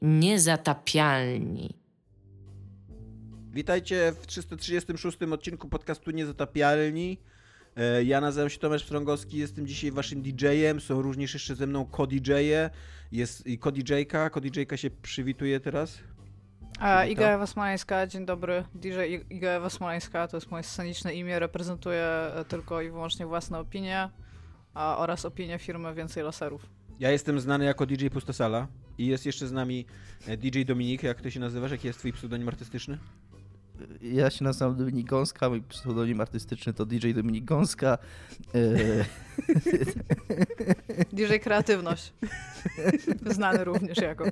Niezatapialni. Witajcie w 336 odcinku podcastu Niezatapialni. Ja nazywam się Tomasz Strągowski, jestem dzisiaj waszym DJ-em. Są również jeszcze ze mną co-DJ-e. Jest i co-DJ-ka. Co-DJ-ka się przywituje teraz. Iga Ewa Smoleńska, dzień dobry. DJ Iga Ewa Smoleńska, to jest moje sceniczne imię. Reprezentuję tylko i wyłącznie własne opinie oraz opinie firmy Więcej Laserów. Ja jestem znany jako DJ Pustosala i jest jeszcze z nami DJ Dominik. Jak ty się nazywasz? Jaki jest twój pseudonim artystyczny? Ja się nazywam Dominik Gąska, mój pseudonim artystyczny to DJ Dominik Gąska. DJ Kreatywność. Znany również jako.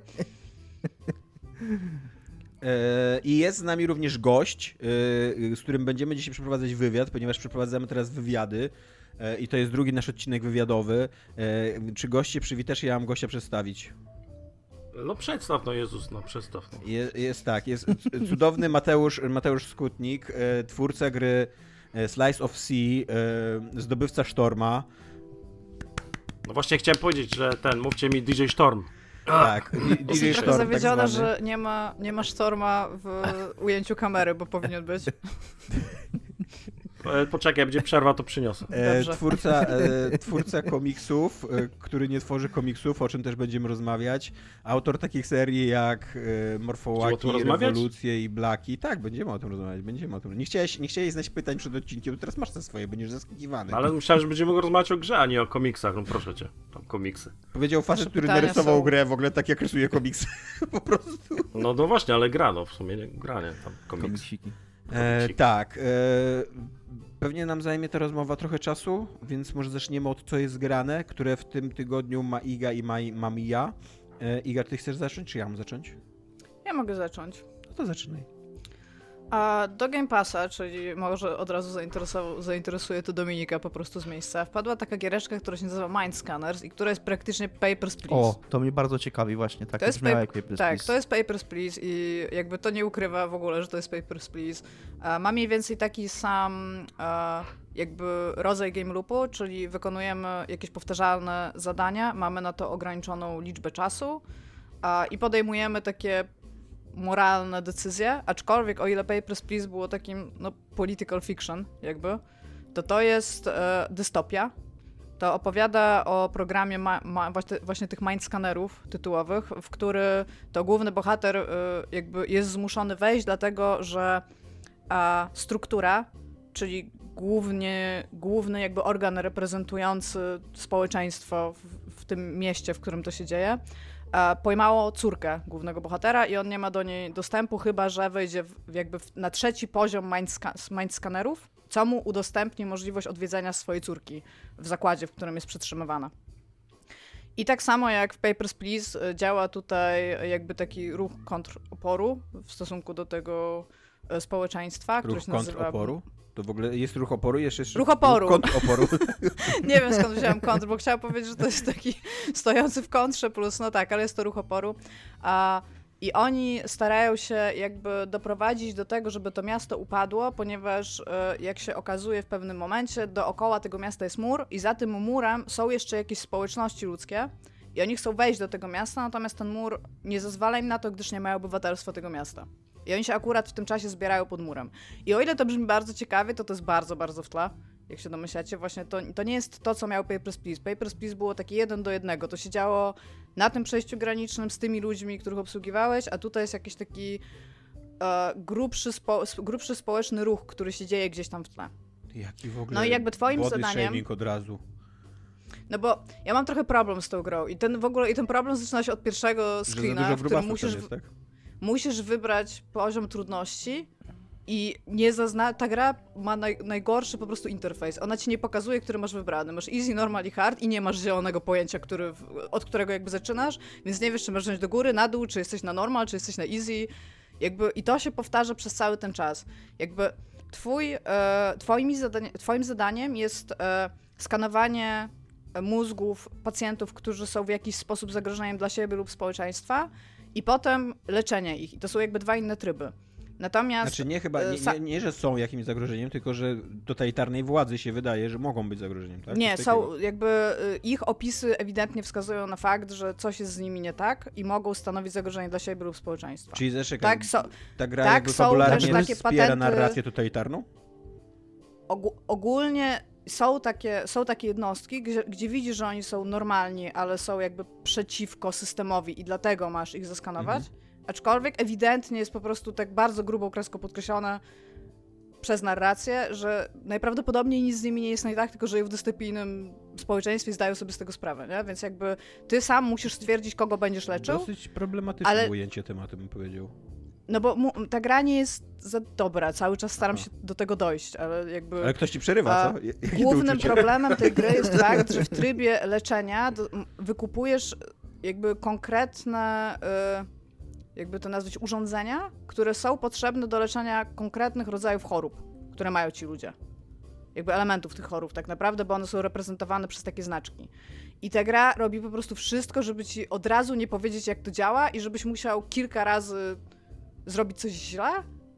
I jest z nami również gość, z którym będziemy dzisiaj przeprowadzać wywiad, ponieważ przeprowadzamy teraz wywiady i to jest drugi nasz odcinek wywiadowy. Czy goście przywitasz? Ja mam gościa przedstawić. No przedstaw, no Jezus, no przedstaw. No. Jest cudowny Mateusz Skutnik, twórca gry Slice of Sea, zdobywca Sztorma. No właśnie chciałem powiedzieć, że mówcie mi DJ Storm. Tak, DJ Jestem Storm, trochę zawiedziona, tak zwany. że nie ma Sztorma w ujęciu kamery, bo powinien być. Poczekaj, będzie przerwa, to przyniosę. Twórca komiksów, który nie tworzy komiksów, o czym też będziemy rozmawiać. Autor takich serii jak Morfołaki, Rewolucje i Blaki. Tak, będziemy o tym rozmawiać. Nie chciałeś znać pytań przed odcinkiem, to teraz masz te swoje, będziesz zaskakiwany. Ale myślałem, że będziemy rozmawiać o grze, a nie o komiksach. No proszę cię, tam komiksy. Powiedział facet, który narysował grę w ogóle tak jak rysuje komiksy. Po prostu. No właśnie, ale gra, no w sumie nie granie tam komiksiki. Tak. Pewnie nam zajmie ta rozmowa trochę czasu, więc może zaczniemy od co jest grane, które w tym tygodniu ma Iga i mam ja. Iga, ty chcesz zacząć, czy ja mam zacząć? Ja mogę zacząć. No to zaczynaj. A do Game Passa, czyli może od razu zainteresuje to Dominika po prostu z miejsca, wpadła taka giereczka, która się nazywa Mind Scanners i która jest praktycznie Papers, Please. O, to mnie bardzo ciekawi właśnie, tak to brzmiało jak Papers, Please. Tak, to jest Papers, Please i jakby to nie ukrywa w ogóle, że to jest Papers, Please. Ma mniej więcej taki sam jakby rodzaj game loopu, czyli wykonujemy jakieś powtarzalne zadania, mamy na to ograniczoną liczbę czasu i podejmujemy takie moralne decyzje, aczkolwiek o ile Papers, Please było takim political fiction jakby, to jest dystopia. To opowiada o programie właśnie tych mind scannerów tytułowych, w który to główny bohater jakby jest zmuszony wejść, dlatego że struktura, czyli główny jakby organ reprezentujący społeczeństwo w tym mieście, w którym to się dzieje, pojmało córkę głównego bohatera i on nie ma do niej dostępu, chyba że wejdzie na trzeci poziom mind scannerów, co mu udostępni możliwość odwiedzenia swojej córki w zakładzie, w którym jest przetrzymywana. I tak samo jak w Papers, Please działa tutaj jakby taki ruch kontroporu w stosunku do tego społeczeństwa, który się nazywa... Kontroporu? To w ogóle jest ruch oporu? Jeszcze ruch oporu. Kontroporu. Nie wiem skąd wziąłem kontr, bo chciałam powiedzieć, że to jest taki stojący w kontrze plus, no tak, ale jest to ruch oporu. I oni starają się jakby doprowadzić do tego, żeby to miasto upadło, ponieważ jak się okazuje w pewnym momencie, dookoła tego miasta jest mur i za tym murem są jeszcze jakieś społeczności ludzkie i oni chcą wejść do tego miasta, natomiast ten mur nie zezwala im na to, gdyż nie mają obywatelstwa tego miasta. I oni się akurat w tym czasie zbierają pod murem. I o ile to brzmi bardzo ciekawie, to jest bardzo, bardzo w tle. Jak się domyślacie, właśnie to nie jest to, co miał Papers, Please. Papers, Please było takie 1:1. To się działo na tym przejściu granicznym z tymi ludźmi, których obsługiwałeś, a tutaj jest jakiś taki grubszy społeczny ruch, który się dzieje gdzieś tam w tle. Jaki w ogóle no i jakby twoim body zadaniem... shaming od razu. No bo ja mam trochę problem z tą grą i ten problem zaczyna się od pierwszego screena, w którym musisz wybrać poziom trudności i ta gra ma najgorszy po prostu interfejs. Ona ci nie pokazuje, który masz wybrany. Masz easy, normal i hard i nie masz zielonego pojęcia, od którego jakby zaczynasz, więc nie wiesz, czy masz wziąć do góry, na dół, czy jesteś na normal, czy jesteś na easy. Jakby i to się powtarza przez cały ten czas. Jakby twoim zadaniem jest skanowanie mózgów pacjentów, którzy są w jakiś sposób zagrożeniem dla siebie lub społeczeństwa i potem leczenie ich. I to są jakby dwa inne tryby. Natomiast... Znaczy nie, że są jakimś zagrożeniem, tylko że totalitarnej władzy się wydaje, że mogą być zagrożeniem, tak? Nie, są jakby ich opisy ewidentnie wskazują na fakt, że coś jest z nimi nie tak i mogą stanowić zagrożenie dla siebie lub społeczeństwa. Czyli ta gra tak, jakby fabularnie takie wspiera patenty... narrację totalitarną? Ogólnie są takie jednostki, gdzie widzisz, że oni są normalni, ale są jakby przeciwko systemowi i dlatego masz ich zeskanować. Aczkolwiek ewidentnie jest po prostu tak bardzo grubą kreską podkreślone przez narrację, że najprawdopodobniej nic z nimi nie jest nie tak, tylko że w dystopijnym społeczeństwie zdają sobie z tego sprawę, nie? Więc jakby ty sam musisz stwierdzić, kogo będziesz leczył. Dosyć problematyczne ujęcie tematu, bym powiedział. No bo ta gra nie jest za dobra, cały czas staram się do tego dojść, ale jakby... Ale ktoś ci przerywa, co? Głównym problemem tej gry jest fakt, że w trybie leczenia wykupujesz jakby konkretne, jakby to nazwać, urządzenia, które są potrzebne do leczenia konkretnych rodzajów chorób, które mają ci ludzie. Jakby elementów tych chorób tak naprawdę, bo one są reprezentowane przez takie znaczki. I ta gra robi po prostu wszystko, żeby ci od razu nie powiedzieć, jak to działa i żebyś musiał kilka razy zrobić coś źle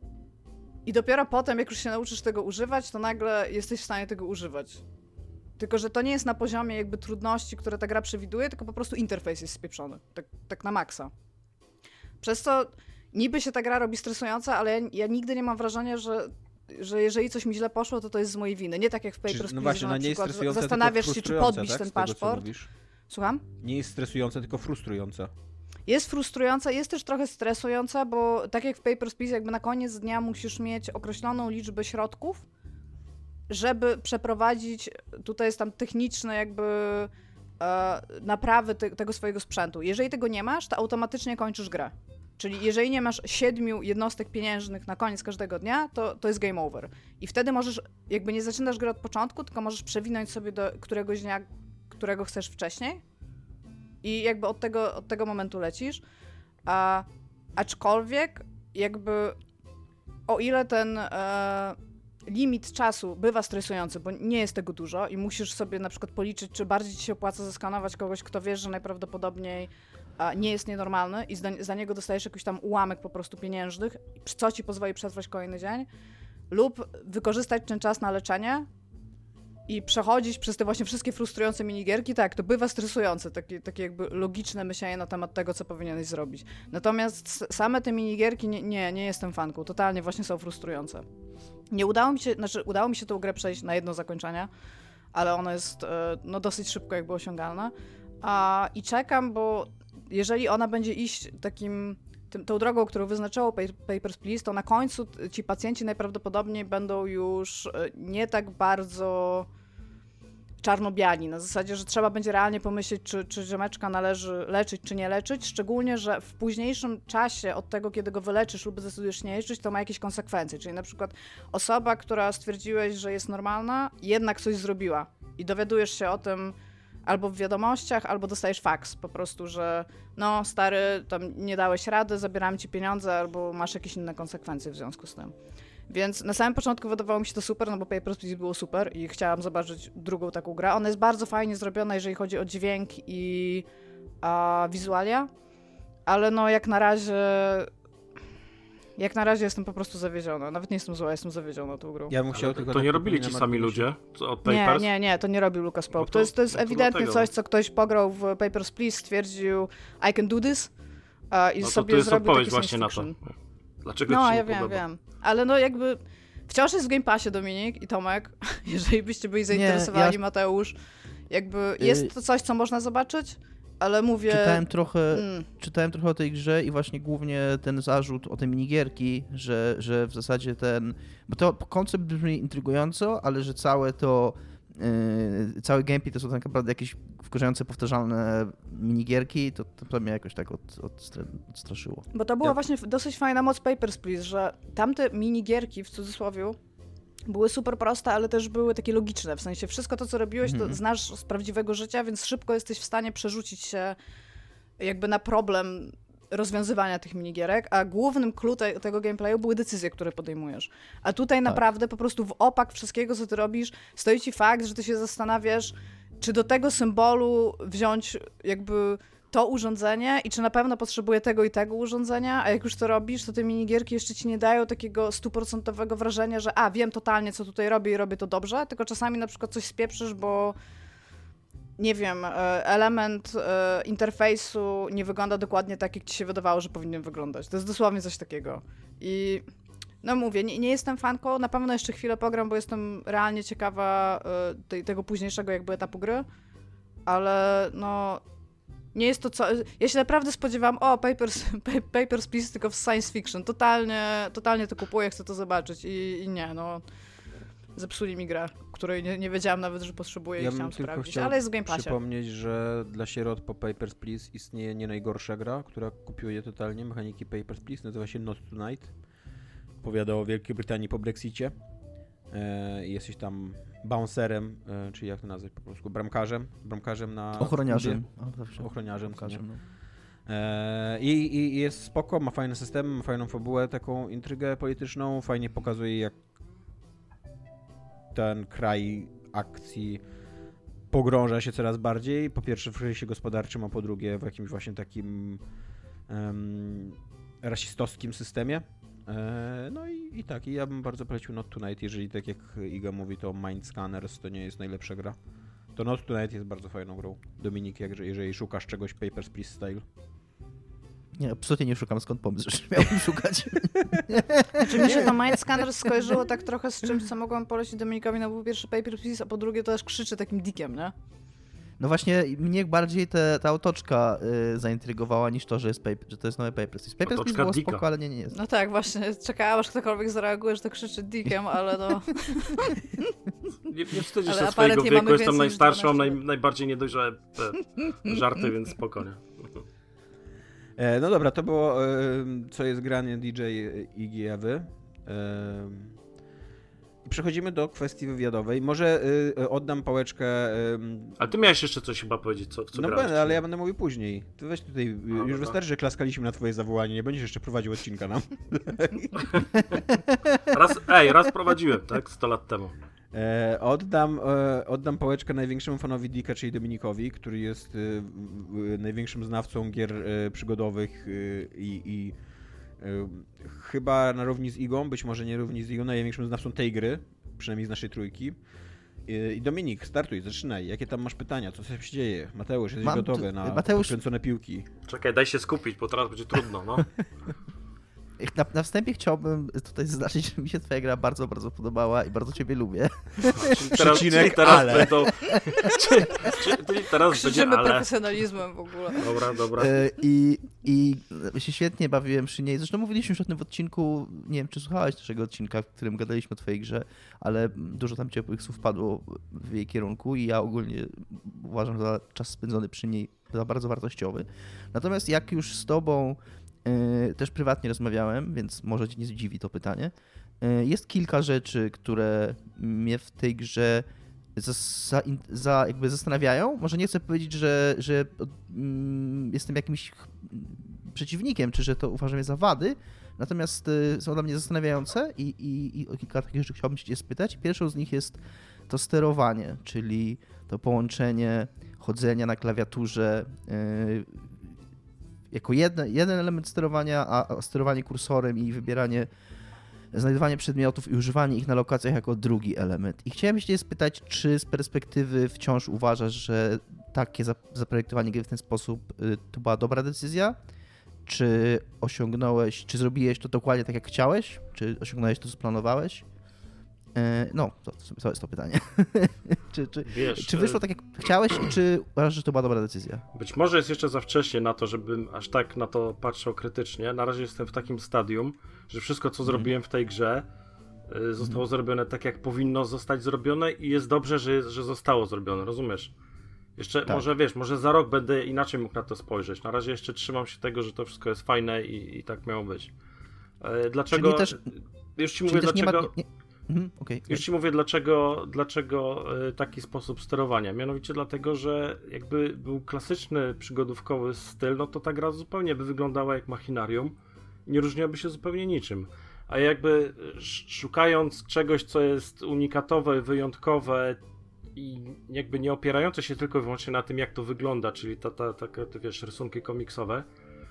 i dopiero potem, jak już się nauczysz tego używać, to nagle jesteś w stanie tego używać. Tylko że to nie jest na poziomie jakby trudności, które ta gra przewiduje, tylko po prostu interfejs jest spieprzony. Tak na maksa. Przez co niby się ta gra robi stresująca, ale ja nigdy nie mam wrażenia, że jeżeli coś mi źle poszło, to jest z mojej winy. Nie tak jak w Papers, Please, no właśnie, że na przykład zastanawiasz się, czy podbić tak, ten paszport. Słucham? Nie jest stresująca, tylko frustrująca. Jest frustrująca, jest też trochę stresująca, bo tak jak w Papers, Please, jakby na koniec dnia musisz mieć określoną liczbę środków, żeby przeprowadzić, tutaj jest tam techniczne jakby naprawy tego swojego sprzętu. Jeżeli tego nie masz, to automatycznie kończysz grę. Czyli jeżeli nie masz 7 jednostek pieniężnych na koniec każdego dnia, to jest game over. I wtedy możesz, jakby nie zaczynasz gry od początku, tylko możesz przewinąć sobie do któregoś dnia, którego chcesz wcześniej. I jakby od tego momentu lecisz. Aczkolwiek jakby o ile ten limit czasu bywa stresujący, bo nie jest tego dużo i musisz sobie na przykład policzyć, czy bardziej ci się opłaca zeskanować kogoś, kto wiesz, że najprawdopodobniej nie jest nienormalny i za niego dostajesz jakiś tam ułamek po prostu pieniężnych, co ci pozwoli przetrwać kolejny dzień, lub wykorzystać ten czas na leczenie i przechodzić przez te właśnie wszystkie frustrujące minigierki, tak, to bywa stresujące, takie jakby logiczne myślenie na temat tego, co powinieneś zrobić. Natomiast same te minigierki, nie jestem fanką, totalnie właśnie są frustrujące. Udało mi się tę grę przejść na jedno zakończenie, ale ono jest dosyć szybko jakby osiągalne. I czekam, bo jeżeli ona będzie iść tą drogą, którą wyznaczało Papers, Please, to na końcu ci pacjenci najprawdopodobniej będą już nie tak bardzo czarno-biali. Na zasadzie, że trzeba będzie realnie pomyśleć, czy ziomeczka należy leczyć, czy nie leczyć. Szczególnie, że w późniejszym czasie od tego, kiedy go wyleczysz lub zdecydujesz nie leczyć, to ma jakieś konsekwencje. Czyli na przykład osoba, która stwierdziłeś, że jest normalna, jednak coś zrobiła. I dowiadujesz się o tym albo w wiadomościach, albo dostajesz faks po prostu, że no stary, tam nie dałeś rady, zabieram ci pieniądze, albo masz jakieś inne konsekwencje w związku z tym. Więc na samym początku wydawało mi się to super, no bo Papers, Please było super i chciałam zobaczyć drugą taką grę. Ona jest bardzo fajnie zrobiona, jeżeli chodzi o dźwięk i wizualia, ale no jak na razie jestem po prostu zawiedziona. Nawet nie jestem zła, jestem zawiedziona tą grą. Ja bym chciał tylko to nie robili ci sami ludzie od Papers? Nie, to nie robił Lucas Pope. To jest ewidentnie coś, co ktoś pograł w Papers, Please, stwierdził I can do this i sobie zrobił taki właśnie na to. Dlaczego no, ci ja wiem. Ale no jakby wciąż jest w Game Passie, Dominik i Tomek, jeżeli byście byli zainteresowani, Mateusz, jakby jest to coś, co można zobaczyć, ale mówię... Czytałem trochę o tej grze i właśnie głównie ten zarzut o te minigierki, że w zasadzie bo to koncept brzmi intrygująco, ale że cały gameplay to są tak naprawdę jakieś wkurzające, powtarzalne minigierki, to mnie jakoś tak odstraszyło. Bo to była właśnie dosyć fajna moc Papers, Please, że tamte minigierki, w cudzysłowie, były super proste, ale też były takie logiczne, w sensie wszystko to, co robiłeś, to znasz z prawdziwego życia, więc szybko jesteś w stanie przerzucić się jakby na problem rozwiązywania tych minigierek, a głównym clue tego gameplayu były decyzje, które podejmujesz. A tutaj naprawdę po prostu w opak wszystkiego, co ty robisz, stoi ci fakt, że ty się zastanawiasz, czy do tego symbolu wziąć jakby to urządzenie i czy na pewno potrzebuję tego i tego urządzenia, a jak już to robisz, to te minigierki jeszcze ci nie dają takiego 100% wrażenia, że wiem totalnie, co tutaj robię i robię to dobrze, tylko czasami na przykład coś spieprzysz, bo nie wiem, element interfejsu nie wygląda dokładnie tak, jak ci się wydawało, że powinien wyglądać. To jest dosłownie coś takiego. I no mówię, nie jestem fanką, na pewno jeszcze chwilę pogram, bo jestem realnie ciekawa tego późniejszego jakby etapu gry, ale no nie jest to co... Ja się naprawdę spodziewałam, Papers, Please tylko w science fiction. Totalnie to kupuję, chcę to zobaczyć i nie, no zepsuli mi grę, której nie wiedziałam nawet, że potrzebuję i chciałam sprawdzić, ale jest w Game Passie. Przypomnieć, że dla sierot po Papers, Please istnieje nie najgorsza gra, która kopiuje totalnie mechaniki Papers, Please, nazywa się Not Tonight. Opowiada o Wielkiej Brytanii po Brexicie. Jesteś tam bouncerem, czyli jak to nazwać po polsku, bramkarzem na... Ochroniarzem. Ochroniarzem, no. I jest spoko, ma fajny system, ma fajną fabułę, taką intrygę polityczną, fajnie pokazuje, jak ten kraj akcji pogrąża się coraz bardziej, po pierwsze w kryzysie gospodarczym, a po drugie w jakimś właśnie takim rasistowskim systemie. No i tak, ja bym bardzo polecił Not Tonight, jeżeli tak jak Iga mówi, to Mind Scanners to nie jest najlepsza gra, to Not Tonight jest bardzo fajną grą. Dominik, jeżeli szukasz czegoś Papers, Please style. Nie, absolutnie nie szukam, skąd pomysł, że miałbym szukać. Czy mi się to Mind Scanners skojarzyło tak trochę z czymś, co mogłam polecić Dominikowi, no bo po pierwsze Papers, Please, a po drugie to też krzyczy takim dickiem, nie? No właśnie, mnie bardziej ta otoczka zaintrygowała niż to, że to jest nowe Papers, Please. Papers, Please było spoko, ale nie jest. No tak, właśnie, czekałam, aż ktokolwiek zareaguje, że to krzyczy dickiem, ale no... Nie wstydzisz się swojego wieku, jestem najstarszy, mam najbardziej niedojrzałe żarty, więc spokojnie. No dobra, to było co jest granie DJ Igi Ewy. Przechodzimy do kwestii wywiadowej. Może oddam pałeczkę... Ale ty miałeś jeszcze coś chyba powiedzieć, co no grałeś. No ale ja będę mówił później. Ty weź tutaj, już wystarczy, że klaskaliśmy na twoje zawołanie, nie będziesz jeszcze prowadził odcinka nam. Raz prowadziłem, tak? 100 lat temu. Oddam pałeczkę największemu fanowi Dicka, czyli Dominikowi, który jest największym znawcą gier przygodowych i chyba na równi z Igą, być może nie równi z Igą, największym znawcą tej gry, przynajmniej z naszej trójki. I Dominik, startuj, zaczynaj. Jakie tam masz pytania? Co się dzieje? Mateusz, jesteś gotowy na podkręcone piłki? Czekaj, daj się skupić, bo teraz będzie trudno, no. Na wstępie chciałbym tutaj zaznaczyć, że mi się twoja gra bardzo, bardzo podobała i bardzo ciebie lubię. Teraz krzyczymy profesjonalizmem w ogóle. Dobra. I się świetnie bawiłem przy niej. Zresztą mówiliśmy już o tym w odcinku, nie wiem, czy słuchałeś naszego odcinka, w którym gadaliśmy o twojej grze, ale dużo tam ciepłych słów padło w jej kierunku i ja ogólnie uważam za czas spędzony przy niej za bardzo wartościowy. Natomiast jak już z tobą też prywatnie rozmawiałem, więc może cię nie zdziwi to pytanie. Jest kilka rzeczy, które mnie w tej grze jakby zastanawiają. Może nie chcę powiedzieć, że jestem jakimś przeciwnikiem, czy że to uważam je za wady, natomiast są dla mnie zastanawiające i o kilka takich rzeczy chciałbym cię spytać. Pierwszą z nich jest to sterowanie, czyli to połączenie chodzenia na klawiaturze jako jeden element sterowania, a sterowanie kursorem i znajdowanie przedmiotów i używanie ich na lokacjach jako drugi element. I chciałem się spytać, czy z perspektywy wciąż uważasz, że takie zaprojektowanie gry w ten sposób to była dobra decyzja? Czy zrobiłeś to dokładnie tak, jak chciałeś? Czy osiągnąłeś to, co planowałeś? No, to jest to pytanie. Czy wyszło tak, jak chciałeś i czy uważasz, że to była dobra decyzja? Być może jest jeszcze za wcześnie na to, żebym aż tak na to patrzył krytycznie. Na razie jestem w takim stadium, że wszystko, co zrobiłem w tej grze, zostało zrobione tak, jak powinno zostać zrobione i jest dobrze, że zostało zrobione, rozumiesz? Jeszcze tak. Może za rok będę inaczej mógł na to spojrzeć. Na razie jeszcze trzymam się tego, że to wszystko jest fajne i tak miało być. Dlaczego? Już ci mówię dlaczego. Już ci mówię, dlaczego taki sposób sterowania. Mianowicie dlatego, że jakby był klasyczny przygodówkowy styl, no to ta gra zupełnie by wyglądała jak machinarium. Nie różniłaby się zupełnie niczym. A jakby szukając czegoś, co jest unikatowe, wyjątkowe i jakby nie opierające się tylko i wyłącznie na tym, jak to wygląda, czyli te wiesz, rysunki komiksowe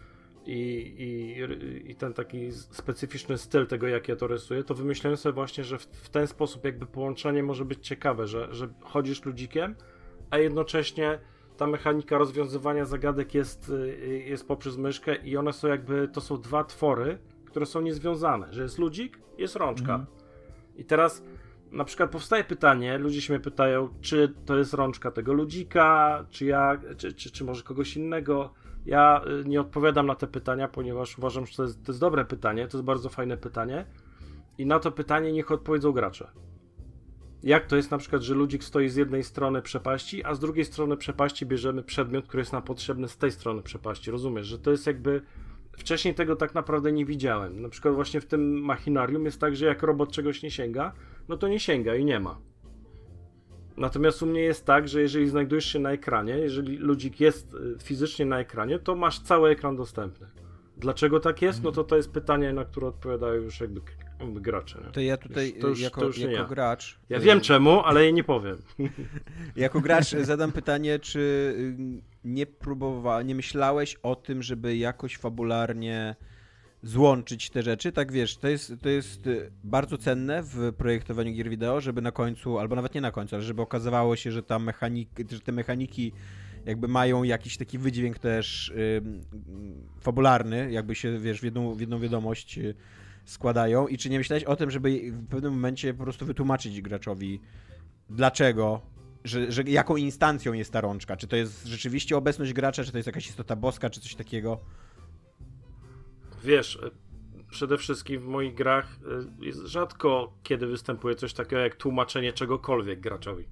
i ten taki specyficzny styl tego, jak ja to rysuję, to wymyślałem sobie właśnie, że w ten sposób jakby połączenie może być ciekawe, że chodzisz ludzikiem, a jednocześnie ta mechanika rozwiązywania zagadek jest poprzez myszkę i one są jakby, to są dwa twory, które są niezwiązane, że jest ludzik, jest rączka. I teraz na przykład powstaje pytanie, ludzie się mnie pytają, czy to jest rączka tego ludzika, czy może kogoś innego. Ja nie odpowiadam na te pytania, ponieważ uważam, że to jest dobre pytanie, to jest bardzo fajne pytanie i na to pytanie niech odpowiedzą gracze. Jak to jest na przykład, że ludzik stoi z jednej strony przepaści, a z drugiej strony przepaści bierzemy przedmiot, który jest nam potrzebny z tej strony przepaści. Rozumiesz, że to jest jakby... Wcześniej tego tak naprawdę nie widziałem. Na przykład właśnie w tym machinarium jest tak, że jak robot czegoś nie sięga, no to nie sięga i nie ma. Natomiast u mnie jest tak, że jeżeli znajdujesz się na ekranie, jeżeli ludzik jest fizycznie na ekranie, to masz cały ekran dostępny. Dlaczego tak jest? No to jest pytanie, na które odpowiadają już jakby gracze. Nie? To ja tutaj jako gracz... Ja wiem czemu, ale jej nie powiem. Jako gracz zadam pytanie, czy nie myślałeś o tym, żeby jakoś fabularnie złączyć te rzeczy? Tak wiesz, to jest bardzo cenne w projektowaniu gier wideo, żeby na końcu, albo nawet nie na końcu, ale żeby okazywało się, że te mechaniki jakby mają jakiś taki wydźwięk też fabularny, jakby się, wiesz, w jedną wiadomość składają. I czy nie myślałeś o tym, żeby w pewnym momencie po prostu wytłumaczyć graczowi, dlaczego, że jaką instancją jest ta rączka? Czy to jest rzeczywiście obecność gracza, czy to jest jakaś istota boska, czy coś takiego? Wiesz, przede wszystkim w moich grach rzadko kiedy występuje coś takiego jak tłumaczenie czegokolwiek graczowi.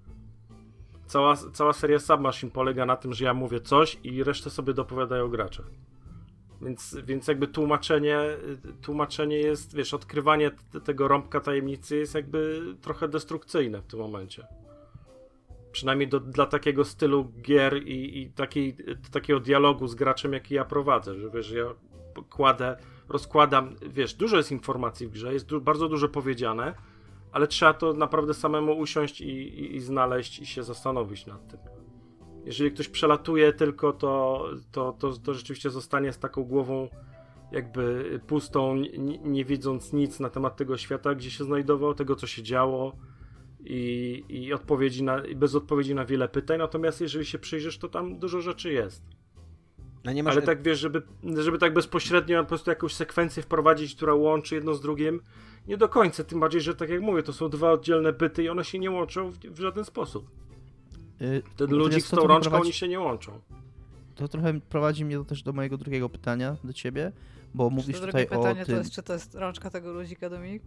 Cała seria Submachine polega na tym, że ja mówię coś i resztę sobie dopowiadają gracze. Więc jakby tłumaczenie jest, wiesz, odkrywanie tego rąbka tajemnicy jest jakby trochę destrukcyjne w tym momencie. Przynajmniej dla takiego stylu gier i takiego dialogu z graczem, jaki ja prowadzę, że wiesz, ja rozkładam, wiesz, dużo jest informacji w grze, jest bardzo dużo powiedziane, ale trzeba to naprawdę samemu usiąść i znaleźć i się zastanowić nad tym. Jeżeli ktoś przelatuje tylko, to rzeczywiście zostanie z taką głową jakby pustą, nie widząc nic na temat tego świata, gdzie się znajdował, tego co się działo i bez odpowiedzi na wiele pytań. Natomiast jeżeli się przyjrzysz, to tam dużo rzeczy jest. Ale tak wiesz, żeby tak bezpośrednio po prostu jakąś sekwencję wprowadzić, która łączy jedno z drugim, nie do końca, tym bardziej, że tak jak mówię, to są dwa oddzielne byty i one się nie łączą w żaden sposób. Ten ludzik z tą rączką, oni się nie łączą. To trochę prowadzi mnie też do mojego drugiego pytania do ciebie, bo mówisz tutaj o pytanie tym... to jest, czy to jest rączka tego ludzika, Dominik?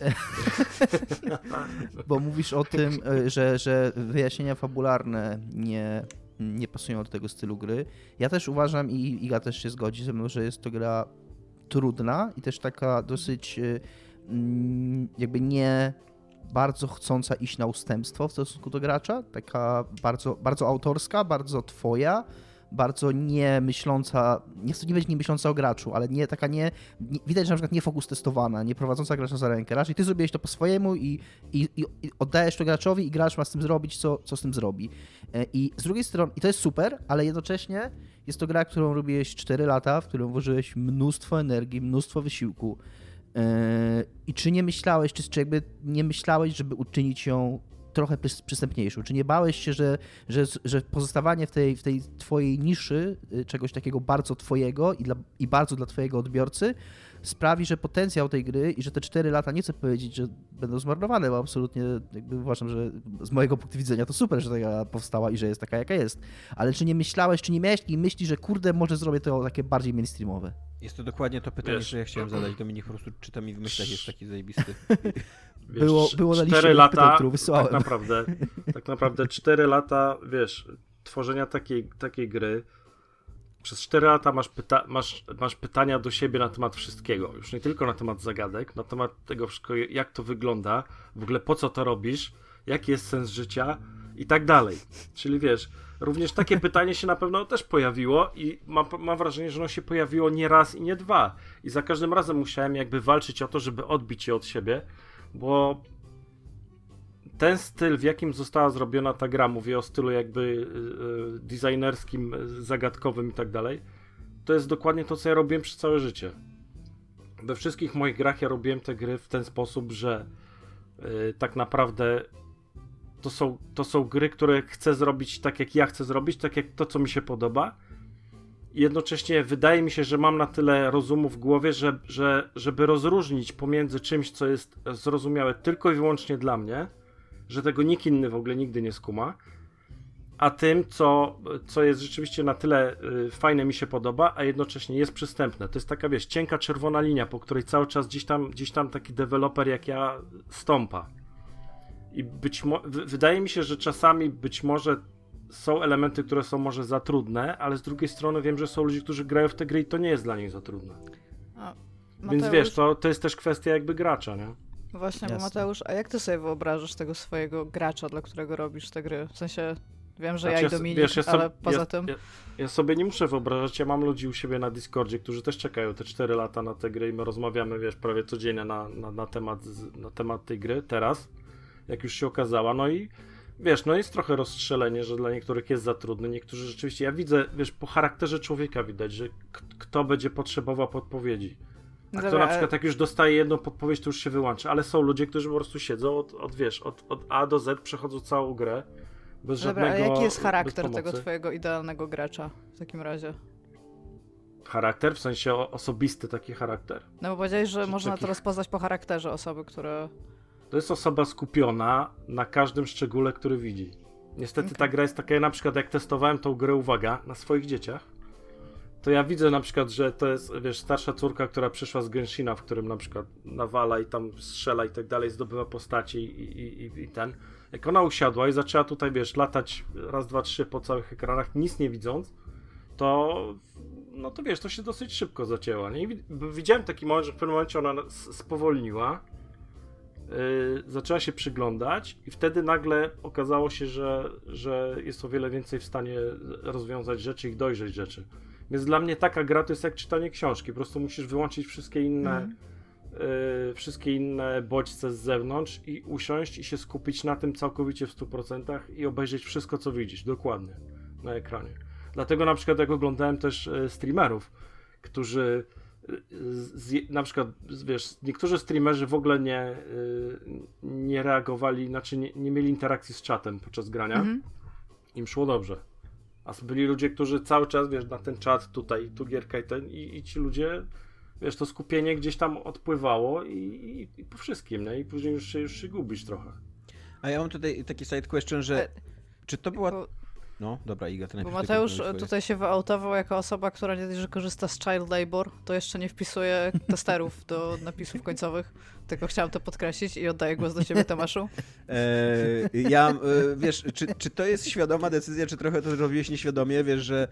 Bo mówisz o tym, że wyjaśnienia fabularne nie pasują do tego stylu gry. Ja też uważam i Iga też się zgodzi ze mną, że jest to gra trudna i też taka dosyć jakby nie bardzo chcąca iść na ustępstwo w stosunku do gracza, taka bardzo, bardzo autorska, bardzo twoja, bardzo nie myśląca, nie będzie nie myśląca o graczu, ale widać, że na przykład nie fokus testowana, nie prowadząca gracza za rękę. Raczej ty zrobiłeś to po swojemu i oddajesz to graczowi i gracz ma z tym zrobić, co z tym zrobi. I z drugiej strony, i to jest super, ale jednocześnie jest to gra, którą robiłeś 4 lata, w którą włożyłeś mnóstwo energii, mnóstwo wysiłku. I czy nie myślałeś, czy jakby nie myślałeś, żeby uczynić ją trochę przystępniejszą? Czy nie bałeś się, że pozostawanie w tej twojej niszy czegoś takiego bardzo twojego i bardzo dla twojego odbiorcy sprawi, że potencjał tej gry i że te 4 lata, nie chcę powiedzieć, że będą zmarnowane, bo absolutnie jakby uważam, że z mojego punktu widzenia to super, że taka powstała i że jest taka, jaka jest. Ale czy nie myślałeś, czy nie miałeś takiej myśli, że kurde, może zrobię to takie bardziej mainstreamowe? Jest to dokładnie to pytanie, które ja chciałem zadać. Dominik po prostu czytam i w myślach jest taki zajebisty. Wiesz, było na liście 4 lata, pytań, którą wysłałem. Tak naprawdę 4 lata, wiesz, tworzenia takiej gry. Przez 4 lata masz pytania do siebie na temat wszystkiego. Już nie tylko na temat zagadek, na temat tego wszystkiego, jak to wygląda, w ogóle po co to robisz, jaki jest sens życia i tak dalej. Czyli wiesz, również takie pytanie się na pewno też pojawiło i mam wrażenie, że ono się pojawiło nie raz i nie dwa. I za każdym razem musiałem jakby walczyć o to, żeby odbić je od siebie, bo ten styl, w jakim została zrobiona ta gra, mówię o stylu jakby designerskim, zagadkowym i tak dalej, to jest dokładnie to, co ja robiłem przez całe życie. We wszystkich moich grach ja robiłem te gry w ten sposób, że tak naprawdę to są gry, które chcę zrobić tak, jak ja chcę zrobić, tak jak to, co mi się podoba. I jednocześnie wydaje mi się, że mam na tyle rozumu w głowie, żeby rozróżnić pomiędzy czymś, co jest zrozumiałe tylko i wyłącznie dla mnie, że tego nikt inny w ogóle nigdy nie skuma, a tym, co jest rzeczywiście na tyle fajne, mi się podoba, a jednocześnie jest przystępne. To jest taka, wiesz, cienka czerwona linia, po której cały czas gdzieś tam taki deweloper jak ja stąpa. I wydaje mi się, że czasami być może są elementy, które są może za trudne, ale z drugiej strony wiem, że są ludzie, którzy grają w te gry i to nie jest dla nich za trudne. Więc wiesz, to jest też kwestia jakby gracza, nie? Właśnie, bo Mateusz, a jak ty sobie wyobrażasz tego swojego gracza, dla którego robisz te gry? W sensie, wiem, że ja i Dominik, ale poza tym... Ja sobie nie muszę wyobrażać, ja mam ludzi u siebie na Discordzie, którzy też czekają te 4 lata na tę grę i my rozmawiamy, wiesz, prawie codziennie na temat tej gry teraz, jak już się okazała, no i wiesz, no jest trochę rozstrzelenie, że dla niektórych jest za trudny, niektórzy rzeczywiście, ja widzę, wiesz, po charakterze człowieka widać, że kto będzie potrzebował podpowiedzi. A kto na przykład jak już dostaje jedną podpowiedź, to już się wyłącza, ale są ludzie, którzy po prostu siedzą od A do Z, przechodzą całą grę bez żadnego... Dobra, a jaki jest charakter tego twojego idealnego gracza w takim razie? Charakter? W sensie osobisty taki charakter? No bo powiedziałeś, że można to rozpoznać po charakterze osoby, które... To jest osoba skupiona na każdym szczególe, który widzi. Niestety ta gra jest taka, na przykład jak testowałem tą grę, uwaga, na swoich dzieciach, to ja widzę na przykład, że to jest, wiesz, starsza córka, która przyszła z Genshina, w którym na przykład nawala i tam strzela i tak dalej, zdobywa postaci i ten. Jak ona usiadła i zaczęła tutaj, wiesz, latać raz, dwa, trzy po całych ekranach, nic nie widząc, to no to wiesz, to się dosyć szybko zacięła, nie? I widziałem taki moment, że w pewnym momencie ona spowolniła, zaczęła się przyglądać i wtedy nagle okazało się, że jest o wiele więcej w stanie rozwiązać rzeczy i dojrzeć rzeczy. Więc dla mnie taka gra to jest jak czytanie książki. Po prostu musisz wyłączyć wszystkie inne bodźce z zewnątrz i usiąść i się skupić na tym całkowicie w 100% i obejrzeć wszystko, co widzisz, dokładnie na ekranie. Dlatego na przykład jak oglądałem też streamerów, którzy na przykład, wiesz, niektórzy streamerzy w ogóle nie reagowali, znaczy nie mieli interakcji z czatem podczas grania. Im szło dobrze. A byli ludzie, którzy cały czas, wiesz, na ten czat tutaj, tu gierka i ci ludzie, wiesz, to skupienie gdzieś tam odpływało i po wszystkim, nie? I później już się gubisz trochę. A ja mam tutaj taki side question, że czy to była... No, dobra, Iga, to najpierw. Bo Mateusz tutaj się wyautował jako osoba, która nie dość, że korzysta z child labor, to jeszcze nie wpisuje testerów do napisów końcowych. Tylko chciałam to podkreślić i oddaję głos do ciebie, Tomaszu. Wiesz, czy to jest świadoma decyzja, czy trochę to zrobiłeś nieświadomie? Wiesz, że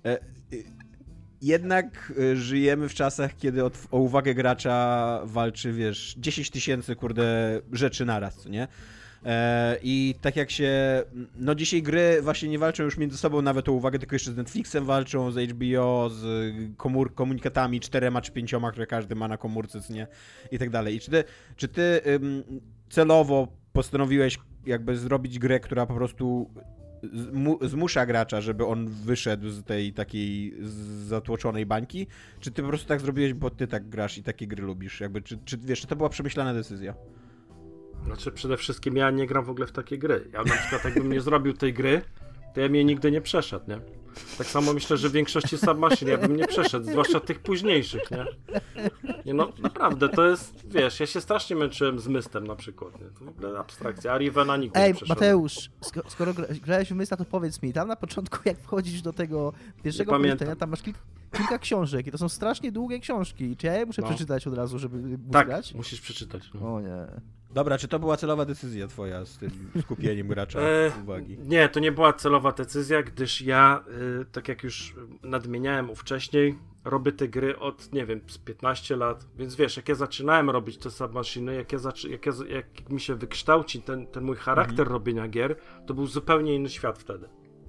jednak żyjemy w czasach, kiedy o uwagę gracza walczy, wiesz, 10 000, kurde, rzeczy naraz, co nie? I tak jak się... No dzisiaj gry właśnie nie walczą już między sobą nawet o uwagę, tylko jeszcze z Netflixem walczą, z HBO, z komunikatami 4 czy 5, które każdy ma na komórce, nie? I tak dalej. I czy ty celowo postanowiłeś jakby zrobić grę, która po prostu zmusza gracza, żeby on wyszedł z tej takiej zatłoczonej bańki? Czy ty po prostu tak zrobiłeś, bo ty tak grasz i takie gry lubisz? Jakby, czy wiesz, czy to była przemyślana decyzja? Znaczy przede wszystkim ja nie gram w ogóle w takie gry. Ja na przykład jakbym nie zrobił tej gry, to ja bym jej nigdy nie przeszedł, nie? Tak samo myślę, że w większości submaszyn ja bym nie przeszedł, zwłaszcza tych późniejszych, nie? Nie no, naprawdę, to jest, wiesz, ja się strasznie męczyłem z Mystem na przykład, nie? To w ogóle abstrakcja, a Rivena nigdy nie przeszedłem. Mateusz, skoro grałeś w Mysta, to powiedz mi, tam na początku jak wchodzisz do tego pierwszego pomieszczenia, tam masz kilka książek i to są strasznie długie książki. Czy ja je muszę przeczytać od razu, żeby móc grać? Tak, musisz przeczytać. No. O nie. Dobra, czy to była celowa decyzja twoja z tym skupieniem gracza uwagi? Nie, to nie była celowa decyzja, gdyż ja, tak jak już nadmieniałem wcześniej, robię te gry od, nie wiem, z 15 lat, więc wiesz, jak ja zaczynałem robić te submaszyny, jak mi się wykształci ten mój charakter robienia gier, to był zupełnie inny świat wtedy.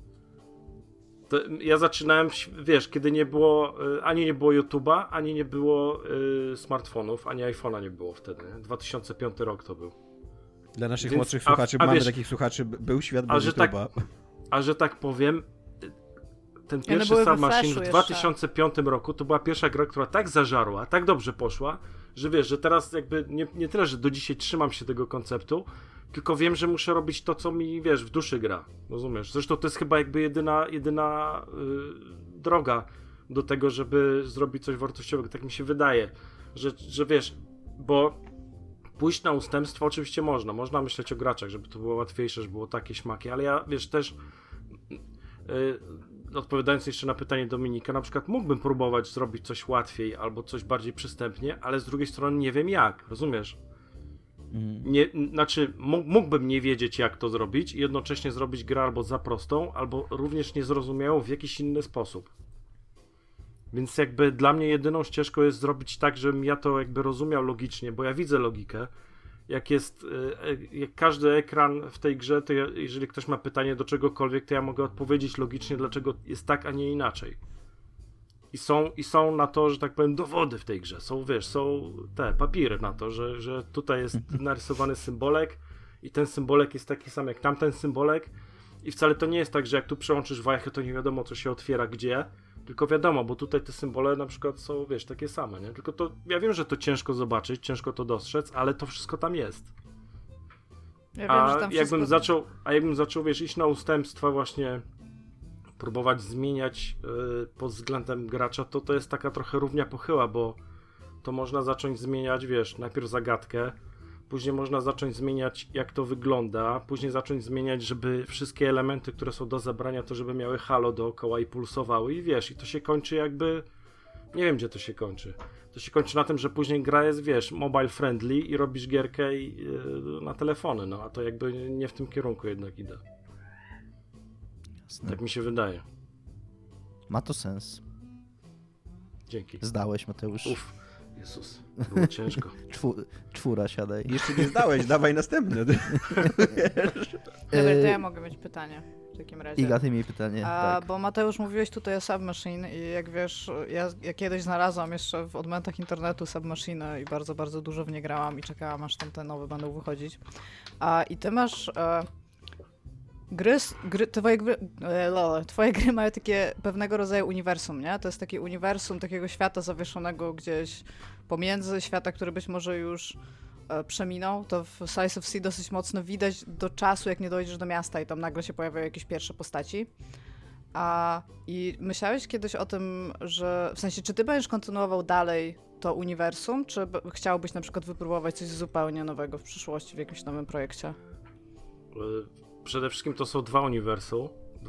Ja zaczynałem, wiesz, kiedy nie było, ani nie było YouTube'a, ani nie było smartfonów, ani iPhone'a nie było wtedy. 2005 rok to był. Dla naszych młodszych słuchaczy, mamy takich słuchaczy, był świat bez YouTube'a. A że tak powiem, ten pierwszy Submachine w 2005 roku to była pierwsza gra, która tak zażarła, tak dobrze poszła, że wiesz, że teraz jakby nie tyle, że do dzisiaj trzymam się tego konceptu, tylko wiem, że muszę robić to, co mi, wiesz, w duszy gra. Rozumiesz? Zresztą to jest chyba jakby jedyna droga do tego, żeby zrobić coś wartościowego. Tak mi się wydaje, że wiesz, bo pójść na ustępstwo oczywiście można myśleć o graczach, żeby to było łatwiejsze, żeby było takie śmaki, ale ja, wiesz, też odpowiadając jeszcze na pytanie Dominika, na przykład mógłbym próbować zrobić coś łatwiej albo coś bardziej przystępnie, ale z drugiej strony nie wiem jak, rozumiesz? Mógłbym nie wiedzieć, jak to zrobić i jednocześnie zrobić grę albo za prostą, albo również niezrozumiałą w jakiś inny sposób. Więc jakby dla mnie jedyną ścieżką jest zrobić tak, żebym ja to jakby rozumiał logicznie, bo ja widzę logikę. Jak każdy ekran w tej grze, to jeżeli ktoś ma pytanie do czegokolwiek, to ja mogę odpowiedzieć logicznie, dlaczego jest tak, a nie inaczej. I są na to, że tak powiem, dowody w tej grze. Są te papiry na to, że tutaj jest narysowany symbolek i ten symbolek jest taki sam jak tamten symbolek i wcale to nie jest tak, że jak tu przełączysz wajchę, to nie wiadomo, co się otwiera gdzie, tylko wiadomo, bo tutaj te symbole na przykład są, wiesz, takie same, nie? Tylko to, ja wiem, że to ciężko zobaczyć, ciężko to dostrzec, ale to wszystko tam jest. Ja wiem, że tam jakbym zaczął, wiesz, iść na ustępstwa właśnie, próbować zmieniać pod względem gracza, to jest taka trochę równia pochyła, bo to można zacząć zmieniać, wiesz, najpierw zagadkę, później można zacząć zmieniać, jak to wygląda, później zacząć zmieniać, żeby wszystkie elementy, które są do zebrania, to żeby miały halo dookoła i pulsowały i wiesz, i to się kończy jakby, nie wiem, gdzie to się kończy. To się kończy na tym, że później gra jest, wiesz, mobile friendly i robisz gierkę na telefony, no a to jakby nie w tym kierunku jednak idę. Jasne. Tak mi się wydaje. Ma to sens. Dzięki. Zdałeś, Mateusz. Uff, Jezus, było ciężko. Czwóra, siadaj. Jeszcze nie zdałeś, dawaj następne. Dobra, to ja mogę mieć pytanie w takim razie. Iga, ty miej pytanie. Tak. Bo Mateusz, mówiłeś tutaj o Submachine i jak wiesz, ja kiedyś znalazłam jeszcze w odmętach internetu Submachine i bardzo, bardzo dużo w nie grałam i czekałam, aż tam te nowe będą wychodzić. I ty masz... Twoje gry mają takie pewnego rodzaju uniwersum, nie? To jest takie uniwersum takiego świata zawieszonego gdzieś pomiędzy świata, który być może już przeminął. To w Size of Sea dosyć mocno widać do czasu, jak nie dojdziesz do miasta i tam nagle się pojawiają jakieś pierwsze postaci. I myślałeś kiedyś o tym, że... W sensie, czy ty będziesz kontynuował dalej to uniwersum, czy chciałbyś na przykład wypróbować coś zupełnie nowego w przyszłości w jakimś nowym projekcie? Przede wszystkim to są dwa uniwersum.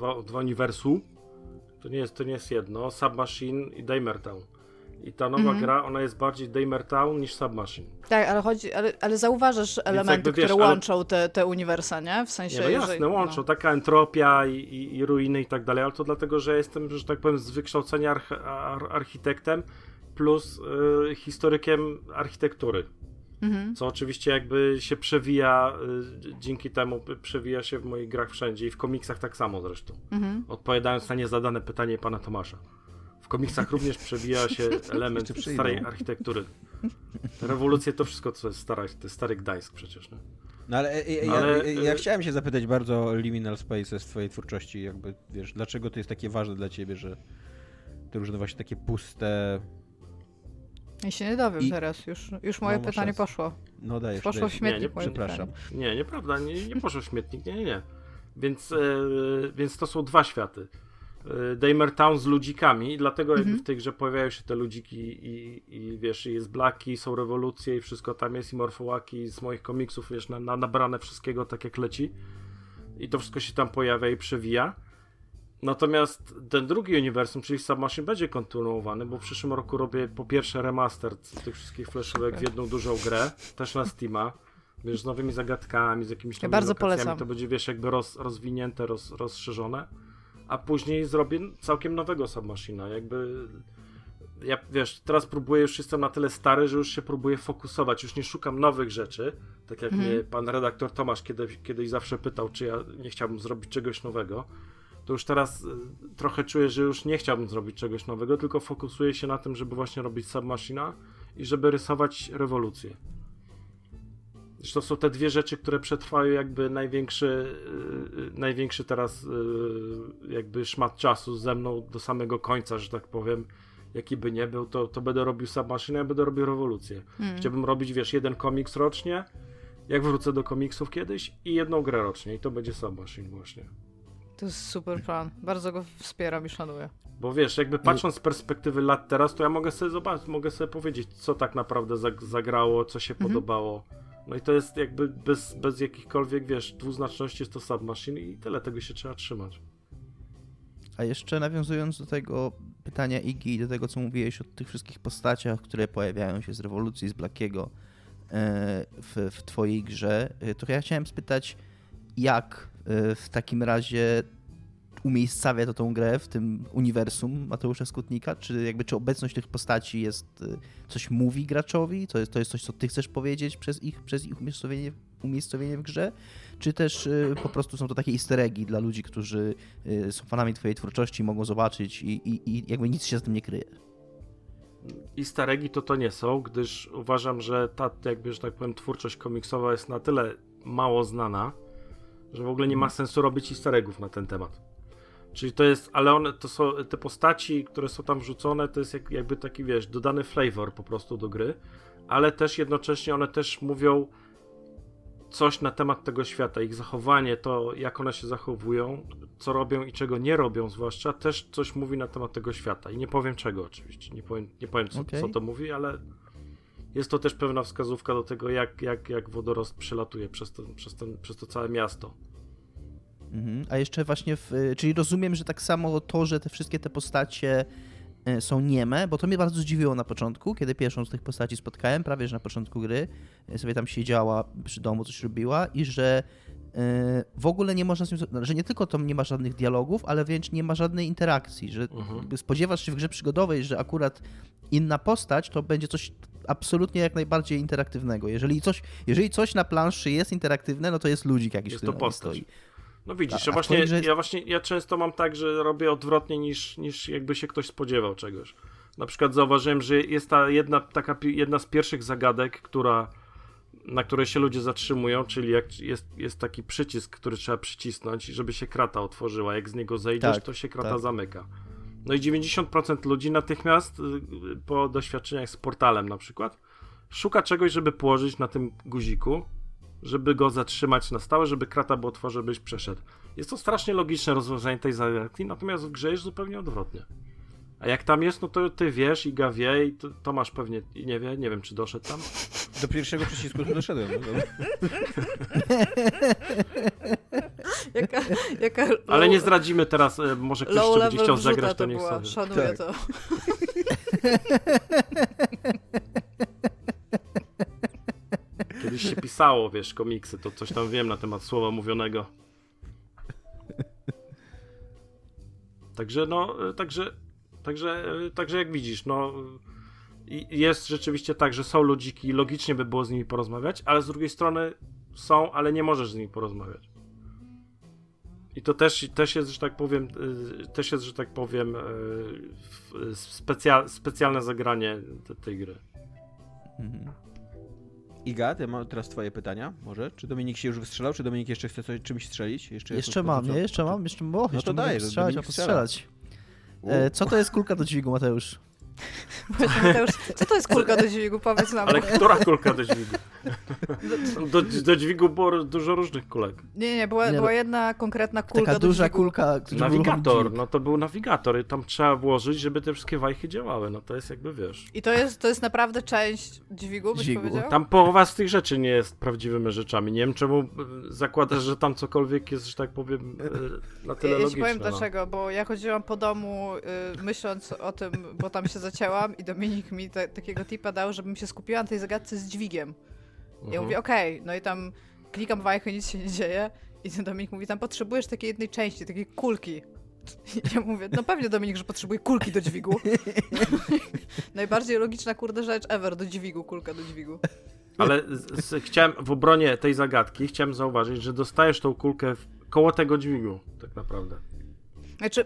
To nie jest jedno. Submachine i Damertown. I ta nowa gra, ona jest bardziej Damertown niż Submachine. Tak, ale zauważasz elementy, które łączą te uniwersa, nie? W sensie... Nie, no jasne, łączą. Taka entropia i ruiny i tak dalej, ale to dlatego, że jestem, że tak powiem, z wykształcenia architektem plus historykiem architektury. Co oczywiście jakby się przewija, dzięki temu przewija się w moich grach wszędzie i w komiksach tak samo zresztą. Odpowiadając na niezadane pytanie pana Tomasza. W komiksach również przewija się element starej architektury. Te rewolucje to wszystko, co jest to jest stary Gdańsk przecież. Nie? No ale ja chciałem się zapytać bardzo o Liminal Spaces w twojej twórczości, jakby, wiesz, dlaczego to jest takie ważne dla ciebie, że te różne właśnie takie puste... Ja się nie dowiem teraz, już moje pytanie poszło. No dajesz. Poszło w śmietnik, przepraszam. Nieprawda, nie poszło w śmietnik, nie. Więc to są dwa światy. Damertown z ludzikami i dlatego jakby w tej grze pojawiają się te ludziki i wiesz, jest Blacki, są rewolucje i wszystko tam jest i morfołaki z moich komiksów, wiesz, nabrane wszystkiego tak jak leci i to wszystko się tam pojawia i przewija. Natomiast ten drugi uniwersum, czyli Submachine, będzie kontynuowany, bo w przyszłym roku robię po pierwsze remaster tych wszystkich flashówek w jedną dużą grę, też na Steama, wiesz, z nowymi zagadkami, z jakimiś nowymi bardzo lokacjami, polecam. to będzie, wiesz, jakby rozwinięte, rozszerzone, a później zrobię całkiem nowego Submachina, jakby ja, wiesz, teraz próbuję, już jestem na tyle stary, że już się próbuję fokusować, już nie szukam nowych rzeczy, tak jak mnie pan redaktor Tomasz kiedyś zawsze pytał, czy ja nie chciałbym zrobić czegoś nowego. To już teraz trochę czuję, że już nie chciałbym zrobić czegoś nowego, tylko fokusuję się na tym, żeby właśnie robić Submachina i żeby rysować rewolucję. To są te dwie rzeczy, które przetrwają jakby największy teraz jakby szmat czasu ze mną do samego końca, że tak powiem. Jaki by nie był, to będę robił Submachine, ja będę robił rewolucję. Chciałbym robić, wiesz, jeden komiks rocznie, jak wrócę do komiksów kiedyś, i jedną grę rocznie, i to będzie Submachine właśnie. To jest super plan. Bardzo go wspieram i szanuję. Bo wiesz, jakby patrząc z perspektywy lat teraz, to ja mogę sobie zobaczyć, mogę sobie powiedzieć, co tak naprawdę zagrało, co się podobało. No i to jest jakby bez jakichkolwiek, wiesz, dwuznaczności jest to Submachine i tyle, tego się trzeba trzymać. A jeszcze nawiązując do tego pytania Iggy, do tego, co mówiłeś o tych wszystkich postaciach, które pojawiają się z rewolucji, z Blackiego w twojej grze, to ja chciałem spytać, jak w takim razie umiejscawia to tą grę w tym uniwersum Mateusza Skutnika? Czy obecność tych postaci jest, coś mówi graczowi? To jest coś, co ty chcesz powiedzieć przez ich umiejscowienie w grze? Czy też po prostu są to takie easter eggi dla ludzi, którzy są fanami twojej twórczości, mogą zobaczyć i jakby nic się z tym nie kryje? Easter eggi to nie są, gdyż uważam, że ta, jakby, że tak powiem, twórczość komiksowa jest na tyle mało znana, że w ogóle nie ma sensu robić easter eggów na ten temat. Czyli to jest, ale to są te postaci, które są tam wrzucone, to jest jakby taki, wiesz, dodany flavor po prostu do gry, ale też jednocześnie one też mówią coś na temat tego świata, ich zachowanie, to jak one się zachowują, co robią i czego nie robią zwłaszcza, też coś mówi na temat tego świata i nie powiem czego oczywiście, nie powiem co to mówi, ale jest to też pewna wskazówka do tego, jak wodorost przelatuje przez to całe miasto. A jeszcze właśnie, czyli rozumiem, że tak samo to, że wszystkie te postacie są nieme, bo to mnie bardzo zdziwiło na początku, kiedy pierwszą z tych postaci spotkałem, prawie że na początku gry, sobie tam siedziała przy domu, coś robiła i że w ogóle nie można z nią, że nie tylko to nie ma żadnych dialogów, ale wręcz nie ma żadnej interakcji, że spodziewasz się w grze przygodowej, że akurat inna postać to będzie coś absolutnie jak najbardziej interaktywnego. Jeżeli coś na planszy jest interaktywne, no to jest ludzik jakiś, który stoi. No widzisz, ja często mam tak, że robię odwrotnie niż jakby się ktoś spodziewał czegoś. Na przykład zauważyłem, że jest ta jedna z pierwszych zagadek, na której się ludzie zatrzymują, czyli jak jest taki przycisk, który trzeba przycisnąć, żeby się krata otworzyła. Jak z niego zejdziesz, to się krata zamyka. No i 90% ludzi natychmiast po doświadczeniach z portalem na przykład szuka czegoś, żeby położyć na tym guziku, żeby go zatrzymać na stałe, żeby krata była otworzona, żebyś przeszedł. Jest to strasznie logiczne rozwiązanie tej zagadki, natomiast w grze jest zupełnie odwrotnie. A jak tam jest, no to ty wiesz, Iga wie i Tomasz pewnie nie wiem, czy doszedł tam. Do pierwszego przycisku to doszedłem. Ale nie zdradzimy teraz, może ktoś jeszcze będzie chciał zagrać, to niech sobie. Szanuję to. Kiedyś się pisało, wiesz, komiksy, to coś tam wiem na temat słowa mówionego. Także jak widzisz, no jest rzeczywiście tak, że są ludziki, logicznie by było z nimi porozmawiać, ale z drugiej strony są, ale nie możesz z nimi porozmawiać. I to też jest, że tak powiem, specjalne zagranie tej gry. Iga, teraz twoje pytania, może? Czy Dominik się już wystrzelał, czy Dominik jeszcze chce czymś strzelić? Jeszcze mam. No to daj, strzelać. Co to jest kulka do dźwigu, Mateusz? Mateusz, co to jest kulka do dźwigu? Powiedz nam. Ale która kulka do dźwigu? Do dźwigu było dużo różnych kulek. Nie, była jedna konkretna kulka taka do duża dźwigu. Kulka. Nawigator, no to był nawigator i tam trzeba włożyć, żeby te wszystkie wajchy działały, no to jest jakby, wiesz. I to jest naprawdę część dźwigu, byś powiedział? Tam połowa z tych rzeczy nie jest prawdziwymi rzeczami. Nie wiem, czemu zakładasz, że tam cokolwiek jest, że tak powiem, na tyle logiczne. Ja ci powiem dlaczego, bo ja chodziłam po domu myśląc o tym, bo tam się zacięłam i Dominik mi takiego tipa dał, żebym się skupiła na tej zagadce z dźwigiem. Ja mówię, okej, no i tam klikam wajchę, nic się nie dzieje i ten Dominik mówi, tam potrzebujesz takiej jednej części, takiej kulki. I ja mówię, no pewnie Dominik, że potrzebuję kulki do dźwigu. Najbardziej logiczna rzecz ever do dźwigu, kulka do dźwigu. Ale chciałem w obronie tej zagadki, zauważyć, że dostajesz tą kulkę koło tego dźwigu, tak naprawdę. Znaczy,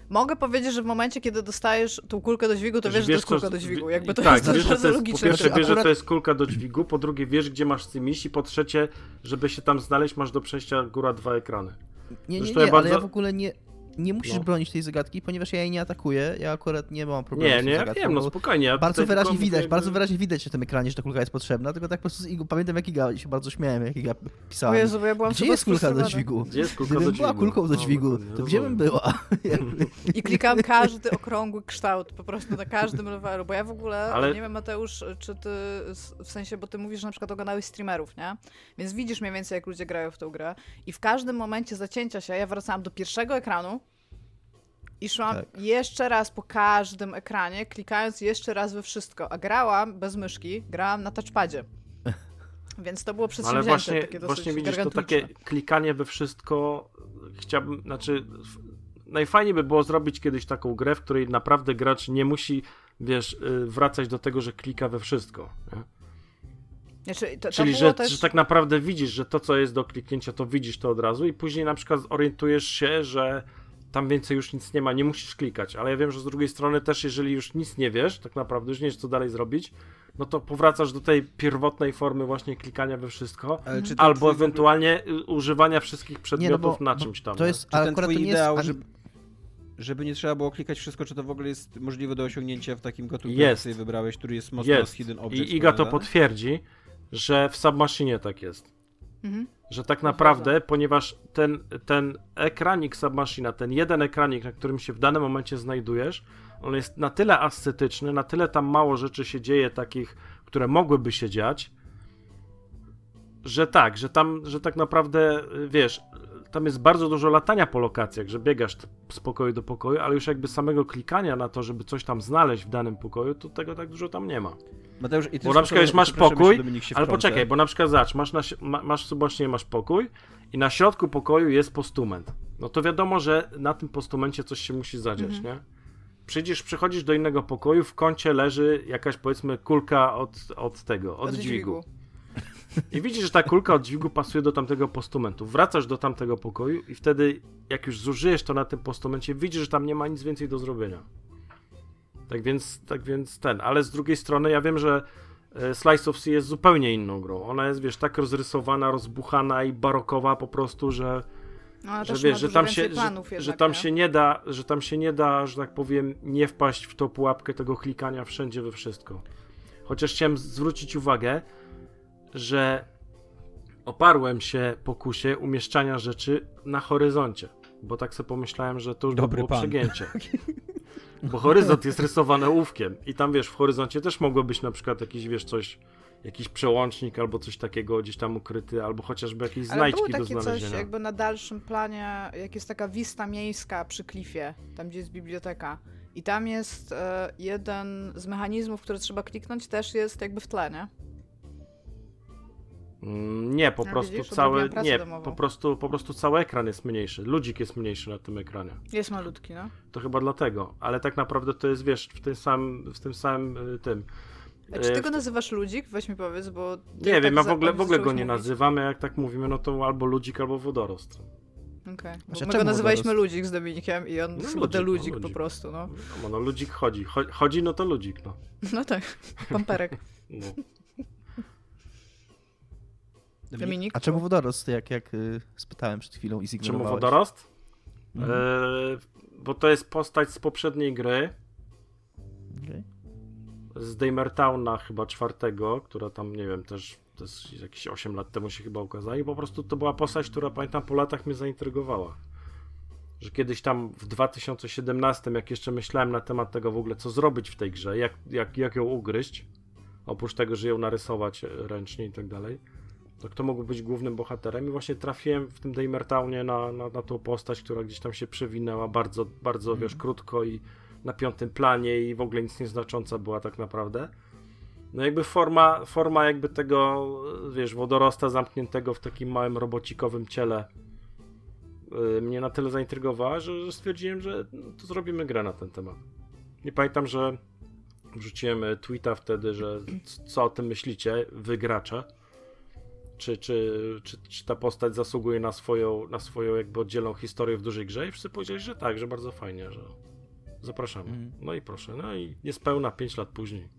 Mogę powiedzieć, że w momencie, kiedy dostajesz tą kulkę do dźwigu, to wiesz, że to jest kulka do dźwigu. Jakby to tak, jest wiesz, bardzo logiczne. Po pierwsze wiesz, że to jest kulka do dźwigu, po drugie wiesz, gdzie masz cymiś i po trzecie, żeby się tam znaleźć, masz do przejścia góra 2 ekrany. Nie, bardzo... ale ja w ogóle nie musisz bronić tej zagadki, ponieważ ja jej nie atakuję, ja akurat nie mam problemu z tą zagadką. Nie, spokojnie. Ja bardzo wyraźnie widać na tym ekranie, że ta kulka jest potrzebna, tylko tak po prostu pamiętam, jak Iga się bardzo śmiałem, jak Iga pisałem. O Jezu, bo ja byłam gdzie jest kulka do dźwigu? Gdybym była kulką do dźwigu, to gdzie bym była? I klikałam każdy okrągły kształt, po prostu na każdym levelu, bo ja w ogóle, nie wiem, Mateusz, czy ty, w sensie, bo ty mówisz, że na przykład oglądałeś streamerów, nie? Więc widzisz mniej więcej, jak ludzie grają w tę grę i w każdym momencie zacięcia się ja wracałam do pierwszego ekranu i szłam jeszcze raz po każdym ekranie, klikając jeszcze raz we wszystko, a grałam bez myszki, grałam na touchpadzie. Więc to było przedsięwzięcie takie dosyć właśnie widzisz, to takie klikanie we wszystko, najfajniej by było zrobić kiedyś taką grę, w której naprawdę gracz nie musi, wracać do tego, że klika we wszystko. Nie? Czyli, że tak naprawdę widzisz, że to, co jest do kliknięcia, to widzisz to od razu i później na przykład orientujesz się, że tam więcej już nic nie ma, nie musisz klikać, ale ja wiem, że z drugiej strony też, jeżeli już nic nie wiesz, tak naprawdę już nie wiesz, co dalej zrobić, no to powracasz do tej pierwotnej formy właśnie klikania we wszystko, albo ewentualnie używania wszystkich przedmiotów na czymś tam. To jest, ale ten twój ideał, żeby nie trzeba było klikać wszystko, czy to w ogóle jest możliwe do osiągnięcia w takim gatunku, jak sobie wybrałeś, który jest mocno z Hidden Objects. I Iga to potwierdzi, że w Submachine tak jest. Że tak naprawdę, ponieważ ten ekranik Submachina, ten jeden ekranik, na którym się w danym momencie znajdujesz, on jest na tyle ascetyczny, na tyle tam mało rzeczy się dzieje takich, które mogłyby się dziać, że tak naprawdę, tam jest bardzo dużo latania po lokacjach, że biegasz z pokoju do pokoju, ale już jakby samego klikania na to, żeby coś tam znaleźć w danym pokoju, to tego tak dużo tam nie ma. Mateusz, bo na przykład już masz pokój, ale poczekaj, bo na przykład zobacz, masz pokój i na środku pokoju jest postument. No to wiadomo, że na tym postumencie coś się musi zadziać, nie? Przychodzisz do innego pokoju, w kącie leży jakaś, powiedzmy, kulka od dźwigu. I widzisz, że ta kulka od dźwigu pasuje do tamtego postumentu. Wracasz do tamtego pokoju i wtedy, jak już zużyjesz to na tym postumencie, widzisz, że tam nie ma nic więcej do zrobienia. Tak więc ale z drugiej strony ja wiem, że Slice of Sea jest zupełnie inną grą. Ona jest, tak rozrysowana, rozbuchana i barokowa po prostu, że tam się nie da, że tak powiem, nie wpaść w tą pułapkę tego klikania wszędzie we wszystko. Chociaż chciałem zwrócić uwagę, że oparłem się pokusie umieszczania rzeczy na horyzoncie, bo tak sobie pomyślałem, że to już było przegięcie. Bo horyzont jest rysowany ołówkiem i tam, w horyzoncie też mogło być na przykład jakiś przełącznik albo coś takiego gdzieś tam ukryty, albo chociażby jakieś znajdźki do znalezienia. Ale było takie coś jakby na dalszym planie, jak jest taka wista miejska przy klifie, tam gdzie jest biblioteka i tam jest jeden z mechanizmów, który trzeba kliknąć, też jest jakby w tle, nie? Nie, po prostu cały ekran jest mniejszy. Ludzik jest mniejszy na tym ekranie. Jest malutki, no. To chyba dlatego, ale tak naprawdę to jest, w tym samym tym. A czy ty go nazywasz ludzik? Weź mi powiedz, bo... Nie wiem, ja w ogóle go nie nazywamy, jak tak mówimy, no to albo ludzik, albo wodorost. Okej. My go nazywaliśmy ludzik z Dominikiem i on chyba ludzik po prostu, no. No ludzik chodzi. Chodzi, no to ludzik, no. No tak, pamperek. No. Dominik? A czemu wodorost, jak spytałem przed chwilą i zignorowałeś? Czemu wodorost? Bo to jest postać z poprzedniej gry. Okay. Z Damertowna chyba 4, która tam, nie wiem, też to jest jakieś 8 lat temu się chyba ukazała i po prostu to była postać, która pamiętam po latach mnie zaintrygowała. Że kiedyś tam w 2017, jak jeszcze myślałem na temat tego w ogóle, co zrobić w tej grze, jak ją ugryźć, oprócz tego, że ją narysować ręcznie i tak dalej, to kto mógł być głównym bohaterem i właśnie trafiłem w tym Damertownie na tą postać, która gdzieś tam się przewinęła bardzo, bardzo, krótko i na 5. planie i w ogóle nic nieznacząca była tak naprawdę. No jakby forma jakby tego, wodorosta zamkniętego w takim małym robocikowym ciele mnie na tyle zaintrygowała, że stwierdziłem, że to zrobimy grę na ten temat. I pamiętam, że wrzuciłem tweeta wtedy, że co o tym myślicie, wy gracze. czy ta postać zasługuje na swoją jakby oddzielną historię w dużej grze i wszyscy powiedzieli, że tak, że bardzo fajnie, że zapraszamy. No i proszę, no i niespełna 5 lat później.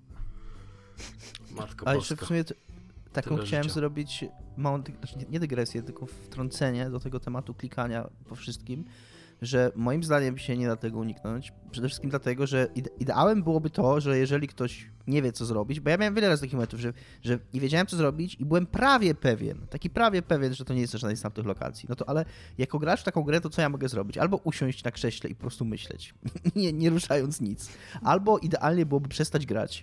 Matko A boska. jeszcze w sumie taką Tyle chciałem życia. zrobić małą, nie dygresję, tylko wtrącenie do tego tematu klikania po wszystkim, że moim zdaniem się nie da tego uniknąć. Przede wszystkim dlatego, że ideałem byłoby to, że jeżeli ktoś nie wie, co zrobić, bo ja miałem wiele razy takich momentów, że nie wiedziałem, co zrobić i byłem prawie pewien, że to nie jest żadnej z tamtych lokacji. No to ale jako gracz w taką grę, to co ja mogę zrobić? Albo usiąść na krześle i po prostu myśleć, nie ruszając nic. Albo idealnie byłoby przestać grać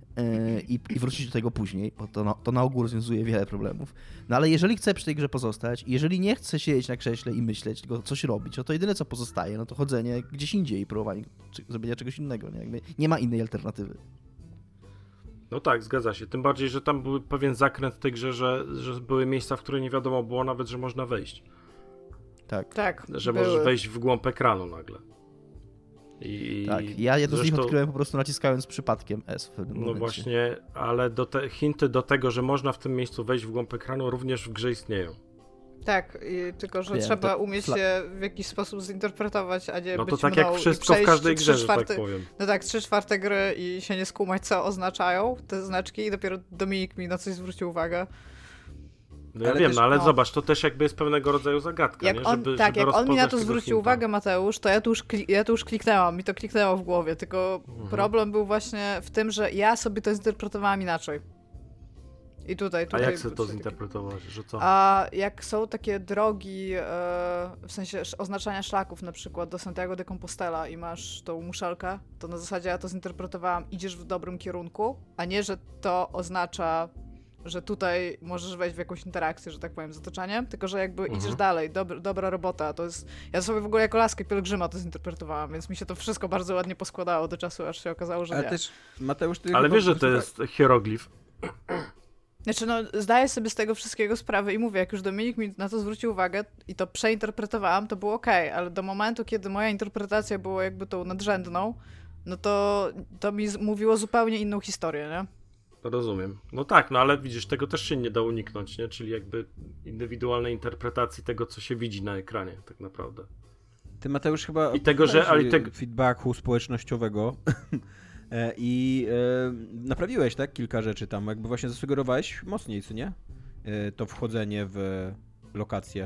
i wrócić do tego później, bo to na ogół rozwiązuje wiele problemów. No ale jeżeli chcę przy tej grze pozostać i jeżeli nie chcę siedzieć na krześle i myśleć, tylko coś robić, no to jedyne co pozostaje, no to chodzenie gdzieś indziej i próbowanie zrobienia czegoś innego. Nie? Jakby nie ma innej alternatywy. No tak, zgadza się. Tym bardziej, że tam był pewien zakręt w tej grze, że były miejsca, w które nie wiadomo było nawet, że można wejść. Tak, Że były. możesz wejść w głąb ekranu nagle. Tak, ja jedno z nich zresztą, odkryłem po prostu naciskając przypadkiem S w pewnym momencie. No właśnie, ale hinty do tego, że można w tym miejscu wejść w głąb ekranu również w grze istnieją. Tak, tylko że Wiem, trzeba to umieć je w jakiś sposób zinterpretować, a nie No to być tak mną jak i wszystko w przejść każdej grze, że tak powiem. No tak, 3/4 gry i się nie skumać, co oznaczają te znaczki i dopiero Dominik mi na coś zwrócił uwagę. No ja Ale wiem, też, ale no. zobacz, to też jakby jest pewnego rodzaju zagadka, Jak nie? on, Żeby jak on mi na rozpoznać to tego zwrócił hinta. uwagę, Mateusz, to ja tu już kliknęłam, mi to kliknęło w głowie, tylko problem był właśnie w tym, że ja sobie to zinterpretowałam inaczej. I tutaj A jak sobie to tutaj- zinterpretować, że co? A jak są takie drogi, w sensie oznaczania szlaków na przykład do Santiago de Compostela i masz tą muszelkę, to na zasadzie ja to zinterpretowałam, idziesz w dobrym kierunku, a nie, że to oznacza, że tutaj możesz wejść w jakąś interakcję, że tak powiem, z otoczeniem, tylko że jakby idziesz dalej, dobra robota, to jest... Ja sobie w ogóle jako laskę pielgrzyma to zinterpretowałam, więc mi się to wszystko bardzo ładnie poskładało do czasu, aż się okazało, że Ale nie. też, Mateusz, ty Ale chyba wiesz, że po to prostu jest hieroglif. Znaczy, no, zdaję sobie z tego wszystkiego sprawę i mówię, jak już Dominik mi na to zwrócił uwagę i to przeinterpretowałam, to było okej, ale do momentu, kiedy moja interpretacja była jakby tą nadrzędną, no to mi mówiło zupełnie inną historię, nie? Rozumiem. No tak, no ale widzisz, tego też się nie da uniknąć, nie? Czyli jakby indywidualnej interpretacji tego, co się widzi na ekranie, tak naprawdę. Ty, Mateusz, chyba I tego, że- ale tego- feedbacku społecznościowego i naprawiłeś, tak? Kilka rzeczy tam, jakby właśnie zasugerowałeś mocniej, co nie? To wchodzenie w lokację.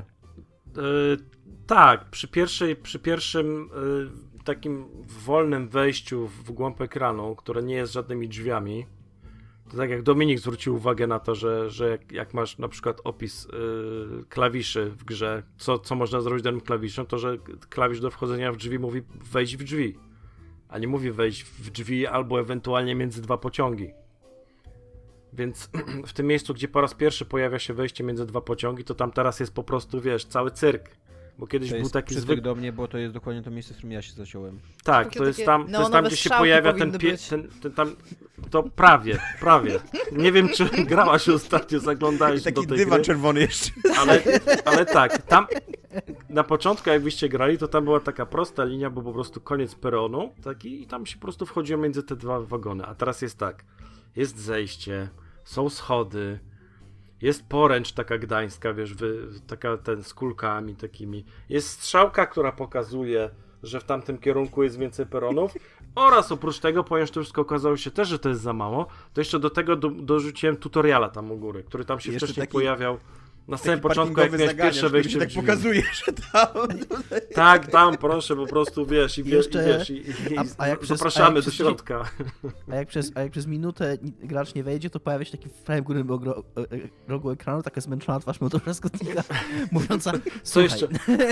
Tak, przy pierwszym takim wolnym wejściu w głąb ekranu, które nie jest żadnymi drzwiami, to tak jak Dominik zwrócił uwagę na to, że jak masz na przykład opis klawiszy w grze, co można zrobić danym klawiszem, to że klawisz do wchodzenia w drzwi mówi wejść w drzwi, a nie mówi wejść w drzwi albo ewentualnie między dwa pociągi. Więc w tym miejscu, gdzie po raz pierwszy pojawia się wejście między dwa pociągi, to tam teraz jest po prostu, wiesz, cały cyrk. Bo kiedyś To był jest taki przytyk zwykły... do mnie, bo to jest dokładnie to miejsce, w którym ja się zaciąłem. Tak, Takie to jest takie tam, neonowe gdzie się strzałki pojawia ten, powinny być. ten tam... To prawie. Nie wiem, czy grałaś ostatnio, zaglądałeś do tej gry, czerwony jeszcze. ale tak, tam na początku jakbyście grali, to tam była taka prosta linia, bo po prostu koniec peronu taki, i tam się po prostu wchodziło między te dwa wagony. A teraz jest tak, jest zejście, są schody, jest poręcz taka gdańska, wiesz, taka z kulkami takimi. Jest strzałka, która pokazuje, że w tamtym kierunku jest więcej peronów. Oraz oprócz tego, ponieważ to wszystko okazało się też, że to jest za mało, to jeszcze do tego dorzuciłem tutoriala tam u góry, który tam się Jeszcze wcześniej taki- pojawiał. Na samym początku, jak miałeś pierwsze wejście w tak drzwi. pokazuje, że tam... Tak, tam proszę, po prostu wiesz, Jeszcze- a jak zapraszamy przez- do środka. A jak przez minutę gracz nie wejdzie, to pojawia się taki w prawym górnym rogu ekranu, taka zmęczona twarz motorza skutnika, mówiąca, Co słuchaj, jeszcze?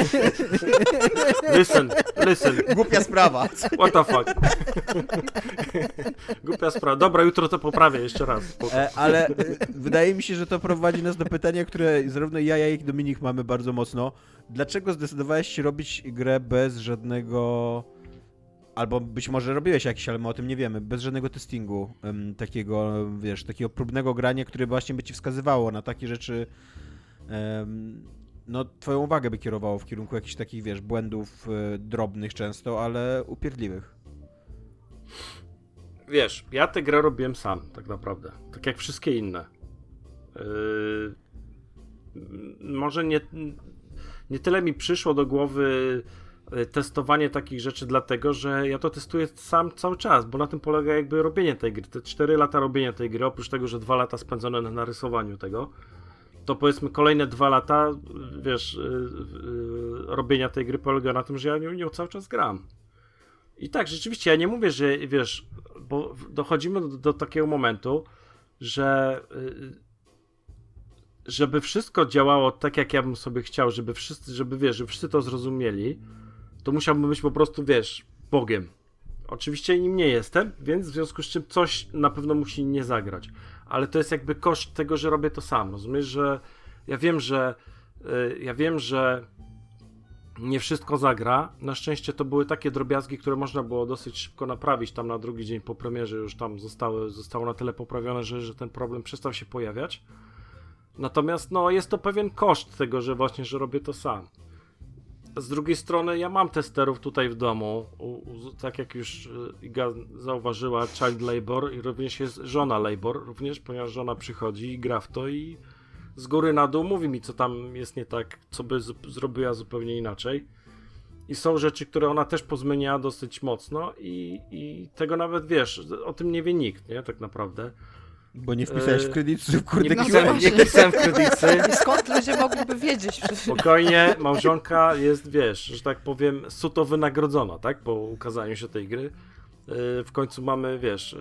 Listen, Głupia sprawa. what the fuck. Głupia sprawa. Dobra, jutro to poprawię jeszcze raz. Ale wydaje mi się, że to prowadzi nas do pytania, które zarówno ja, jak i Dominik mamy bardzo mocno. Dlaczego zdecydowałeś się robić grę bez żadnego... Albo być może robiłeś jakiś, ale my o tym nie wiemy. Bez żadnego testingu takiego, wiesz, takiego próbnego grania, które właśnie by ci wskazywało na takie rzeczy... No, twoją uwagę by kierowało w kierunku jakichś takich, wiesz, błędów drobnych często, ale upierdliwych. Wiesz, ja tę grę robiłem sam, tak naprawdę. Tak jak wszystkie inne. może nie tyle mi przyszło do głowy testowanie takich rzeczy, dlatego że ja to testuję sam cały czas, bo na tym polega jakby robienie tej gry. Te 4 lata robienia tej gry, oprócz tego, że 2 lata spędzone na narysowaniu tego, to powiedzmy kolejne 2 lata, wiesz, robienia tej gry polega na tym, że ja nią cały czas gram. I tak, rzeczywiście, ja nie mówię, że wiesz, bo dochodzimy do takiego momentu, że żeby wszystko działało tak, jak ja bym sobie chciał, żeby wszyscy to zrozumieli, to musiałbym być po prostu, wiesz, Bogiem. Oczywiście nim nie jestem, więc w związku z czym coś na pewno musi nie zagrać. Ale to jest jakby koszt tego, że robię to sam. Rozumiesz, że ja wiem, że nie wszystko zagra. Na szczęście to były takie drobiazgi, które można było dosyć szybko naprawić. Tam na drugi dzień po premierze już tam zostało na tyle poprawione, że ten problem przestał się pojawiać. Natomiast no, jest to pewien koszt tego, że właśnie, że robię to sam. Z drugiej strony ja mam testerów tutaj w domu, tak jak już Iga zauważyła, child labor i również jest żona labor, również, ponieważ żona przychodzi i gra w to i z góry na dół mówi mi, co tam jest nie tak, co by zrobiła zupełnie inaczej. I są rzeczy, które ona też pozmieniała dosyć mocno i tego nawet, wiesz, o tym nie wie nikt, nie, tak naprawdę. Bo nie wpisałeś w kredytów, kurde, nie wpisałem w kredyty. I skąd ludzie mogliby wiedzieć? Spokojnie, małżonka jest, wiesz, że tak powiem, suto wynagrodzona, tak, po ukazaniu się tej gry. W końcu mamy, wiesz,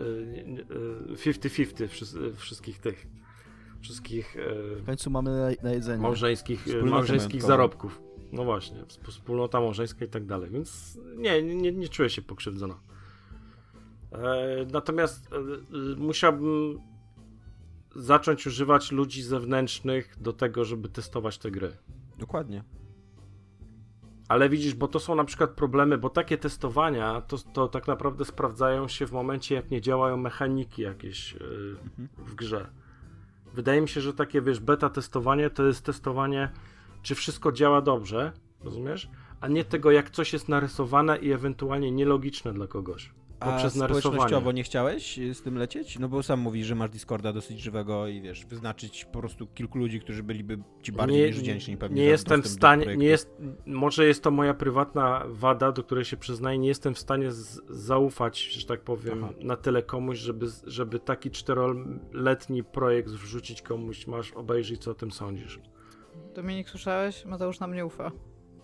50-50 wszystkich tych, w końcu mamy na jedzenie. Małżeńskich zarobków. No właśnie, wspólnota małżeńska i tak dalej, więc nie czuję się pokrzywdzona. Natomiast musiałbym zacząć używać ludzi zewnętrznych do tego, żeby testować te gry. Dokładnie. Ale widzisz, bo to są na przykład problemy, bo takie testowania to tak naprawdę sprawdzają się w momencie, jak nie działają mechaniki jakieś w grze. Wydaje mi się, że takie, wiesz, beta testowanie to jest testowanie, czy wszystko działa dobrze, rozumiesz? A nie tego, jak coś jest narysowane i ewentualnie nielogiczne dla kogoś. A społecznościowo nie chciałeś z tym lecieć? No bo sam mówisz, że masz Discorda dosyć żywego i wiesz, wyznaczyć po prostu kilku ludzi, którzy byliby ci bardziej niż wdzięczni pewnie. Nie jestem w stanie, może jest to moja prywatna wada, do której się przyznaję, nie jestem w stanie zaufać, że tak powiem, na tyle komuś, żeby taki 4-letni projekt wrzucić komuś, masz obejrzeć, co o tym sądzisz. Dominik, słyszałeś? Mateusz nam nie ufa.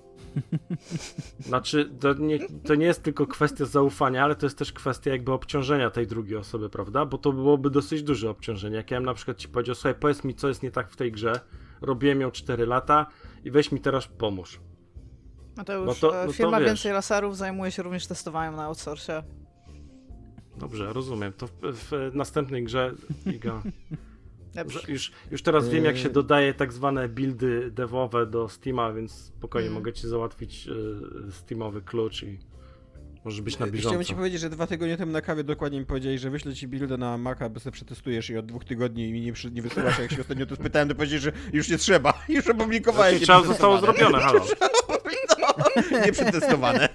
Znaczy, to nie jest tylko kwestia zaufania, ale to jest też kwestia jakby obciążenia tej drugiej osoby, prawda? Bo to byłoby dosyć duże obciążenie. Jak ja bym na przykład ci powiedział, słuchaj, powiedz mi, co jest nie tak w tej grze, robiłem ją 4 lata i weź mi teraz pomóż. Mateusz, firma Więcej Laserów zajmuje się również testowaniem na outsourcie. Dobrze, rozumiem. To w następnej grze, Iga... Już teraz wiem, jak się dodaje tak zwane buildy devowe do Steama, więc spokojnie mogę ci załatwić Steamowy klucz i może być na bieżąco. Chciałem ci powiedzieć, że 2 tygodnie temu na kawie dokładnie mi powiedzieli, że wyślę ci buildę na Maca, bo sobie przetestujesz i od 2 tygodni mi nie wysyłasz, jak się ostatnio to spytałem, to powiedzieli, że już nie trzeba, już opublikowałem. Trzeba zostało zrobione, halo. Nie przetestowane.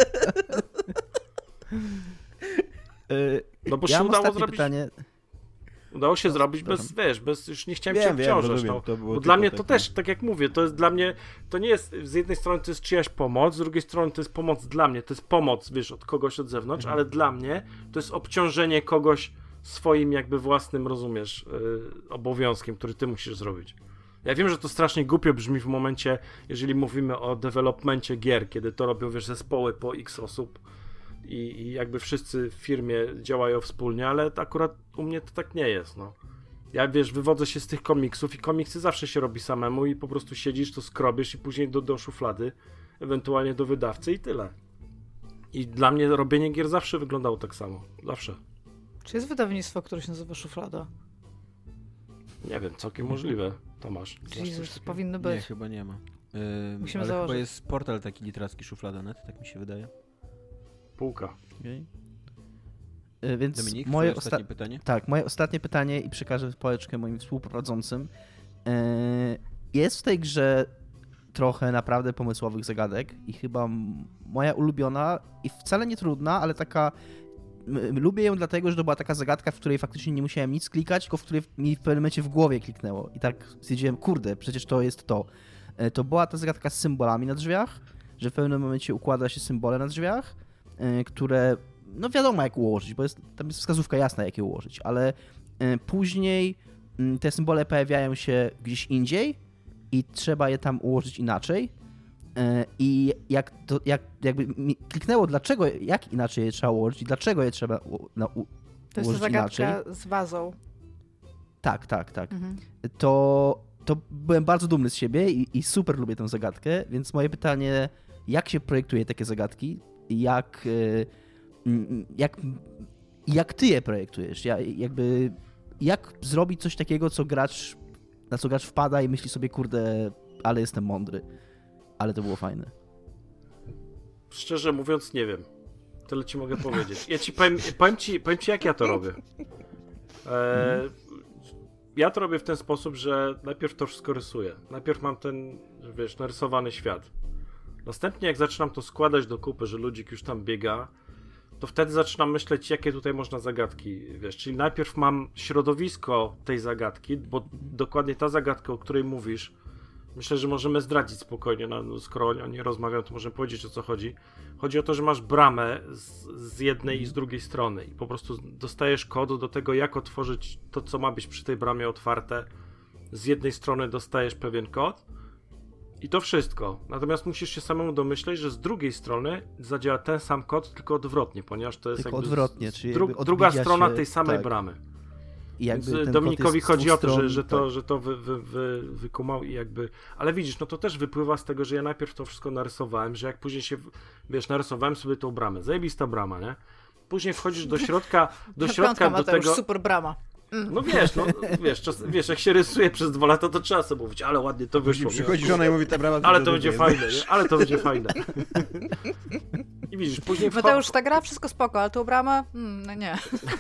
No bo się udało zrobić... Pytanie. Udało się zrobić bez, już nie chciałem cię obciążać. Bo dla mnie to też, tak jak mówię, to jest dla mnie, to nie jest, z jednej strony to jest czyjaś pomoc, z drugiej strony to jest pomoc dla mnie, to jest pomoc, wiesz, od kogoś od zewnątrz, ale dla mnie to jest obciążenie kogoś swoim jakby własnym, rozumiesz, obowiązkiem, który ty musisz zrobić. Ja wiem, że to strasznie głupio brzmi w momencie, jeżeli mówimy o developmencie gier, kiedy to robią, wiesz, zespoły po x osób, i jakby wszyscy w firmie działają wspólnie, ale akurat u mnie to tak nie jest, no. Ja, wiesz, wywodzę się z tych komiksów i komiksy zawsze się robi samemu i po prostu siedzisz, to skrobiesz i później do szuflady, ewentualnie do wydawcy i tyle. I dla mnie robienie gier zawsze wyglądało tak samo. Zawsze. Czy jest wydawnictwo, które się nazywa Szuflada? Nie wiem, całkiem możliwe. Tomasz. Jezus, powinno być. Nie, chyba nie ma. Musimy ale założyć. chyba jest portal taki literacki Szuflada.net, tak mi się wydaje. Półka. Okay. Więc Dominik, moje ostatnie pytanie? Tak, moje ostatnie pytanie i przekażę pałeczkę moim współprowadzącym. Jest w tej grze trochę naprawdę pomysłowych zagadek i chyba moja ulubiona i wcale nie trudna, ale taka lubię ją dlatego, że to była taka zagadka, w której faktycznie nie musiałem nic klikać, tylko w której mi w pewnym momencie w głowie kliknęło. I tak stwierdziłem, kurde, przecież to jest to. To była ta zagadka z symbolami na drzwiach, że w pewnym momencie układa się symbole na drzwiach, które, no wiadomo jak ułożyć, bo tam jest wskazówka jasna, jak je ułożyć, ale później te symbole pojawiają się gdzieś indziej i trzeba je tam ułożyć inaczej. I jakby mi kliknęło, jak inaczej je trzeba ułożyć i dlaczego je trzeba ułożyć inaczej. To jest ta zagadka z wazą. Tak. To byłem bardzo dumny z siebie i super lubię tę zagadkę, więc moje pytanie, jak się projektuje takie zagadki? Jak ty je projektujesz? Jak zrobić coś takiego, na co gracz wpada i myśli sobie, kurde, ale jestem mądry. Ale to było fajne. Szczerze mówiąc, nie wiem. Tyle ci mogę powiedzieć. Ja ci powiem ci, jak ja to robię. Ja to robię w ten sposób, że najpierw to wszystko rysuję. Najpierw mam ten, wiesz, narysowany świat. Następnie jak zaczynam to składać do kupy, że ludzik już tam biega, to wtedy zaczynam myśleć, jakie tutaj można zagadki, wiesz. Czyli najpierw mam środowisko tej zagadki, bo dokładnie ta zagadka, o której mówisz, myślę, że możemy zdradzić spokojnie, skoro o niej rozmawiam, to możemy powiedzieć, o co chodzi. Chodzi o to, że masz bramę z jednej i z drugiej strony i po prostu dostajesz kod do tego, jak otworzyć to, co ma być przy tej bramie otwarte. Z jednej strony dostajesz pewien kod i to wszystko. Natomiast musisz się samemu domyśleć, że z drugiej strony zadziała ten sam kod, tylko odwrotnie, ponieważ to jest tylko jakby odwrotnie, czyli druga strona tej samej bramy. Więc Dominikowi chodzi o to, że to wykumał i jakby... Ale widzisz, no to też wypływa z tego, że ja najpierw to wszystko narysowałem, że jak później się, wiesz, narysowałem sobie tą bramę. Zajebista brama, nie? Później wchodzisz do środka do tego... super brama. No wiesz, jak się rysuje przez 2 lata, to trzeba sobie mówić, ale ładnie to wyszło. Przychodzi żona i mówi, ta brama... Ale to będzie fajne, nie? Ale to będzie fajne. I widzisz, później... Mateusz, ta gra, wszystko spoko, ale tą bramę? No nie.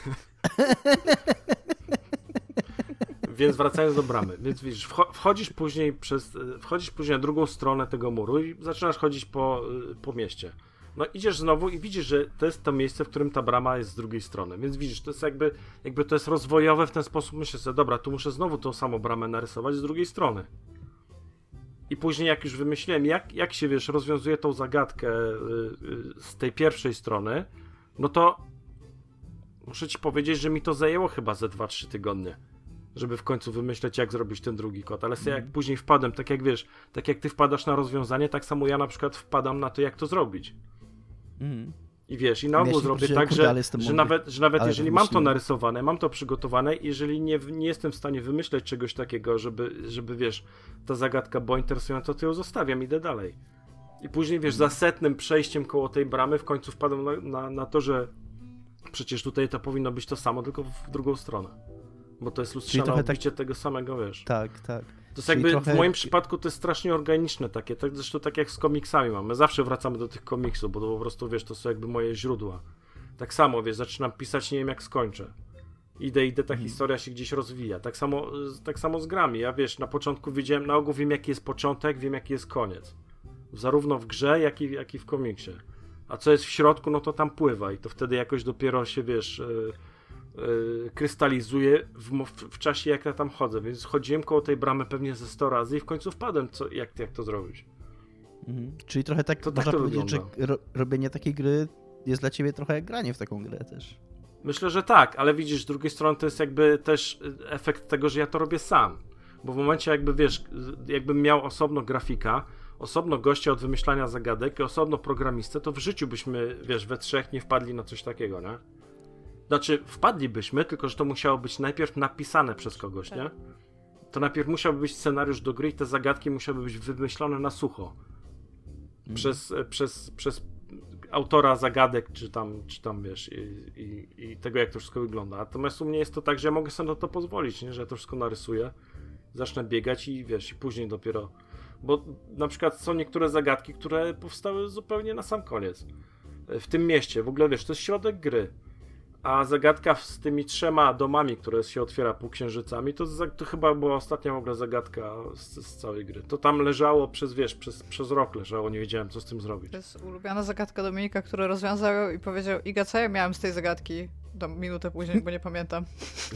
Więc wracając do bramy, więc widzisz, wchodzisz później na drugą stronę tego muru i zaczynasz chodzić po mieście. No idziesz znowu i widzisz, że to jest to miejsce, w którym ta brama jest z drugiej strony. Więc widzisz, to jest jakby to jest rozwojowe w ten sposób. Myślę sobie, dobra, tu muszę znowu tą samą bramę narysować z drugiej strony. I później jak już wymyśliłem, jak się, wiesz, rozwiązuje tą zagadkę z tej pierwszej strony, no to muszę ci powiedzieć, że mi to zajęło chyba ze 2-3 tygodnie. Żeby w końcu wymyśleć, jak zrobić ten drugi kod. Ale jak później wpadłem, tak jak wiesz, tak jak ty wpadasz na rozwiązanie, tak samo ja na przykład wpadam na to, jak to zrobić. I wiesz, i na ogół zrobię tak, że nawet jeżeli mam to narysowane, mam to przygotowane, jeżeli nie jestem w stanie wymyśleć czegoś takiego, żeby wiesz, ta zagadka była interesująca, to ją zostawiam, idę dalej. I później, wiesz, za setnym przejściem koło tej bramy w końcu wpadam na to, że przecież tutaj to powinno być to samo, tylko w drugą stronę. Bo to jest lustrzane odbicie tego samego, wiesz. Tak. To jest jakby, w moim przypadku to jest strasznie organiczne takie, zresztą tak jak z komiksami mam. My zawsze wracamy do tych komiksów, bo to po prostu, wiesz, to są jakby moje źródła. Tak samo, wiesz, zaczynam pisać, nie wiem jak skończę. Idę, ta historia się gdzieś rozwija. Tak samo z grami. Ja, wiesz, na początku na ogół wiem, jaki jest początek, wiem, jaki jest koniec. Zarówno w grze, jak i w komiksie. A co jest w środku, no to tam pływa i to wtedy jakoś dopiero się, wiesz... krystalizuje w czasie, jak ja tam chodzę, więc chodziłem koło tej bramy pewnie ze 100 razy i w końcu wpadłem, jak to zrobić. Czyli trochę tak to można tak powiedzieć, że robienie takiej gry jest dla ciebie trochę jak granie w taką grę też. Myślę, że tak, ale widzisz, z drugiej strony to jest jakby też efekt tego, że ja to robię sam, bo w momencie jakby, wiesz, jakbym miał osobno grafika, osobno gościa od wymyślania zagadek i osobno programistę, to w życiu byśmy, wiesz, we trzech nie wpadli na coś takiego, nie? Znaczy, wpadlibyśmy, tylko że to musiało być najpierw napisane przez kogoś, nie? To najpierw musiałby być scenariusz do gry i te zagadki musiały być wymyślone na sucho. Przez autora zagadek, czy tam wiesz, i tego, jak to wszystko wygląda. Natomiast u mnie jest to tak, że ja mogę sobie na to pozwolić, nie? Że ja to wszystko narysuję, zacznę biegać i wiesz, i później dopiero... Bo na przykład są niektóre zagadki, które powstały zupełnie na sam koniec. W tym mieście, w ogóle wiesz, to jest środek gry. A zagadka z tymi 3 domami, które się otwiera półksiężycami, to chyba była ostatnia w ogóle zagadka z całej gry. To tam leżało przez rok leżało, nie wiedziałem co z tym zrobić. To jest ulubiona zagadka Dominika, który rozwiązał i powiedział: Iga, co ja miałem z tej zagadki? Minutę później, bo nie pamiętam.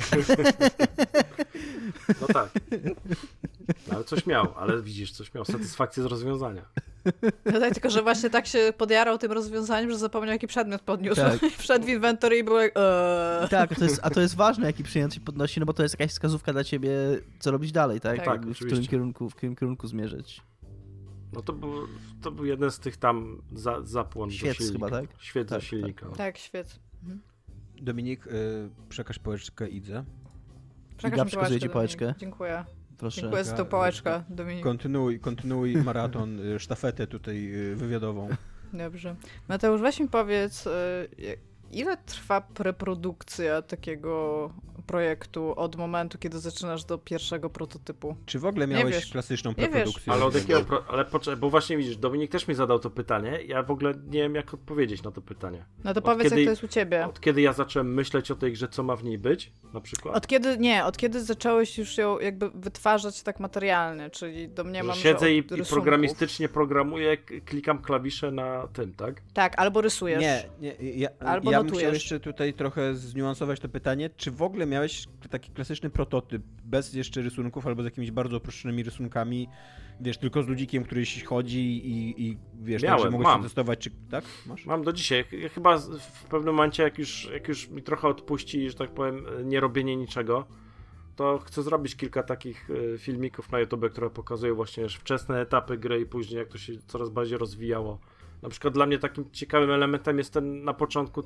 No tak. No, ale coś miał, ale widzisz, coś miał. Satysfakcję z rozwiązania. No tak, tylko że właśnie tak się podjarał tym rozwiązaniem, że zapomniał, jaki przedmiot podniósł. Tak. Wszedł w inwentory i był jak... Tak, to jest ważne, jaki przedmiot się podnosi, no bo to jest jakaś wskazówka dla ciebie, co robić dalej, tak? Tak, w którym kierunku zmierzyć. No to był jeden z tych tam zapłon Świec do silnika. chyba, tak? Świec do Tak, silnika. Tak, świec. Mhm. Dominik, przekaż pałeczkę Idze. Iga, przekazuję ci pałeczkę. Dominik. Dziękuję. Proszę. Dziękuję za tą pałeczkę, Dominik. Kontynuuj maraton, sztafetę tutaj wywiadową. Dobrze. Mateusz, weź mi powiedz, ile trwa preprodukcja takiego projektu od momentu, kiedy zaczynasz do pierwszego prototypu? Czy w ogóle miałeś klasyczną preprodukcję? Ale od jakiego... Ale poczekaj, bo właśnie widzisz, Dominik też mi zadał to pytanie, ja w ogóle nie wiem jak odpowiedzieć na to pytanie. No to powiedz, jak to jest u ciebie. Od kiedy ja zacząłem myśleć o tej grze, co ma w niej być, na przykład? Od kiedy zacząłeś już ją jakby wytwarzać tak materialnie, czyli domniemam, że siedzę i rysunków. programistycznie programuję, klikam klawisze na tym, tak? Tak, albo rysujesz. Albo ja bym notujesz. chciał jeszcze tutaj trochę zniuansować to pytanie, czy w ogóle miałeś taki klasyczny prototyp, bez jeszcze rysunków, albo z jakimiś bardzo uproszczonymi rysunkami, wiesz, tylko z ludzikiem, który chodzi i wiesz, tak, że mogłeś testować, czy tak? Masz? Mam do dzisiaj. Ja chyba w pewnym momencie, jak już mi trochę odpuści, że tak powiem, nie robienie niczego, to chcę zrobić kilka takich filmików na YouTube, które pokazują właśnie wczesne etapy gry i później jak to się coraz bardziej rozwijało. Na przykład dla mnie takim ciekawym elementem jest na początku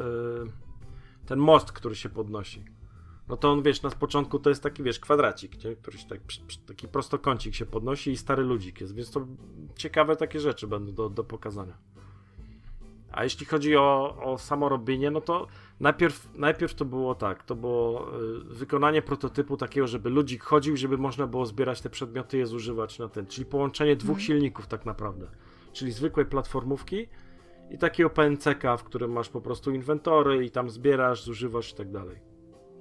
ten most, który się podnosi. No to on, wiesz, na początku to jest taki, wiesz, kwadracik, nie? Który się taki prostokącik się podnosi i stary ludzik jest, więc to ciekawe takie rzeczy będą do pokazania. A jeśli chodzi o samo robienie, no to najpierw to było tak, to było wykonanie prototypu takiego, żeby ludzik chodził, żeby można było zbierać te przedmioty i je zużywać na ten, czyli połączenie dwóch silników tak naprawdę, czyli zwykłej platformówki i takiego PNC-ka, w którym masz po prostu inwentory i tam zbierasz, zużywasz i tak dalej.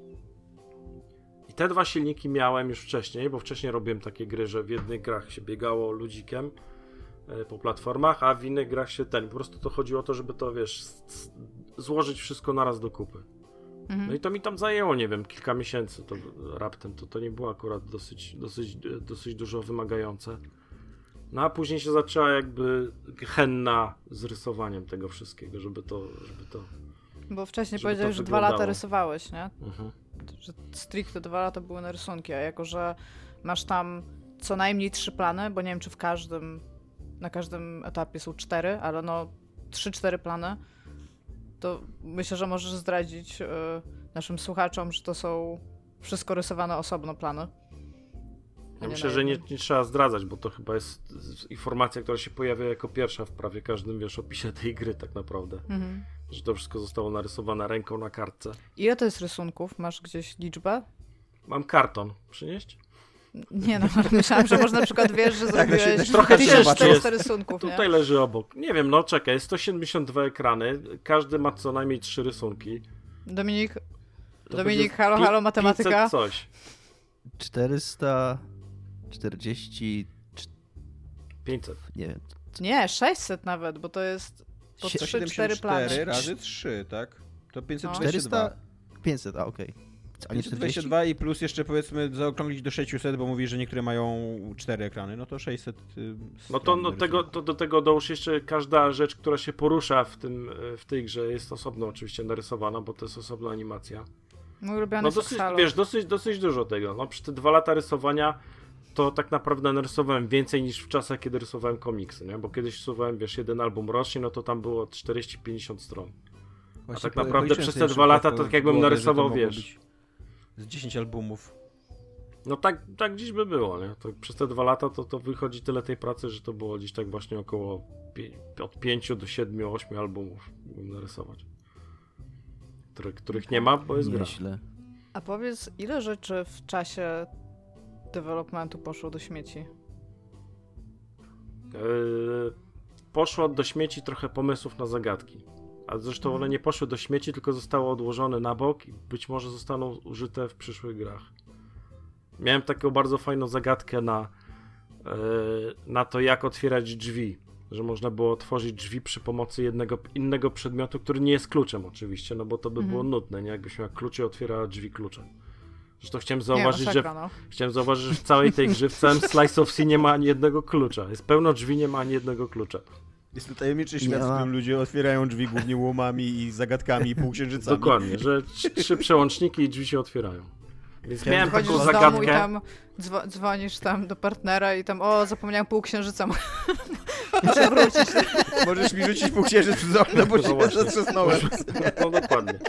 I te 2 silniki miałem już wcześniej, bo wcześniej robiłem takie gry, że w jednych grach się biegało ludzikiem po platformach, a w innych grach się po prostu to chodziło o to, żeby to, wiesz, złożyć wszystko naraz do kupy. No i to mi tam zajęło, nie wiem, kilka miesięcy to raptem, to nie było akurat dosyć dużo wymagające. No a później się zaczęła jakby henna z rysowaniem tego wszystkiego, żeby to Bo wcześniej powiedziałeś, że 2 lata rysowałeś, nie? Że stricte 2 lata były na rysunki, a jako, że masz tam co najmniej 3 plany, bo nie wiem, czy na każdym etapie są 4, ale no 3-4 plany, to myślę, że możesz zdradzić naszym słuchaczom, że to są wszystko rysowane osobno plany. Ja myślę, że nie trzeba zdradzać, bo to chyba jest informacja, która się pojawia jako pierwsza w prawie każdym, wiesz, opisie tej gry tak naprawdę. Że to wszystko zostało narysowane ręką na kartce. Ile to jest rysunków? Masz gdzieś liczbę? Mam karton. Przynieść? Nie no, myślałam, że może na przykład wiesz, że zrobiłeś trochę 1400 rysunków, nie? Tutaj leży obok. Nie wiem, no czekaj, jest 172 ekrany, każdy ma co najmniej 3 rysunki. Dominik, halo, matematyka. 500 coś. 440... 500. Nie wiem. Nie, 600 nawet, bo to jest po 3-4 plany. 4 razy 3, tak? To 522. 500, okej. A nie 522 i plus jeszcze powiedzmy zaokrąglić do 600, bo mówi, że niektóre mają 4 ekrany, no to 600. No to do tego dołóż jeszcze każda rzecz, która się porusza w tej grze jest osobno oczywiście narysowana, bo to jest osobna animacja. Mój ulubiony dosyć dużo tego. No przy te 2 lata rysowania to tak naprawdę narysowałem więcej niż w czasach, kiedy rysowałem komiksy, nie? Bo kiedyś rysowałem, wiesz, 1 album rocznie, no to tam było 40-50 stron. Właśnie a tak naprawdę przez te 2 lata to tak jakbym narysował, wiesz... Z 10 albumów. No tak gdzieś by było, nie? To przez te 2 lata to wychodzi tyle tej pracy, że to było gdzieś tak właśnie około od 5 do 7, 8 albumów mógłbym narysować. Których nie ma, bo jest gra. A powiedz, ile rzeczy w czasie developmentu poszło do śmieci? Poszło do śmieci trochę pomysłów na zagadki. a zresztą one nie poszły do śmieci, tylko zostały odłożone na bok i być może zostaną użyte w przyszłych grach. Miałem taką bardzo fajną zagadkę na to, jak otwierać drzwi. Że można było otworzyć drzwi przy pomocy innego przedmiotu, który nie jest kluczem oczywiście, no bo to by było nudne, nie? Jakbyś miał klucze i otwierała drzwi kluczem. Zresztą chciałem zauważyć, że w całej tej grze, w całym Slice of Sea nie ma ani jednego klucza. Jest pełno drzwi, nie ma ani jednego klucza. Jest to tajemniczy świat, w którym ludzie otwierają drzwi głównie łomami i zagadkami i półksiężycami. Dokładnie, że 3 przełączniki i drzwi się otwierają. Więc miałem taką zagadkę. Domu i tam dzwonisz tam do partnera i tam, zapomniałem półksiężyca. Muszę wrócić. Możesz mi rzucić półksiężyc przez okno, bo się zatrzasnąłem. No dokładnie.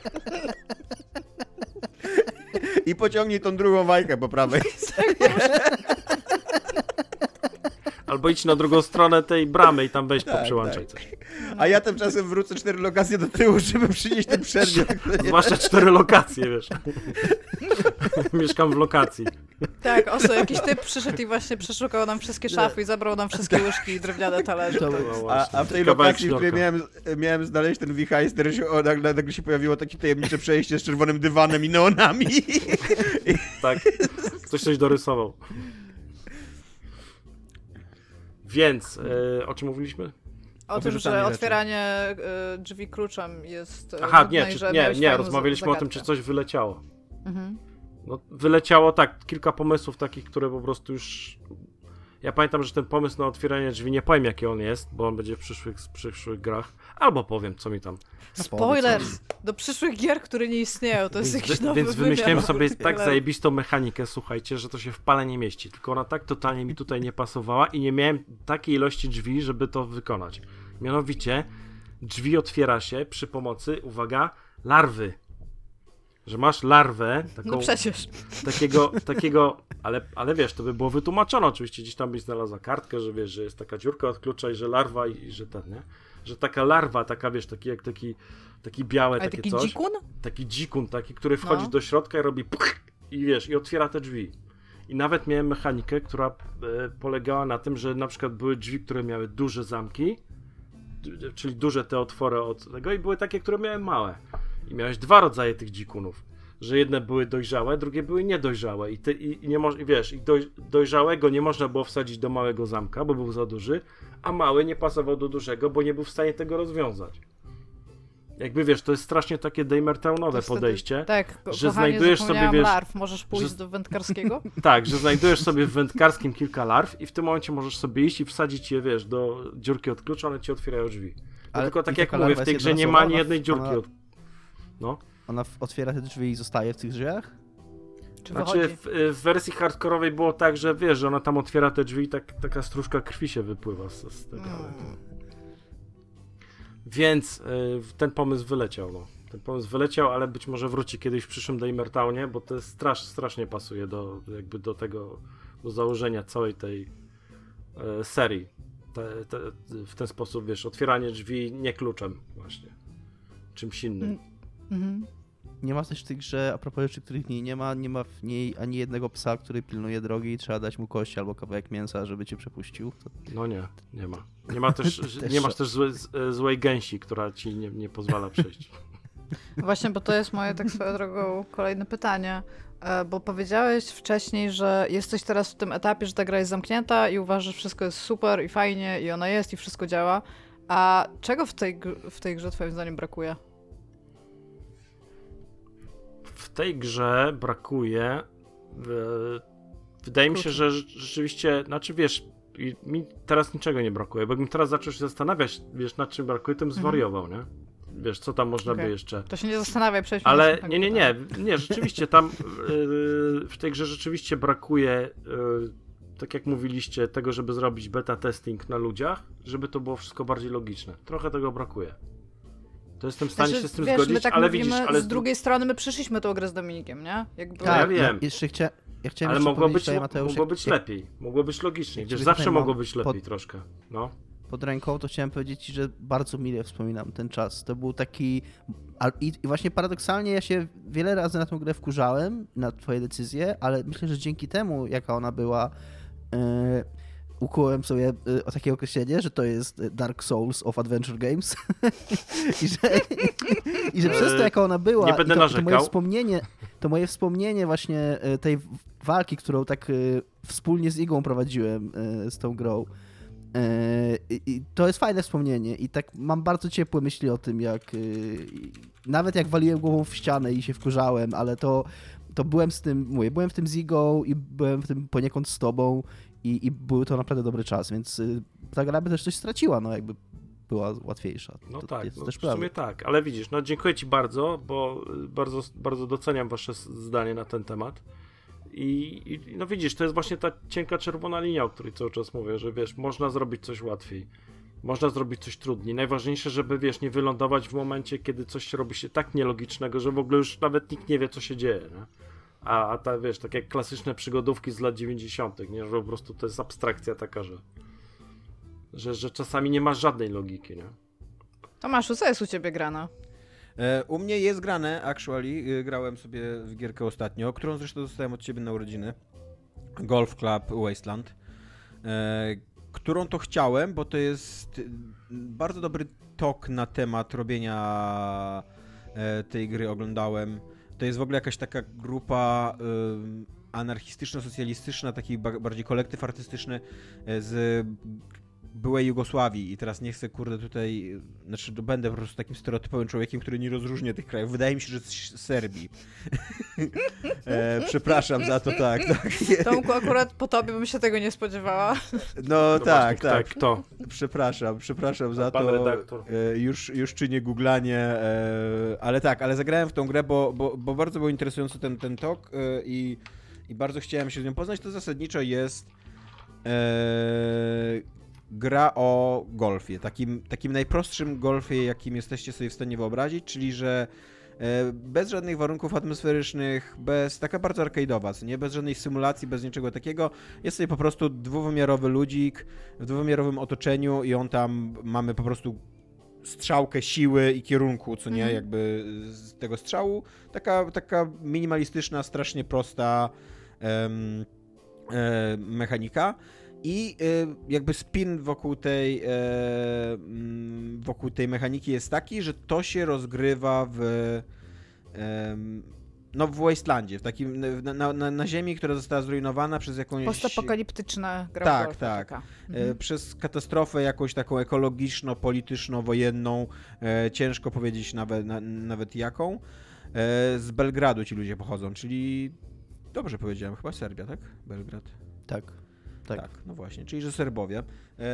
I pociągnij tą drugą wajkę po prawej. Albo idź na drugą stronę tej bramy i tam weź poprzełączaj coś. A ja tymczasem wrócę 4 lokacje do tyłu, żeby przynieść ten przedmiot. Zwłaszcza 4 lokacje, wiesz. Mieszkam w lokacji. Tak, jakiś typ przyszedł i właśnie przeszukał nam wszystkie szafy i zabrał nam wszystkie łyżki i drewniane talerze. A w tej lokacji, w której miałem znaleźć ten Wichajster, nagle się pojawiło takie tajemnicze przejście z czerwonym dywanem i neonami. Tak, ktoś coś dorysował. Więc, o czym mówiliśmy? O tym, że otwieranie drzwi kluczem jest... Aha, nie, rozmawialiśmy o tym, czy coś wyleciało. Mhm. No, wyleciało tak, kilka pomysłów takich, które po prostu już... Ja pamiętam, że ten pomysł na otwieranie drzwi, nie powiem jaki on jest, bo on będzie w przyszłych grach, albo powiem, co mi tam... Spoilers! Do przyszłych gier, które nie istnieją, to jest jakiś nowy Więc wymyśliłem sobie tak zajebistą mechanikę, słuchajcie, że to się w pale nie mieści, tylko ona tak totalnie mi tutaj nie pasowała i nie miałem takiej ilości drzwi, żeby to wykonać. Mianowicie, drzwi otwiera się przy pomocy, uwaga, larwy. Że masz larwę, taką, no przecież. takiego, ale wiesz, to by było wytłumaczone oczywiście, gdzieś tam byś znalazła kartkę, że wiesz, że jest taka dziurka od klucza i że larwa i że ten, nie? Że taka larwa, taka wiesz, taki białe, takie taki coś. Dzikun? Taki dzikun, który wchodzi do środka i robi i wiesz, i otwiera te drzwi. I nawet miałem mechanikę, która polegała na tym, że na przykład były drzwi, które miały duże zamki, czyli duże te otwory od tego i były takie, które miały małe. I miałeś 2 rodzaje tych dzikunów, że jedne były dojrzałe, drugie były niedojrzałe i dojrzałego nie można było wsadzić do małego zamka, bo był za duży, a mały nie pasował do dużego, bo nie był w stanie tego rozwiązać. Jakby wiesz, to jest strasznie takie Damertownowe podejście, tak, że znajdujesz sobie, wiesz... larw, możesz pójść do wędkarskiego? Tak, że znajdujesz sobie w wędkarskim kilka larw i w tym momencie możesz sobie iść i wsadzić je, wiesz, do dziurki od klucza, one ci otwierają drzwi. Tylko tak jak mówię, w tej grze nie ma ani jednej dziurki od... No. Ona otwiera te drzwi i zostaje w tych drzwiach? Znaczy w wersji hardkorowej było tak, że wiesz, że ona tam otwiera te drzwi i taka stróżka krwi się wypływa z tego. Więc ten pomysł wyleciał, no. Ten pomysł wyleciał, ale być może wróci kiedyś w przyszłym Damertownie, bo to jest strasznie pasuje do tego, do założenia całej tej serii. W ten sposób, wiesz, otwieranie drzwi nie kluczem właśnie. Czymś innym. Nie ma też w tej grze, a propos rzeczy, których nie ma w niej ani jednego psa, który pilnuje drogi i trzeba dać mu kość albo kawałek mięsa, żeby cię przepuścił. No nie ma. Nie masz też złej gęsi, która ci nie pozwala przejść. Właśnie, bo to jest moje, tak swoją drogą, kolejne pytanie. Bo powiedziałeś wcześniej, że jesteś teraz w tym etapie, że ta gra jest zamknięta i uważasz, że wszystko jest super i fajnie i ona jest i wszystko działa. A czego w tej grze twoim zdaniem brakuje? W tej grze brakuje... Wydaje mi się, że rzeczywiście... Znaczy wiesz, mi teraz niczego nie brakuje, bo jakbym teraz zaczął się zastanawiać, wiesz, nad czym brakuje, to bym zwariował, nie? Wiesz, co tam można by jeszcze... To się nie zastanawiaj, przejdźmy. Ale nie, rzeczywiście tam w tej grze rzeczywiście brakuje, tak jak mówiliście, tego, żeby zrobić beta testing na ludziach, żeby to było wszystko bardziej logiczne. Trochę tego brakuje. To jestem w stanie się z tym zgodzić, my tak ale mówimy, widzisz... Ale z drugiej strony my przyszliśmy tą grę z Dominikiem, nie? Tak, ja wiem. Ale mogło być lepiej, mogło być logiczniej. Wiesz, zawsze mogło być lepiej troszkę. No. Pod ręką, to chciałem powiedzieć ci, że bardzo mile wspominam ten czas. To był taki... I właśnie paradoksalnie ja się wiele razy na tę grę wkurzałem, na twoje decyzje, ale myślę, że dzięki temu, jaka ona była, ukułem sobie takie określenie, że to jest Dark Souls of Adventure Games i że przez to, jaka ona była, nie będę narzekał. To moje wspomnienie właśnie tej walki, którą tak wspólnie z Igą prowadziłem z tą grą, i to jest fajne wspomnienie i tak mam bardzo ciepłe myśli o tym, jak nawet jak waliłem głową w ścianę i się wkurzałem, ale to byłem z tym, byłem w tym z Igą i byłem w tym poniekąd z tobą i był to naprawdę dobry czas, więc ta gra by też coś straciła, no jakby była łatwiejsza. No to tak, jest no, też w sumie tak, ale widzisz, no dziękuję ci bardzo, bo bardzo, bardzo doceniam wasze zdanie na ten temat. I no widzisz, to jest właśnie ta cienka czerwona linia, o której cały czas mówię, że wiesz, można zrobić coś łatwiej, można zrobić coś trudniej. Najważniejsze, żeby wiesz, nie wylądować w momencie, kiedy coś robi się tak nielogicznego, że w ogóle już nawet nikt nie wie, co się dzieje, nie? A ta, wiesz, tak jak klasyczne przygodówki z lat 90., nie? Że po prostu to jest abstrakcja taka, że czasami nie ma żadnej logiki, nie? Tomaszu, co jest u ciebie grane? U mnie jest grane, actually. Grałem sobie w gierkę ostatnio, którą zresztą dostałem od ciebie na urodziny. Golf Club Wasteland. Którą to chciałem, bo to jest bardzo dobry tok na temat robienia tej gry. Oglądałem. To jest w ogóle jakaś taka grupa anarchistyczno-socjalistyczna, taki bardziej kolektyw artystyczny z byłej Jugosławii i teraz nie chcę, kurde, tutaj, znaczy będę po prostu takim stereotypowym człowiekiem, który nie rozróżnia tych krajów. Wydaje mi się, że z Serbii. Przepraszam za to, tak. Tomku, akurat po tobie bym się tego nie spodziewała. No tak. Kto? Przepraszam za Pan to. redaktor. Już czynię googlanie, ale zagrałem w tą grę, bo bardzo był interesujący ten tok i bardzo chciałem się z nią poznać. To zasadniczo jest gra o golfie, takim najprostszym golfie, jakim jesteście sobie w stanie wyobrazić, czyli że bez żadnych warunków atmosferycznych, taka bardzo arcade'owa, co nie? Bez żadnej symulacji, bez niczego takiego. Jest sobie po prostu dwuwymiarowy ludzik w dwuwymiarowym otoczeniu i on tam, mamy po prostu strzałkę siły i kierunku, co nie? Jakby z tego strzału. Taka minimalistyczna, strasznie prosta mechanika. I jakby spin wokół tej mechaniki jest taki, że to się rozgrywa w Wastelandzie, w takim, na ziemi, która została zrujnowana przez jakąś... Postapokaliptyczna gra. Tak. Przez katastrofę jakąś taką ekologiczno-polityczno-wojenną, ciężko powiedzieć nawet jaką. Z Belgradu ci ludzie pochodzą, czyli dobrze powiedziałem, chyba Serbia, tak? Belgrad. Tak, no właśnie, czyli że Serbowie.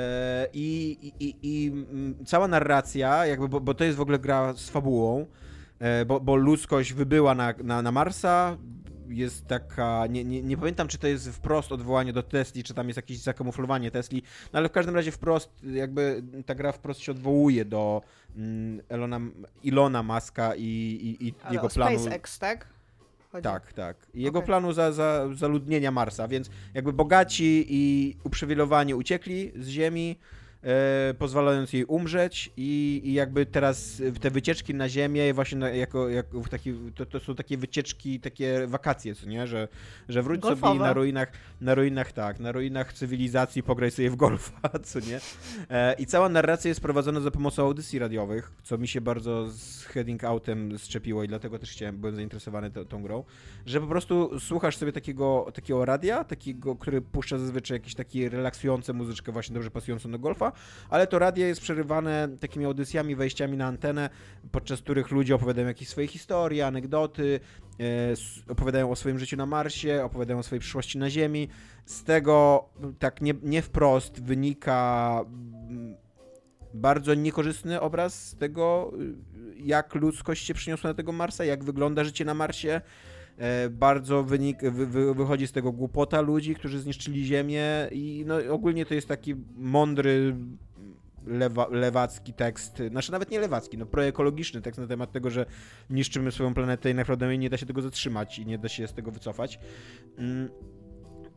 I cała narracja, jakby, bo to jest w ogóle gra z fabułą, bo ludzkość wybyła na Marsa, jest taka, nie pamiętam, czy to jest wprost odwołanie do Tesli, czy tam jest jakieś zakamuflowanie Tesli, no ale w każdym razie wprost, jakby ta gra wprost się odwołuje do Elona Muska i jego planu. SpaceX, tak? Chodzi. Tak. I jego planu zaludnienia Marsa, więc jakby bogaci i uprzywilejowani uciekli z Ziemi, pozwalając jej umrzeć i jakby teraz te wycieczki na Ziemię właśnie to są takie wycieczki, takie wakacje, co nie? Że wróć golfowe. sobie na ruinach cywilizacji pograj sobie w golfa, co nie? I cała narracja jest prowadzona za pomocą audycji radiowych, co mi się bardzo z Heading Outem zczepiło i dlatego też byłem zainteresowany tą grą, że po prostu słuchasz sobie takiego radia, który puszcza zazwyczaj jakieś takie relaksujące muzyczkę właśnie dobrze pasującą do golfa, ale to radio jest przerywane takimi audycjami, wejściami na antenę, podczas których ludzie opowiadają jakieś swoje historie, anegdoty, opowiadają o swoim życiu na Marsie, opowiadają o swojej przyszłości na Ziemi. Z tego tak nie wprost wynika bardzo niekorzystny obraz tego, jak ludzkość się przyniosła na tego Marsa, jak wygląda życie na Marsie. Bardzo wychodzi z tego głupota ludzi, którzy zniszczyli Ziemię i ogólnie to jest taki mądry, lewacki tekst, znaczy nawet nie lewacki, proekologiczny tekst na temat tego, że niszczymy swoją planetę i naprawdę nie da się tego zatrzymać i nie da się z tego wycofać.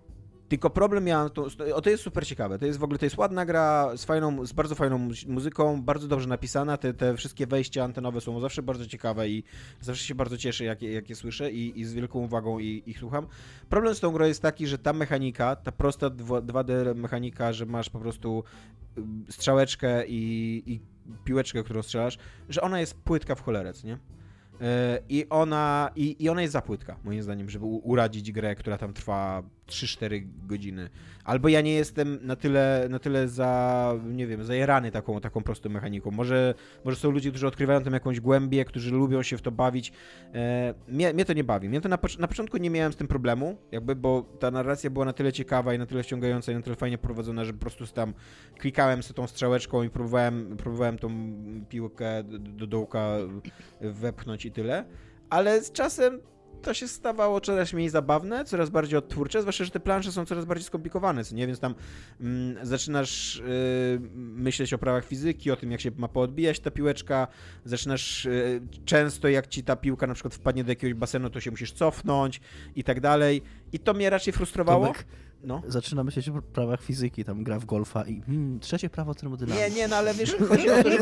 Tylko problem miałem, to jest super ciekawe, to jest ładna gra z bardzo fajną muzyką, bardzo dobrze napisana, te wszystkie wejścia antenowe są zawsze bardzo ciekawe i zawsze się bardzo cieszę, jak je słyszę i z wielką uwagą ich słucham. Problem z tą grą jest taki, że ta mechanika, ta prosta 2D mechanika, że masz po prostu strzałeczkę i piłeczkę, którą strzelasz, że ona jest płytka w cholerę, nie? I ona jest za płytka, moim zdaniem, żeby uradzić grę, która tam trwa 3-4 godziny. Albo ja nie jestem na tyle zajarany taką prostą mechaniką. Może są ludzie, którzy odkrywają tam jakąś głębię, którzy lubią się w to bawić. Mnie to nie bawi. Mnie to na początku nie miałem z tym problemu, bo ta narracja była na tyle ciekawa i na tyle wciągająca i na tyle fajnie prowadzona, że po prostu tam klikałem sobie tą strzałeczką i próbowałem tą piłkę do dołka wepchnąć i tyle. Ale z czasem to się stawało coraz mniej zabawne, coraz bardziej odtwórcze, zwłaszcza, że te plansze są coraz bardziej skomplikowane, co nie? Więc tam zaczynasz myśleć o prawach fizyki, o tym, jak się ma poodbijać ta piłeczka, zaczynasz często, jak ci ta piłka na przykład wpadnie do jakiegoś basenu, to się musisz cofnąć i tak dalej. I to mnie raczej frustrowało. Tomek, zaczyna myśleć o prawach fizyki, tam gra w golfa i trzecie prawo termodynamiki. Nie, no ale wiesz, chodzi o to, że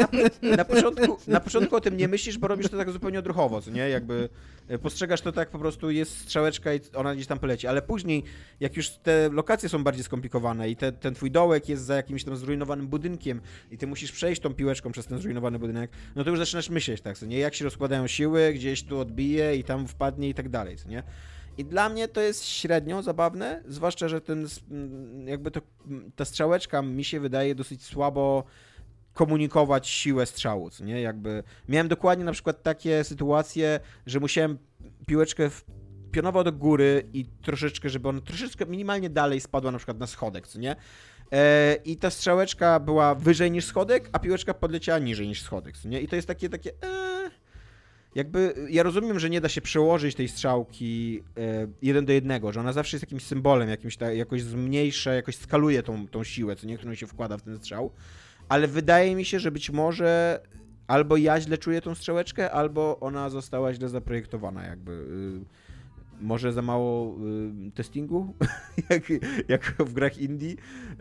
na początku o tym nie myślisz, bo robisz to tak zupełnie odruchowo, co nie? Jakby postrzegasz to tak, po prostu jest strzałeczka i ona gdzieś tam poleci, ale później, jak już te lokacje są bardziej skomplikowane i ten twój dołek jest za jakimś tam zrujnowanym budynkiem i ty musisz przejść tą piłeczką przez ten zrujnowany budynek, no to już zaczynasz myśleć, tak, co nie? Jak się rozkładają siły, gdzieś tu odbije i tam wpadnie i tak dalej, co nie? I dla mnie to jest średnio zabawne, zwłaszcza, że ta strzałeczka mi się wydaje dosyć słabo komunikować siłę strzału, co nie? Jakby miałem dokładnie na przykład takie sytuacje, że musiałem piłeczkę pionowo do góry i troszeczkę, żeby ona troszeczkę minimalnie dalej spadła na przykład na schodek, co nie? I ta strzałeczka była wyżej niż schodek, a piłeczka podleciała niżej niż schodek, co nie? I to jest takie jakby ja rozumiem, że nie da się przełożyć tej strzałki 1:1, że ona zawsze jest jakimś symbolem, jakoś zmniejsza, jakoś skaluje tą siłę, co nie, którą się wkłada w ten strzał, ale wydaje mi się, że być może albo ja źle czuję tą strzałeczkę, albo ona została źle zaprojektowana, jakby może za mało testingu, jak w grach indie.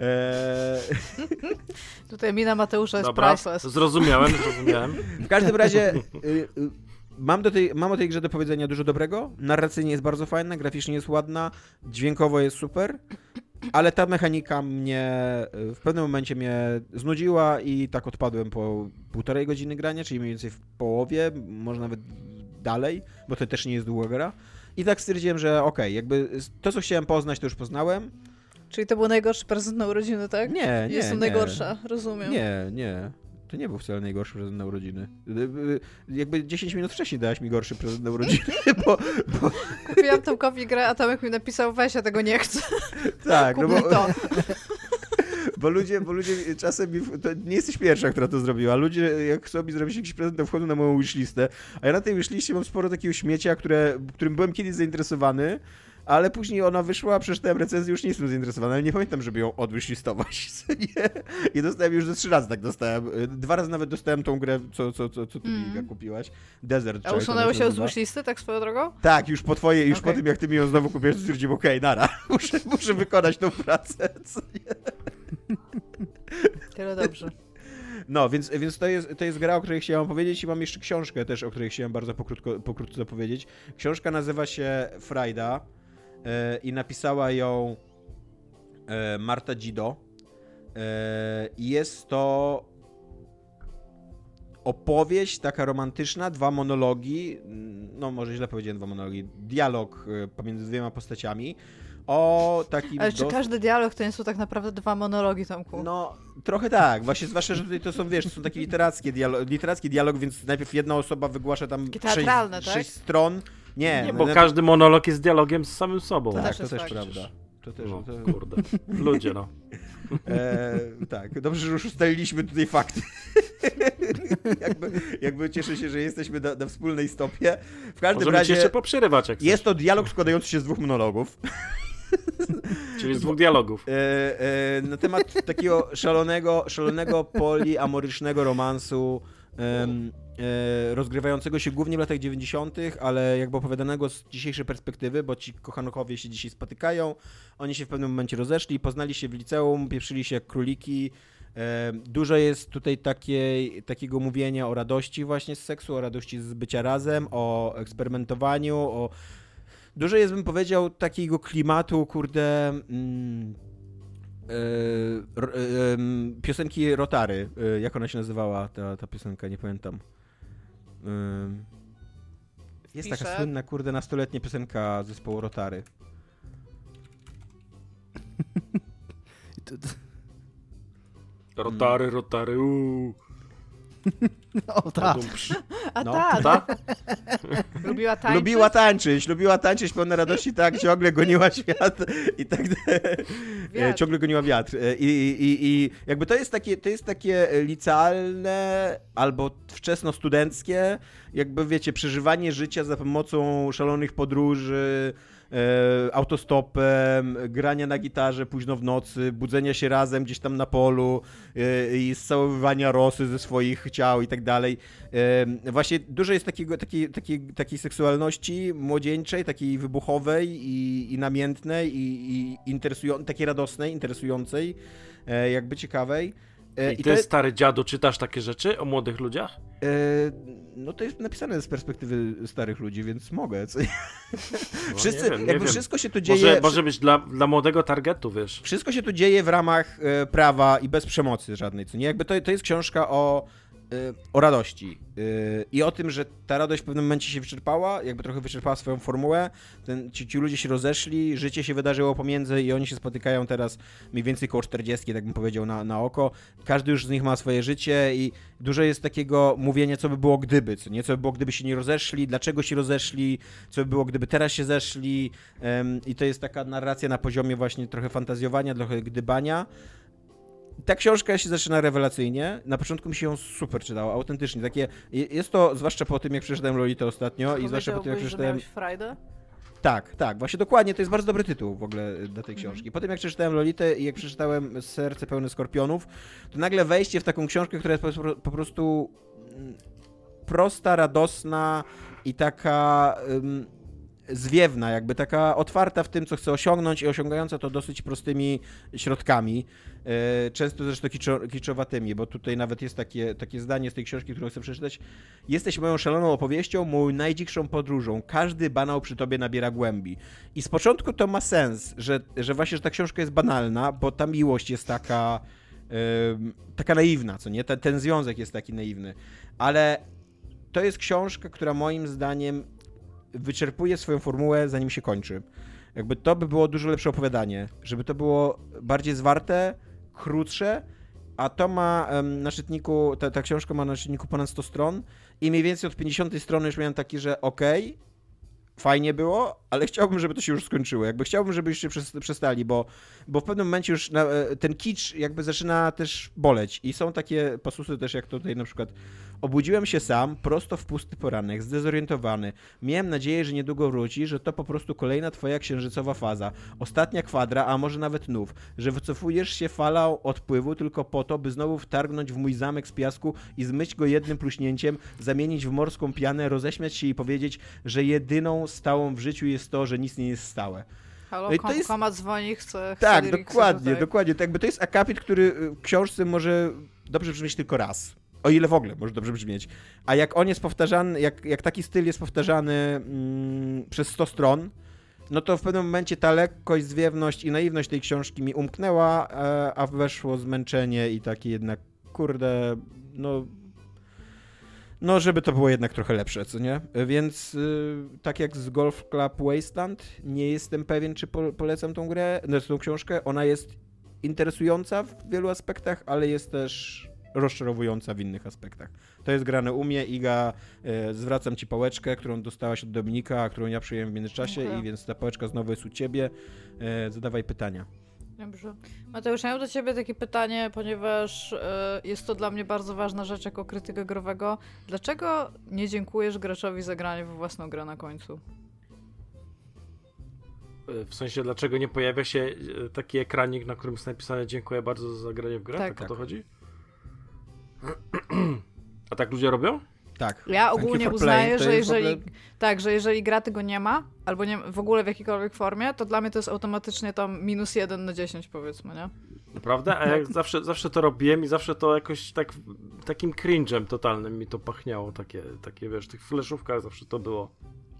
Tutaj mina Mateusza jest priceless. Zrozumiałem. W każdym razie mam o tej grze do powiedzenia dużo dobrego. Narracyjnie jest bardzo fajna, graficznie jest ładna, dźwiękowo jest super, ale ta mechanika w pewnym momencie mnie znudziła i tak odpadłem po 1,5 godziny grania, czyli mniej więcej w połowie, może nawet dalej, bo to też nie jest długa gra. I tak stwierdziłem, że jakby to, co chciałem poznać, to już poznałem. Czyli to był najgorszy prezent na urodziny, tak? Nie. Jestem najgorsza, rozumiem. Nie. To nie był wcale najgorszy prezent na urodziny. Jakby 10 minut wcześniej dałaś mi gorszy prezent na urodziny, bo... Kupiłam Tomkowi grę, a Tomek mi napisał, weź, ja tego nie chcę. Tak, kup mi to. Bo ludzie czasem to nie jesteś pierwsza, która to zrobiła. Ludzie, jak chcą mi zrobić jakiś prezent, to wchodzą na moją wishlistę, a ja na tej wishliście mam sporo takiego śmiecia, którym byłem kiedyś zainteresowany, ale później ona wyszła, przeczytałem recenzję, już nie jestem zainteresowany, ale nie pamiętam, żeby ją odwishlistować. I dostałem już ze 3 razy, tak dostałem. 2 razy nawet dostałem tą grę, co ty mi kupiłaś. Desert. A usunęło się z wishlisty, tak swoją drogą? Tak, już po tym, jak ty mi ją znowu kupiłeś, stwierdziłem, nara, muszę wykonać tą pracę, co nie? Tyle dobrze. No, więc to jest gra, o której chciałem powiedzieć i mam jeszcze książkę też, o której chciałem bardzo pokrótce powiedzieć. Książka nazywa się Frajda i napisała ją Marta Dzido. Jest to opowieść taka romantyczna, 2 monologi, no może źle powiedziałem 2 monologi, dialog pomiędzy 2 postaciami. O takim Ale czy każdy dialog to nie są tak naprawdę 2 monologi, Tomku? No, trochę tak. Właśnie, zwłaszcza, że tutaj to są takie literacki dialog, więc najpierw jedna osoba wygłasza tam 6 stron. Nie, bo każdy monolog jest dialogiem z samym sobą. Tak, to też prawda. Kurde, ludzie, no. Tak, dobrze, że już ustaliliśmy tutaj fakty. jakby cieszę się, że jesteśmy na wspólnej stopie. W każdym razie jeszcze poprzerywać, jak jest to dialog składający się z 2 monologów. Czyli z 2 dialogów. Na temat takiego szalonego poliamorycznego romansu rozgrywającego się głównie w latach 90., ale jakby opowiadanego z dzisiejszej perspektywy, bo ci kochankowie się dzisiaj spotykają, oni się w pewnym momencie rozeszli, poznali się w liceum, pieprzyli się jak króliki. Dużo jest tutaj takiego mówienia o radości właśnie z seksu, o radości z bycia razem, o eksperymentowaniu, dużo jest, bym powiedział, takiego klimatu, kurde, piosenki Rotary. Jak ona się nazywała, ta piosenka, nie pamiętam. Jest taka słynna, kurde, nastoletnia piosenka zespołu Rotary. Rotary, O tak. Lubiła tańczyć. Lubiła tańczyć, pełna radości, tak, ciągle goniła świat i tak ciągle goniła wiatr. I jakby to jest takie licealne albo wczesnostudenckie, jakby wiecie, przeżywanie życia za pomocą szalonych podróży, autostopem, grania na gitarze późno w nocy, budzenia się razem gdzieś tam na polu i zcałowywania rosy ze swoich ciał i tak dalej. Właśnie dużo jest takiej seksualności młodzieńczej, takiej wybuchowej i namiętnej i takiej radosnej, interesującej, jakby ciekawej. I ty, stary dziadu, czytasz takie rzeczy o młodych ludziach? No to jest napisane z perspektywy starych ludzi, więc mogę. Co? Nie wiem. Wszystko się tu dzieje... Może być dla młodego targetu, wiesz. Wszystko się tu dzieje w ramach prawa i bez przemocy żadnej, co nie? Jakby to jest książka o radości i o tym, że ta radość w pewnym momencie się wyczerpała, jakby trochę wyczerpała swoją formułę, ci ludzie się rozeszli, życie się wydarzyło pomiędzy i oni się spotykają teraz mniej więcej koło 40, tak bym powiedział na oko. Każdy już z nich ma swoje życie i dużo jest takiego mówienia, co by było gdyby, co nie? Co by było, gdyby się nie rozeszli, dlaczego się rozeszli, co by było, gdyby teraz się zeszli i to jest taka narracja na poziomie właśnie trochę fantazjowania, trochę gdybania. Ta książka się zaczyna rewelacyjnie. Na początku mi się ją super czytało, autentycznie. Jest to, zwłaszcza po tym, jak przeczytałem Lolitę ostatnio i zwłaszcza po tym, jak przeczytałem... Frajdę? Tak, właśnie dokładnie, to jest bardzo dobry tytuł w ogóle dla tej książki. Po tym, jak przeczytałem Lolitę i jak przeczytałem Serce pełne skorpionów, to nagle wejście w taką książkę, która jest po prostu prosta, radosna i taka... zwiewna, jakby taka otwarta w tym, co chce osiągnąć i osiągająca to dosyć prostymi środkami, często zresztą kiczowatymi, bo tutaj nawet jest takie zdanie z tej książki, którą chcę przeczytać. Jesteś moją szaloną opowieścią, moją najdzikszą podróżą. Każdy banał przy tobie nabiera głębi. I z początku to ma sens, że właśnie, że ta książka jest banalna, bo ta miłość jest taka naiwna, co nie? Ten związek jest taki naiwny. Ale to jest książka, która moim zdaniem wyczerpuje swoją formułę, zanim się kończy. Jakby to by było dużo lepsze opowiadanie, żeby to było bardziej zwarte, krótsze, a to ma na czytniku, ta książka ma na czytniku ponad 100 stron i mniej więcej od 50 strony już miałem taki, że okej, fajnie było, ale chciałbym, żeby to się już skończyło. Jakby chciałbym, żebyście przestali, bo w pewnym momencie już ten kicz jakby zaczyna też boleć i są takie pasusy też jak tutaj na przykład obudziłem się sam, prosto w pusty poranek, zdezorientowany. Miałem nadzieję, że niedługo wróci, że to po prostu kolejna twoja księżycowa faza. Ostatnia kwadra, a może nawet nów. Że wycofujesz się falą odpływu tylko po to, by znowu wtargnąć w mój zamek z piasku i zmyć go jednym pluśnięciem, zamienić w morską pianę, roześmiać się i powiedzieć, że jedyną stałą w życiu jest to, że nic nie jest stałe. Halo, Koma dzwoni, chce tak, dokładnie. To jakby to jest akapit, który w książce może dobrze brzmieć tylko raz. O ile w ogóle może dobrze brzmieć. A jak on jest powtarzany, jak taki styl jest powtarzany przez 100 stron, no to w pewnym momencie ta lekkość, zwiewność i naiwność tej książki mi umknęła, a weszło zmęczenie i takie jednak, kurde, no żeby to było jednak trochę lepsze, co nie? Więc tak jak z Golf Club Wasteland, nie jestem pewien, czy polecam tą grę, tą książkę. Ona jest interesująca w wielu aspektach, ale jest też rozczarowująca w innych aspektach. To jest grane u mnie. Iga, zwracam ci pałeczkę, którą dostałaś od Dominika, a którą ja przyjąłem w międzyczasie i więc ta pałeczka znowu jest u ciebie. Zadawaj pytania. Dobrze. Mateusz, ja mam do ciebie takie pytanie, ponieważ jest to dla mnie bardzo ważna rzecz jako krytyka growego. Dlaczego nie dziękujesz graczowi za granie we własną grę na końcu? W sensie, dlaczego nie pojawia się taki ekranik, na którym jest napisane dziękuję bardzo za zagranie w grę? Tak o to chodzi? A tak ludzie robią? Tak. Ja ogólnie uznaję, że jeżeli, ogóle... tak, że jeżeli gra tego nie ma, albo nie, w ogóle w jakiejkolwiek formie, to dla mnie to jest automatycznie tam -1 na 10, powiedzmy, nie? Naprawdę? A ja zawsze to robiłem i zawsze to jakoś takim cringe'em totalnym mi to pachniało, takie wiesz, w tych fleszówkach zawsze to było.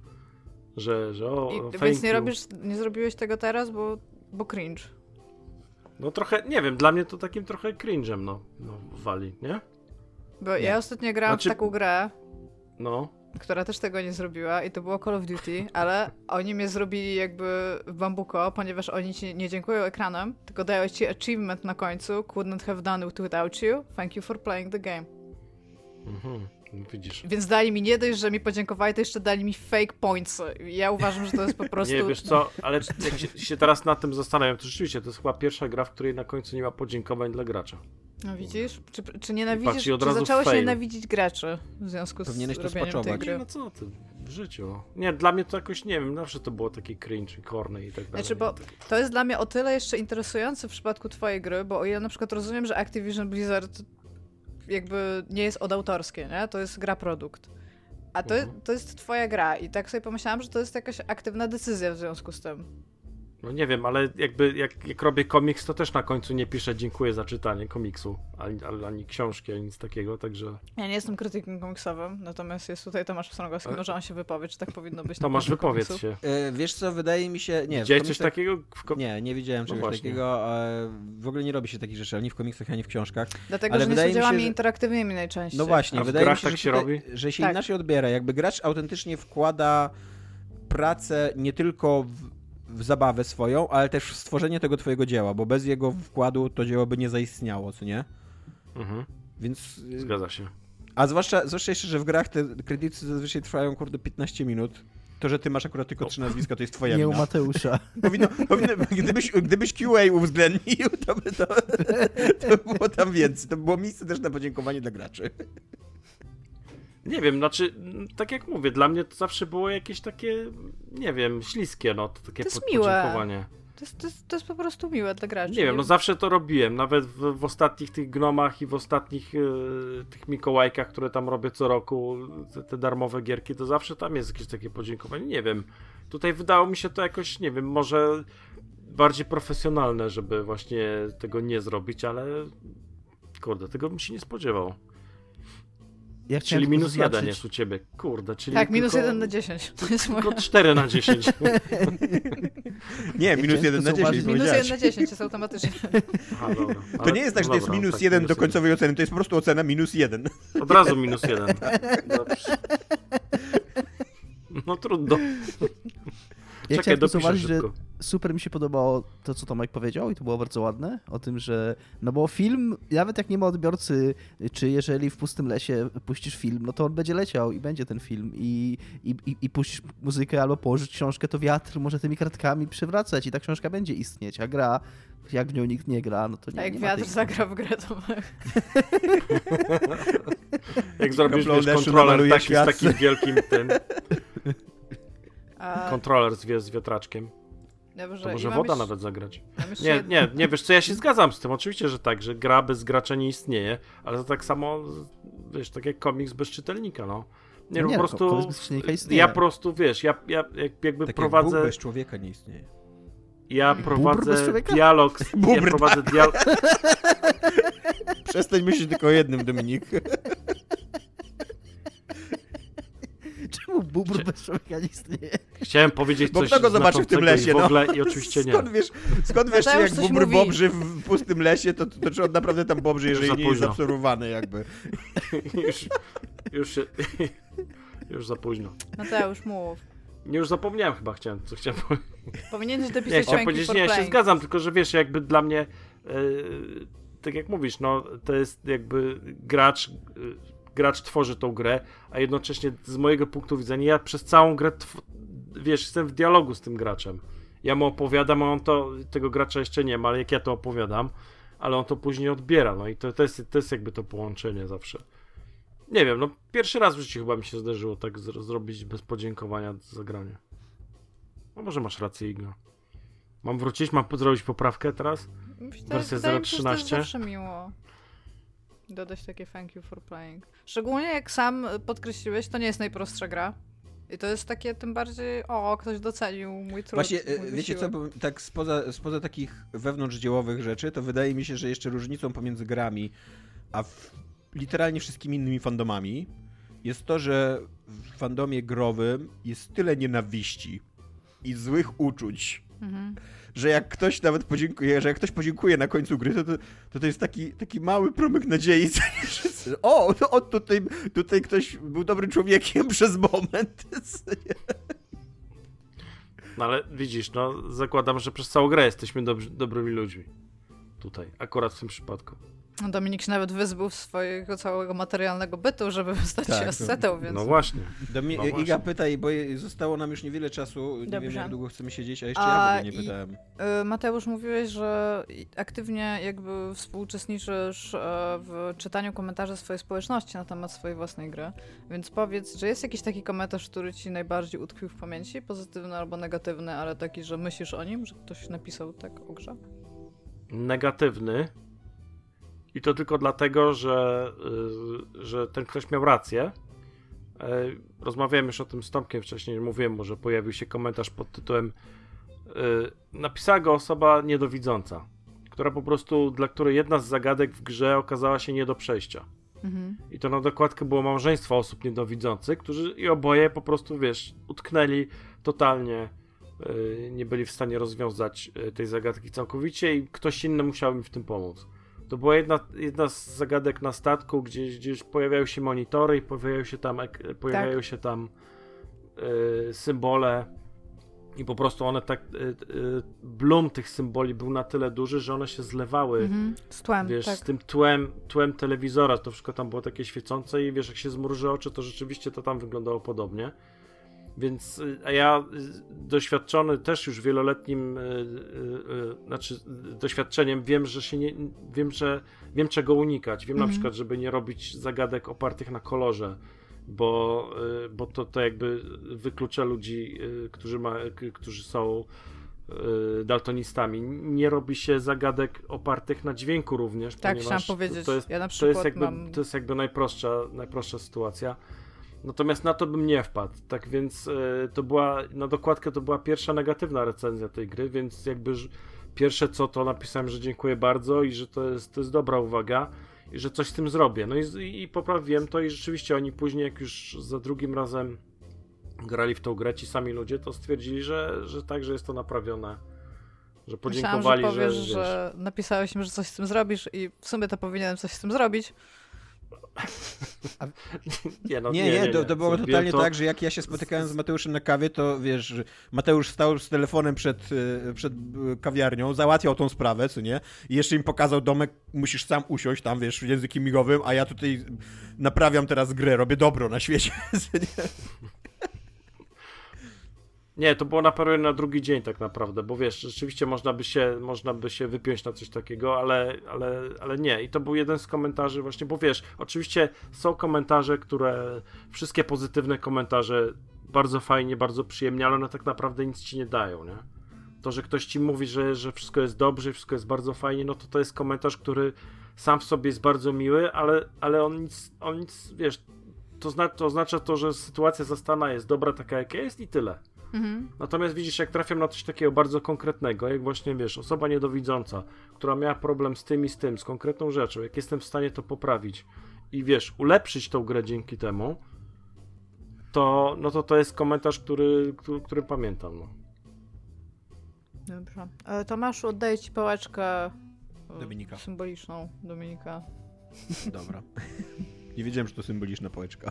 Że Więc nie zrobiłeś tego teraz, bo cringe. No trochę, nie wiem, dla mnie to takim trochę cringe'em, no wali, nie? Bo ja ostatnio grałam w taką grę, która też tego nie zrobiła i to było Call of Duty, ale oni mnie zrobili jakby w bambuko, ponieważ oni ci nie dziękują ekranem, tylko dają ci achievement na końcu, couldn't have done it without you, thank you for playing the game. Widzisz. Więc dali mi nie dość, że mi podziękowali, to jeszcze dali mi fake points. Ja uważam, że to jest po prostu... Nie, wiesz co, ale jak się teraz nad tym zastanawiam, to rzeczywiście to jest chyba pierwsza gra, w której na końcu nie ma podziękowań dla gracza. No widzisz? Czy nienawidzisz, czy zacząłeś nienawidzić graczy w związku z robieniem tej gry? No co ty, w życiu. Nie, dla mnie to jakoś, nie wiem, zawsze to było takie cringe i corny i tak dalej. Znaczy, bo to jest dla mnie o tyle jeszcze interesujące w przypadku twojej gry, bo o ile na przykład rozumiem, że Activision Blizzard jakby nie jest odautorskie, nie? To jest gra produkt. A to jest twoja gra i tak sobie pomyślałam, że to jest jakaś aktywna decyzja w związku z tym. No nie wiem, ale jakby jak robię komiks, to też na końcu nie piszę dziękuję za czytanie komiksu, ani książki, ani nic takiego, także... Ja nie jestem krytykiem komiksowym, natomiast jest tutaj Tomasz Pstrągowski, może on się wypowie, czy tak powinno być. Tomasz, wypowiedz się. Wiesz co, wydaje mi się... Nie, widziałeś coś takiego? Nie widziałem czegoś takiego. W ogóle nie robi się takich rzeczy, ani w komiksach, ani w książkach. Dlatego, ale że nie są dziełami interaktywnymi najczęściej. No właśnie, wydaje mi się, tak się robi? Że się inaczej odbiera. Jakby gracz autentycznie wkłada pracę nie tylko w zabawę swoją, ale też w stworzenie tego twojego dzieła, bo bez jego wkładu to dzieło by nie zaistniało, co nie? Więc... Zgadza się. A zwłaszcza jeszcze, że w grach te kredyty zazwyczaj trwają 15 minut. To, że ty masz akurat tylko 3 nazwiska, to jest twoja wina. Nie u Mateusza. Gdybyś QA uwzględnił, to było tam więcej. To było miejsce też na podziękowanie dla graczy. Nie wiem, znaczy, tak jak mówię, dla mnie to zawsze było jakieś takie, nie wiem, śliskie, to takie podziękowanie. To jest po prostu miłe dla graczy. Nie wiem, zawsze to robiłem, nawet w ostatnich tych gnomach i w ostatnich tych Mikołajkach, które tam robię co roku, te darmowe gierki, to zawsze tam jest jakieś takie podziękowanie, nie wiem. Tutaj wydało mi się to jakoś, nie wiem, może bardziej profesjonalne, żeby właśnie tego nie zrobić, ale kurde, tego bym się nie spodziewał. Ja czyli -1 jest u ciebie. Kurde, czyli tak, -1 na 10. To jest tylko 4 na 10. Nie, -1 na 10. -1 na 10 jest automatycznie. Aha, dobra. To nie jest tak, że to jest -1 do końcowej oceny, to jest po prostu ocena -1. Od razu -1. Dobrze. No trudno. Ja chciałem zauważyć, że super mi się podobało to, co Tomek powiedział i to było bardzo ładne, o tym, że no bo film, nawet jak nie ma odbiorcy, czy jeżeli w pustym lesie puścisz film, no to on będzie leciał i będzie ten film i puścisz muzykę albo położysz książkę, to wiatr może tymi kartkami przewracać i ta książka będzie istnieć, a gra, jak w nią nikt nie gra, no to nie. A jak wiatr zagra w grę, to jak zrobisz kontroler taki, z takim wielkim tym... Kontroler z wiatraczkiem. Dobrze, to może woda nawet zagrać. Nie, wiesz co, ja się zgadzam z tym, oczywiście, że tak, że gra bez gracza nie istnieje, ale to tak samo, wiesz, tak jak komiks bez czytelnika, no. Nie, po prostu, ja po prostu, wiesz, ja jakby tak prowadzę... Jak Bóg bez człowieka nie istnieje. Ja prowadzę dialog... Ja prowadzę dialog... Przestań myśleć tylko o jednym, Dominik. Czemu bóbr bez człowieka nie istnieje? Chciałem powiedzieć coś kto go zobaczy w tym lesie, w ogóle i oczywiście nie. Skąd wiesz, czy jak bóbr bobrzy w pustym lesie, to czy on naprawdę tam bobrzy, jeżeli nie jest absorbowany jakby. Już za późno. Mateusz, mów. Już zapomniałem chyba, co chciałem powiedzieć. Powinieneś dopisać powiedzieć, nie, ja się zgadzam, tylko że wiesz, jakby dla mnie, tak jak mówisz, no to jest jakby gracz tworzy tą grę, a jednocześnie z mojego punktu widzenia ja przez całą grę, wiesz, jestem w dialogu z tym graczem. Ja mu opowiadam, a on tego gracza jeszcze nie ma, ale jak ja to opowiadam, ale on to później odbiera, no i to jest jakby to połączenie zawsze. Nie wiem, no pierwszy raz w życiu chyba mi się zdarzyło tak zrobić bez podziękowania za granie. No może masz rację, Iga. Mam wrócić, mam zrobić poprawkę teraz? Wersja 0.13? To jest zawsze miło. Dodać takie thank you for playing. Szczególnie jak sam podkreśliłeś, to nie jest najprostsza gra. I to jest takie tym bardziej, ktoś docenił mój trud. Właśnie, wiecie co, bo tak spoza takich wewnątrzdziełowych rzeczy, to wydaje mi się, że jeszcze różnicą pomiędzy grami, a literalnie wszystkimi innymi fandomami jest to, że w fandomie growym jest tyle nienawiści i złych uczuć, że jak ktoś nawet podziękuje, że jak ktoś podziękuje na końcu gry, to jest taki mały promyk nadziei, że tutaj ktoś był dobrym człowiekiem przez moment. No ale widzisz, zakładam, że przez całą grę jesteśmy dobrymi ludźmi. Tutaj, akurat w tym przypadku. Dominik się nawet wyzbył swojego całego materialnego bytu, żeby stać się ascetą, więc... No właśnie. Iga, pytaj, bo zostało nam już niewiele czasu. Nie wiem, jak długo chcemy siedzieć, a jeszcze ja w ogóle nie pytałem. Mateusz, mówiłeś, że aktywnie jakby współuczestniczysz w czytaniu komentarzy swojej społeczności na temat swojej własnej gry, więc powiedz, że jest jakiś taki komentarz, który ci najbardziej utkwił w pamięci, pozytywny albo negatywny, ale taki, że myślisz o nim, że ktoś napisał tak o grze? Negatywny. I to tylko dlatego, że ten ktoś miał rację. Rozmawiałem już o tym z Tomkiem wcześniej, mówiłem mu, że pojawił się komentarz pod tytułem napisała go osoba niedowidząca, która po prostu, dla której jedna z zagadek w grze okazała się nie do przejścia. I to na dokładkę było małżeństwo osób niedowidzących, którzy i oboje po prostu, utknęli totalnie, nie byli w stanie rozwiązać tej zagadki całkowicie i ktoś inny musiał im w tym pomóc. To była jedna z zagadek na statku, gdzieś pojawiają się monitory i pojawiają się tam symbole i po prostu one tak bloom tych symboli był na tyle duży, że one się zlewały z tłem, z tym tłem telewizora, to wszystko tam było takie świecące i jak się zmruży oczy, to rzeczywiście to tam wyglądało podobnie. Więc a ja doświadczony też już wieloletnim doświadczeniem wiem czego unikać. Wiem na przykład, żeby nie robić zagadek opartych na kolorze, bo to jakby wyklucza ludzi, którzy są daltonistami. Nie robi się zagadek opartych na dźwięku również, tak, chciałam powiedzieć. Ja na przykład to jest jakby najprostsza sytuacja. Natomiast na to bym nie wpadł, tak więc na dokładkę to była pierwsza negatywna recenzja tej gry, więc jakby pierwsze co to napisałem, że dziękuję bardzo i że to jest dobra uwaga i że coś z tym zrobię. No i poprawiłem to i rzeczywiście oni później, jak już za drugim razem grali w tą grę, ci sami ludzie, to stwierdzili, że jest to naprawione, że podziękowali, myślałam, że powiesz, że napisałeś im, że coś z tym zrobisz i w sumie to powinienem coś z tym zrobić. Nie, to było totalnie tak, że jak ja się spotykałem z Mateuszem na kawie, to Mateusz stał z telefonem przed kawiarnią, załatwiał tą sprawę, co nie? I jeszcze im pokazał domek, musisz sam usiąść tam, językiem migowym, a ja tutaj naprawiam teraz grę, robię dobro na świecie. Nie, to było naprawione na drugi dzień tak naprawdę, bo rzeczywiście można by się wypiąć na coś takiego, ale nie. I to był jeden z komentarzy właśnie, bo oczywiście są komentarze, wszystkie pozytywne komentarze bardzo fajnie, bardzo przyjemnie, ale one tak naprawdę nic ci nie dają, nie? To, że ktoś ci mówi, że wszystko jest dobrze, wszystko jest bardzo fajnie, no to jest komentarz, który sam w sobie jest bardzo miły, ale on nic, to oznacza to, że sytuacja zastana jest dobra taka, jaka jest i tyle. Natomiast widzisz, jak trafiam na coś takiego bardzo konkretnego, jak właśnie osoba niedowidząca, która miała problem z tym i z tym, z konkretną rzeczą, jak jestem w stanie to poprawić i ulepszyć tą grę dzięki temu, to jest komentarz, który pamiętam. No. Dobrze. Tomaszu, oddaję ci pałeczkę Dominika. Symboliczną Dominika. Dobra. Nie wiedziałem, że to symboliczna pałeczka.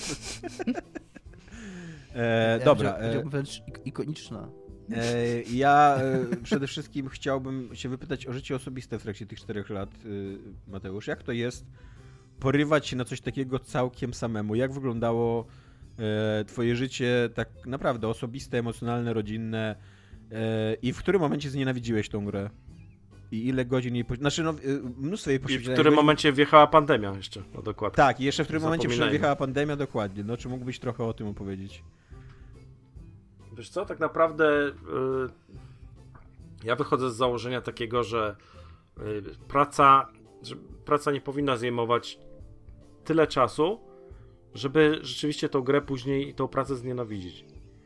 Dobra. Powiedziałbym wręcz ikoniczna. Ja przede wszystkim chciałbym się wypytać o życie osobiste w trakcie tych 4 lat, Mateusz. Jak to jest porywać się na coś takiego całkiem samemu? Jak wyglądało twoje życie tak naprawdę osobiste, emocjonalne, rodzinne i w którym momencie znienawidziłeś tą grę? I ile godzin jej mnóstwo jej poświęciłem. I w którym momencie wjechała pandemia jeszcze, no dokładnie. Tak, i jeszcze w którym momencie wjechała pandemia, dokładnie. No, czy mógłbyś trochę o tym opowiedzieć? Wiesz co, tak naprawdę ja wychodzę z założenia takiego, że praca że praca nie powinna zajmować tyle czasu, żeby rzeczywiście tą grę później i tą pracę znienawidzić.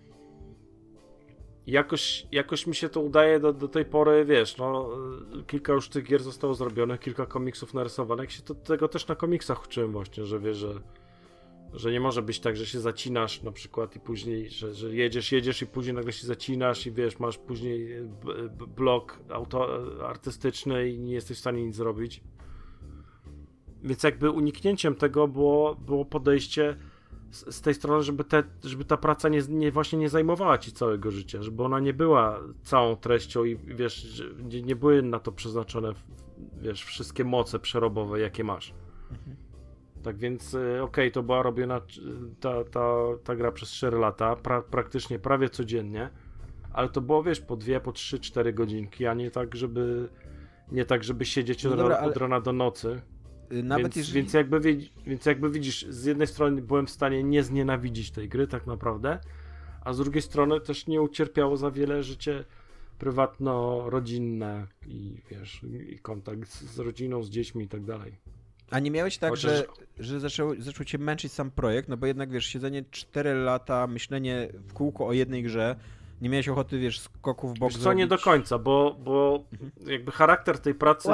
Jakoś mi się to udaje do tej pory, wiesz, no kilka już tych gier zostało zrobionych, kilka komiksów narysowanych, się tego też na komiksach uczyłem właśnie, że wiesz, że nie może być tak, że się zacinasz na przykład i później, że jedziesz i później nagle się zacinasz i wiesz, masz później blok artystyczny i nie jesteś w stanie nic zrobić. Więc jakby uniknięciem tego było podejście z tej strony, żeby ta praca właśnie nie zajmowała ci całego życia, żeby ona nie była całą treścią i wiesz, nie były na to przeznaczone, wiesz, wszystkie moce przerobowe, jakie masz. Tak więc okej, to była robiona ta gra przez 4 lata, praktycznie prawie codziennie, ale to było, wiesz, po 2, po 3, 4 godzinki, a nie tak, żeby siedzieć od rana do nocy. Nawet więc jakby widzisz, z jednej strony byłem w stanie nie znienawidzić tej gry tak naprawdę, a z drugiej strony też nie ucierpiało za wiele życie prywatno-rodzinne i wiesz, i kontakt z rodziną, z dziećmi i tak dalej. A nie miałeś tak, że zaczął cię męczyć sam projekt, no bo jednak wiesz, siedzenie 4 lata, myślenie w kółko o jednej grze, nie miałeś ochoty, wiesz, skoków w bok zrobić? Nie do końca, bo jakby charakter tej pracy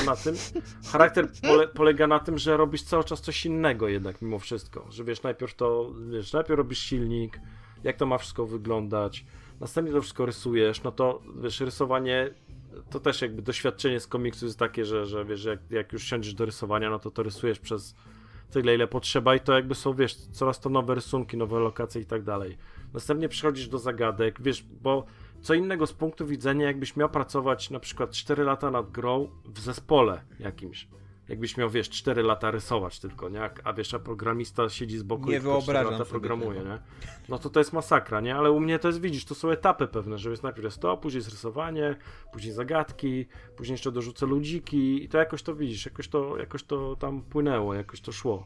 polega na tym, że robisz cały czas coś innego jednak mimo wszystko, że wiesz, najpierw robisz silnik, jak to ma wszystko wyglądać, następnie to wszystko rysujesz, no to wiesz, rysowanie to też jakby doświadczenie z komiksu jest takie, że wiesz, jak już siądziesz do rysowania, no to rysujesz przez tyle, ile potrzeba i to jakby są, wiesz, coraz to nowe rysunki, nowe lokacje i tak dalej. Następnie przychodzisz do zagadek, wiesz, bo co innego z punktu widzenia, jakbyś miał pracować na przykład 4 lata nad grą w zespole jakimś. Jakbyś miał, wiesz, 4 lata rysować tylko, nie? A wiesz, a programista siedzi z boku nie i 4 lata programuje, nie? No to jest masakra, nie? Ale u mnie to jest, widzisz, to są etapy pewne, że jest najpierw jest to, później jest rysowanie, później zagadki, później jeszcze dorzucę ludziki i to jakoś to widzisz, jakoś to tam płynęło, jakoś to szło.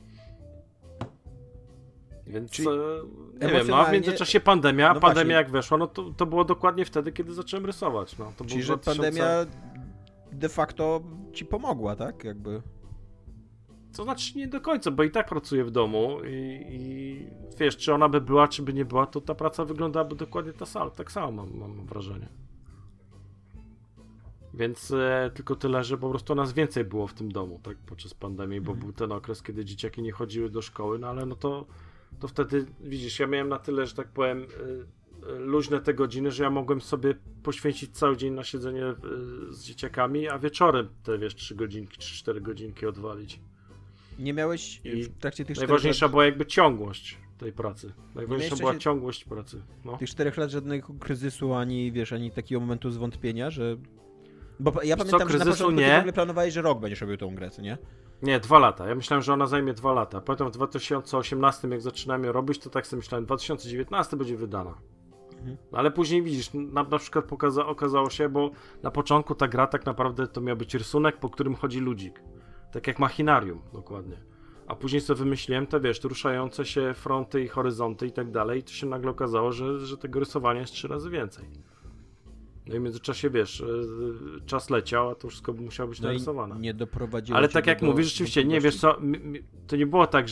Więc nie wiem, no a w międzyczasie pandemia jak weszła, no to było dokładnie wtedy, kiedy zacząłem rysować. No, to czyli, że pandemia de facto ci pomogła, tak? Jakby. To znaczy nie do końca, bo i tak pracuję w domu i wiesz, czy ona by była, czy by nie była, to ta praca wyglądałaby dokładnie tak samo, mam wrażenie. Więc tylko tyle, że po prostu nas więcej było w tym domu, tak, podczas pandemii, bo był ten okres, kiedy dzieciaki nie chodziły do szkoły, no ale no to wtedy, widzisz, ja miałem na tyle, że tak powiem, luźne te godziny, że ja mogłem sobie poświęcić cały dzień na siedzenie z dzieciakami, a wieczorem te, wiesz, 3 godzinki, 4 godzinki odwalić. Nie miałeś w trakcie tych 4 najważniejsza była jakby ciągłość tej pracy. Najważniejsza była ciągłość pracy. No. Tych 4 lat żadnego kryzysu, ani takiego momentu zwątpienia, że... Bo ja pamiętam, że na początku ty w ogóle planowałeś, że rok będziesz robił tą grę, co nie? Nie, 2 lata. Ja myślałem, że ona zajmie 2 lata. Potem w 2018, jak zaczynałem ją robić, to tak sobie myślałem, 2019 będzie wydana. Ale później widzisz, na przykład okazało się, bo na początku ta gra tak naprawdę to miał być rysunek, po którym chodzi ludzik. Tak jak machinarium, dokładnie. A później sobie wymyśliłem te, wiesz, ruszające się fronty i horyzonty i tak dalej, i to się nagle okazało, że tego rysowania jest 3 razy więcej. No i w międzyczasie, wiesz, czas leciał, a to wszystko musiało być narysowane. Nie doprowadziło. Ale tak jak mówisz, rzeczywiście, nie, wiesz co, to nie było tak,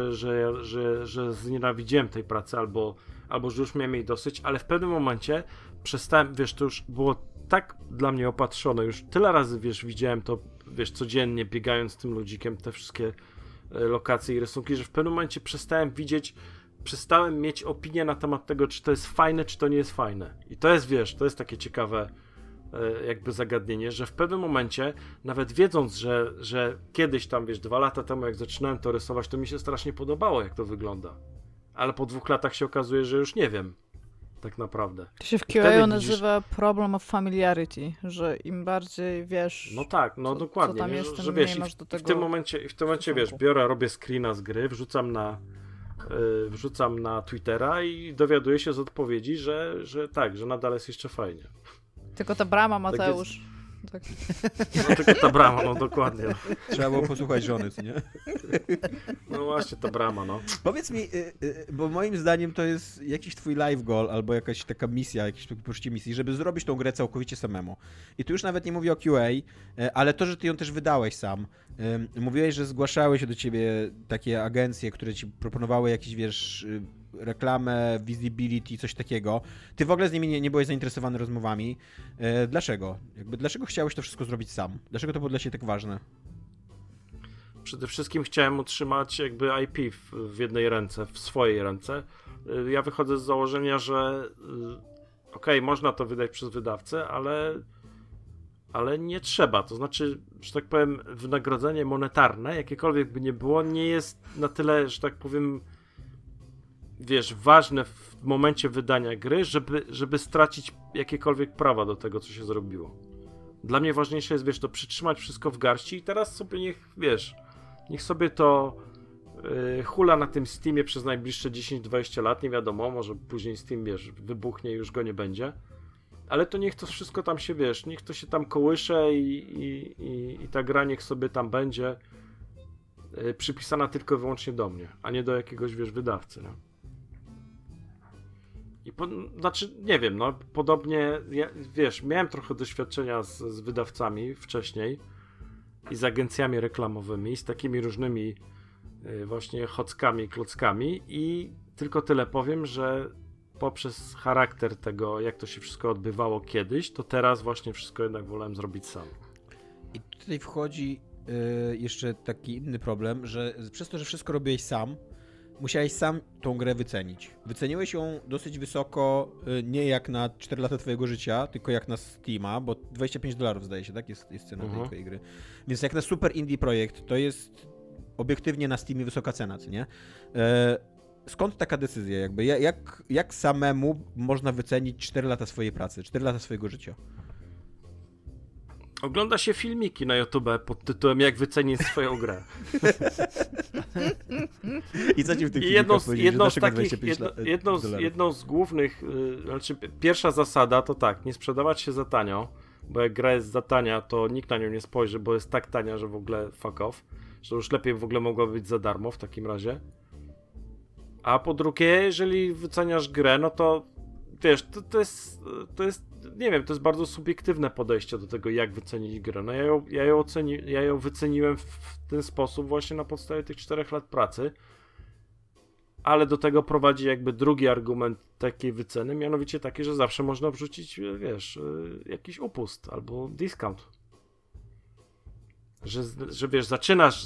że znienawidziłem tej pracy, albo że już miałem jej dosyć, ale w pewnym momencie przestałem, wiesz, to już było tak dla mnie opatrzone, już tyle razy, wiesz, widziałem to, wiesz, codziennie biegając tym ludzikiem, te wszystkie lokacje i rysunki, że w pewnym momencie przestałem mieć opinię na temat tego, czy to jest fajne, czy to nie jest fajne. I to jest, wiesz, to jest takie ciekawe jakby zagadnienie, że w pewnym momencie, nawet wiedząc, że kiedyś tam, wiesz, 2 lata temu, jak zaczynałem to rysować, to mi się strasznie podobało, jak to wygląda. Ale po 2 latach się okazuje, że już nie wiem. Tak naprawdę. To się w QA nazywa problem of familiarity, że im bardziej wiesz. No tak, no dokładnie. Co tam jest, że wiesz, w tym momencie, wiesz, robię screena z gry, wrzucam na Twittera i dowiaduję się z odpowiedzi, że tak, że nadal jest jeszcze fajnie. Tylko ta brama, Mateusz. Tak. No tylko ta brama, no dokładnie. Trzeba było posłuchać żony, co nie? No właśnie, ta brama, no. Powiedz mi, bo moim zdaniem to jest jakiś twój life goal albo jakaś taka misja, jakieś poczucie misji, żeby zrobić tą grę całkowicie samemu. I tu już nawet nie mówię o QA, ale to, że ty ją też wydałeś sam. Mówiłeś, że zgłaszały się do ciebie takie agencje, które ci proponowały jakieś, wiesz, reklamę, visibility, coś takiego. Ty w ogóle z nimi nie byłeś zainteresowany rozmowami. Dlaczego? Dlaczego chciałeś to wszystko zrobić sam? Dlaczego to było dla ciebie tak ważne? Przede wszystkim chciałem utrzymać jakby IP w jednej ręce, w swojej ręce. Ja wychodzę z założenia, że okej, można to wydać przez wydawcę, ale nie trzeba. To znaczy, że tak powiem, wynagrodzenie monetarne, jakiekolwiek by nie było, nie jest na tyle, że tak powiem, wiesz, ważne w momencie wydania gry, żeby stracić jakiekolwiek prawa do tego, co się zrobiło. Dla mnie ważniejsze jest, wiesz, to przytrzymać wszystko w garści i teraz sobie niech sobie to hula na tym Steamie przez najbliższe 10-20 lat, nie wiadomo, może później Steam, wiesz, wybuchnie i już go nie będzie, ale to niech to wszystko tam się, wiesz, niech to się tam kołysze i ta gra niech sobie tam będzie przypisana tylko i wyłącznie do mnie, a nie do jakiegoś, wiesz, wydawcy, no. Znaczy, nie wiem, no, podobnie, wiesz, miałem trochę doświadczenia z wydawcami wcześniej i z agencjami reklamowymi, z takimi różnymi właśnie chockami, klockami i tylko tyle powiem, że poprzez charakter tego, jak to się wszystko odbywało kiedyś, to teraz właśnie wszystko jednak wolałem zrobić sam. I tutaj wchodzi jeszcze taki inny problem, że przez to, że wszystko robiłeś sam, musiałeś sam tą grę wycenić. Wyceniłeś ją dosyć wysoko, nie jak na 4 lata twojego życia, tylko jak na Steama, bo $25 zdaje się, tak? Jest cena tej twojej gry. Więc jak na super indie projekt, to jest obiektywnie na Steamie wysoka cena, co nie? Skąd taka decyzja? Jakby jak samemu można wycenić 4 lata swojej pracy, 4 lata swojego życia? Ogląda się filmiki na YouTube pod tytułem Jak wycenić swoją grę. I co ci w tych filmikach powiedzieć, jedną z głównych, znaczy pierwsza zasada to tak, nie sprzedawać się za tanio, bo jak gra jest za tania, to nikt na nią nie spojrzy, bo jest tak tania, że w ogóle fuck off, że już lepiej w ogóle mogła być za darmo w takim razie. A po drugie, jeżeli wyceniasz grę, no to wiesz, to jest, nie wiem, to jest bardzo subiektywne podejście do tego, jak wycenić grę. No ja ją wyceniłem w ten sposób właśnie na podstawie tych 4 lat pracy, ale do tego prowadzi jakby drugi argument takiej wyceny, mianowicie taki, że zawsze można wrzucić, wiesz, jakiś upust albo discount. Że wiesz, zaczynasz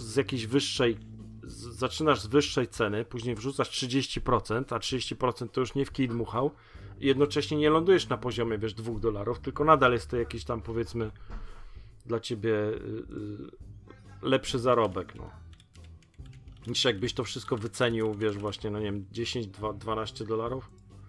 z wyższej ceny, później wrzucasz 30%, a 30% to już nie w kij dmuchał, i jednocześnie nie lądujesz na poziomie, wiesz, $2, tylko nadal jest to jakiś tam, powiedzmy, dla ciebie lepszy zarobek, no. Niż jakbyś to wszystko wycenił, wiesz, właśnie, no nie wiem, $10-12.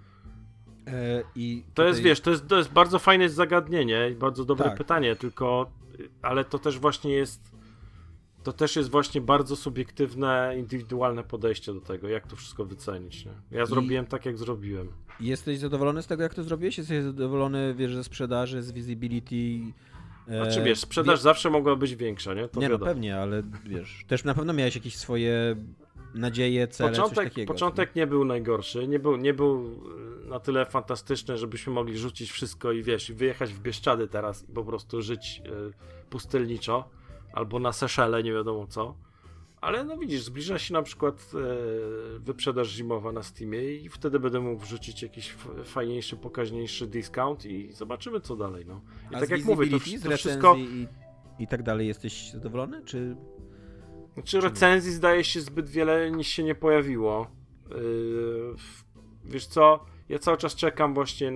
I to jest, wiesz, to jest bardzo fajne zagadnienie i bardzo dobre tak. pytanie, tylko, ale to też właśnie jest, to też jest właśnie bardzo subiektywne, indywidualne podejście do tego, jak to wszystko wycenić, nie? Ja zrobiłem tak, jak zrobiłem. Jesteś zadowolony z tego, jak to zrobiłeś? Jesteś zadowolony, wiesz, ze sprzedaży, z visibility? Znaczy, wiesz, sprzedaż zawsze mogła być większa, nie? To nie, wiadomo. no pewnie, ale wiesz, też na pewno miałeś jakieś swoje nadzieje, cele, coś takiego. Początek nie był najgorszy, nie był na tyle fantastyczny, żebyśmy mogli rzucić wszystko i wiesz, wyjechać w Bieszczady teraz i po prostu żyć pustelniczo, albo na Seszele, nie wiadomo co. Ale no widzisz, zbliża się na przykład wyprzedaż zimowa na Steamie i wtedy będę mógł wrzucić jakiś fajniejszy, pokaźniejszy discount i zobaczymy co dalej, no. I a tak jak mówię, to wszystko... I tak dalej jesteś zadowolony, czy... Znaczy recenzji zdaje się zbyt wiele niż się nie pojawiło. Wiesz co, ja cały czas czekam właśnie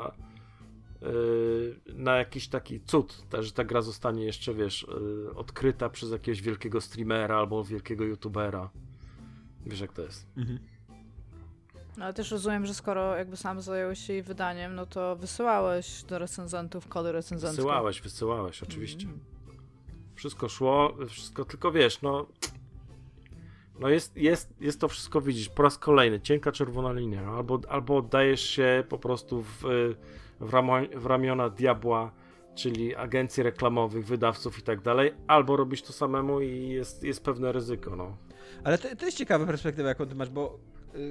na jakiś taki cud, że ta gra zostanie jeszcze, wiesz, odkryta przez jakiegoś wielkiego streamera albo wielkiego youtubera. Wiesz jak to jest. Mhm. Ale też rozumiem, że skoro jakby sam zająłeś się jej wydaniem, no to wysyłałeś do recenzentów kody recenzenckie. Wysyłałeś, oczywiście. Wszystko szło, tylko wiesz, no jest to wszystko, widzisz, po raz kolejny, cienka czerwona linia, albo oddajesz się po prostu w ramiona diabła, czyli agencji reklamowych, wydawców i tak dalej, albo robić to samemu i jest pewne ryzyko, no. Ale to jest ciekawa perspektywa, jaką ty masz, bo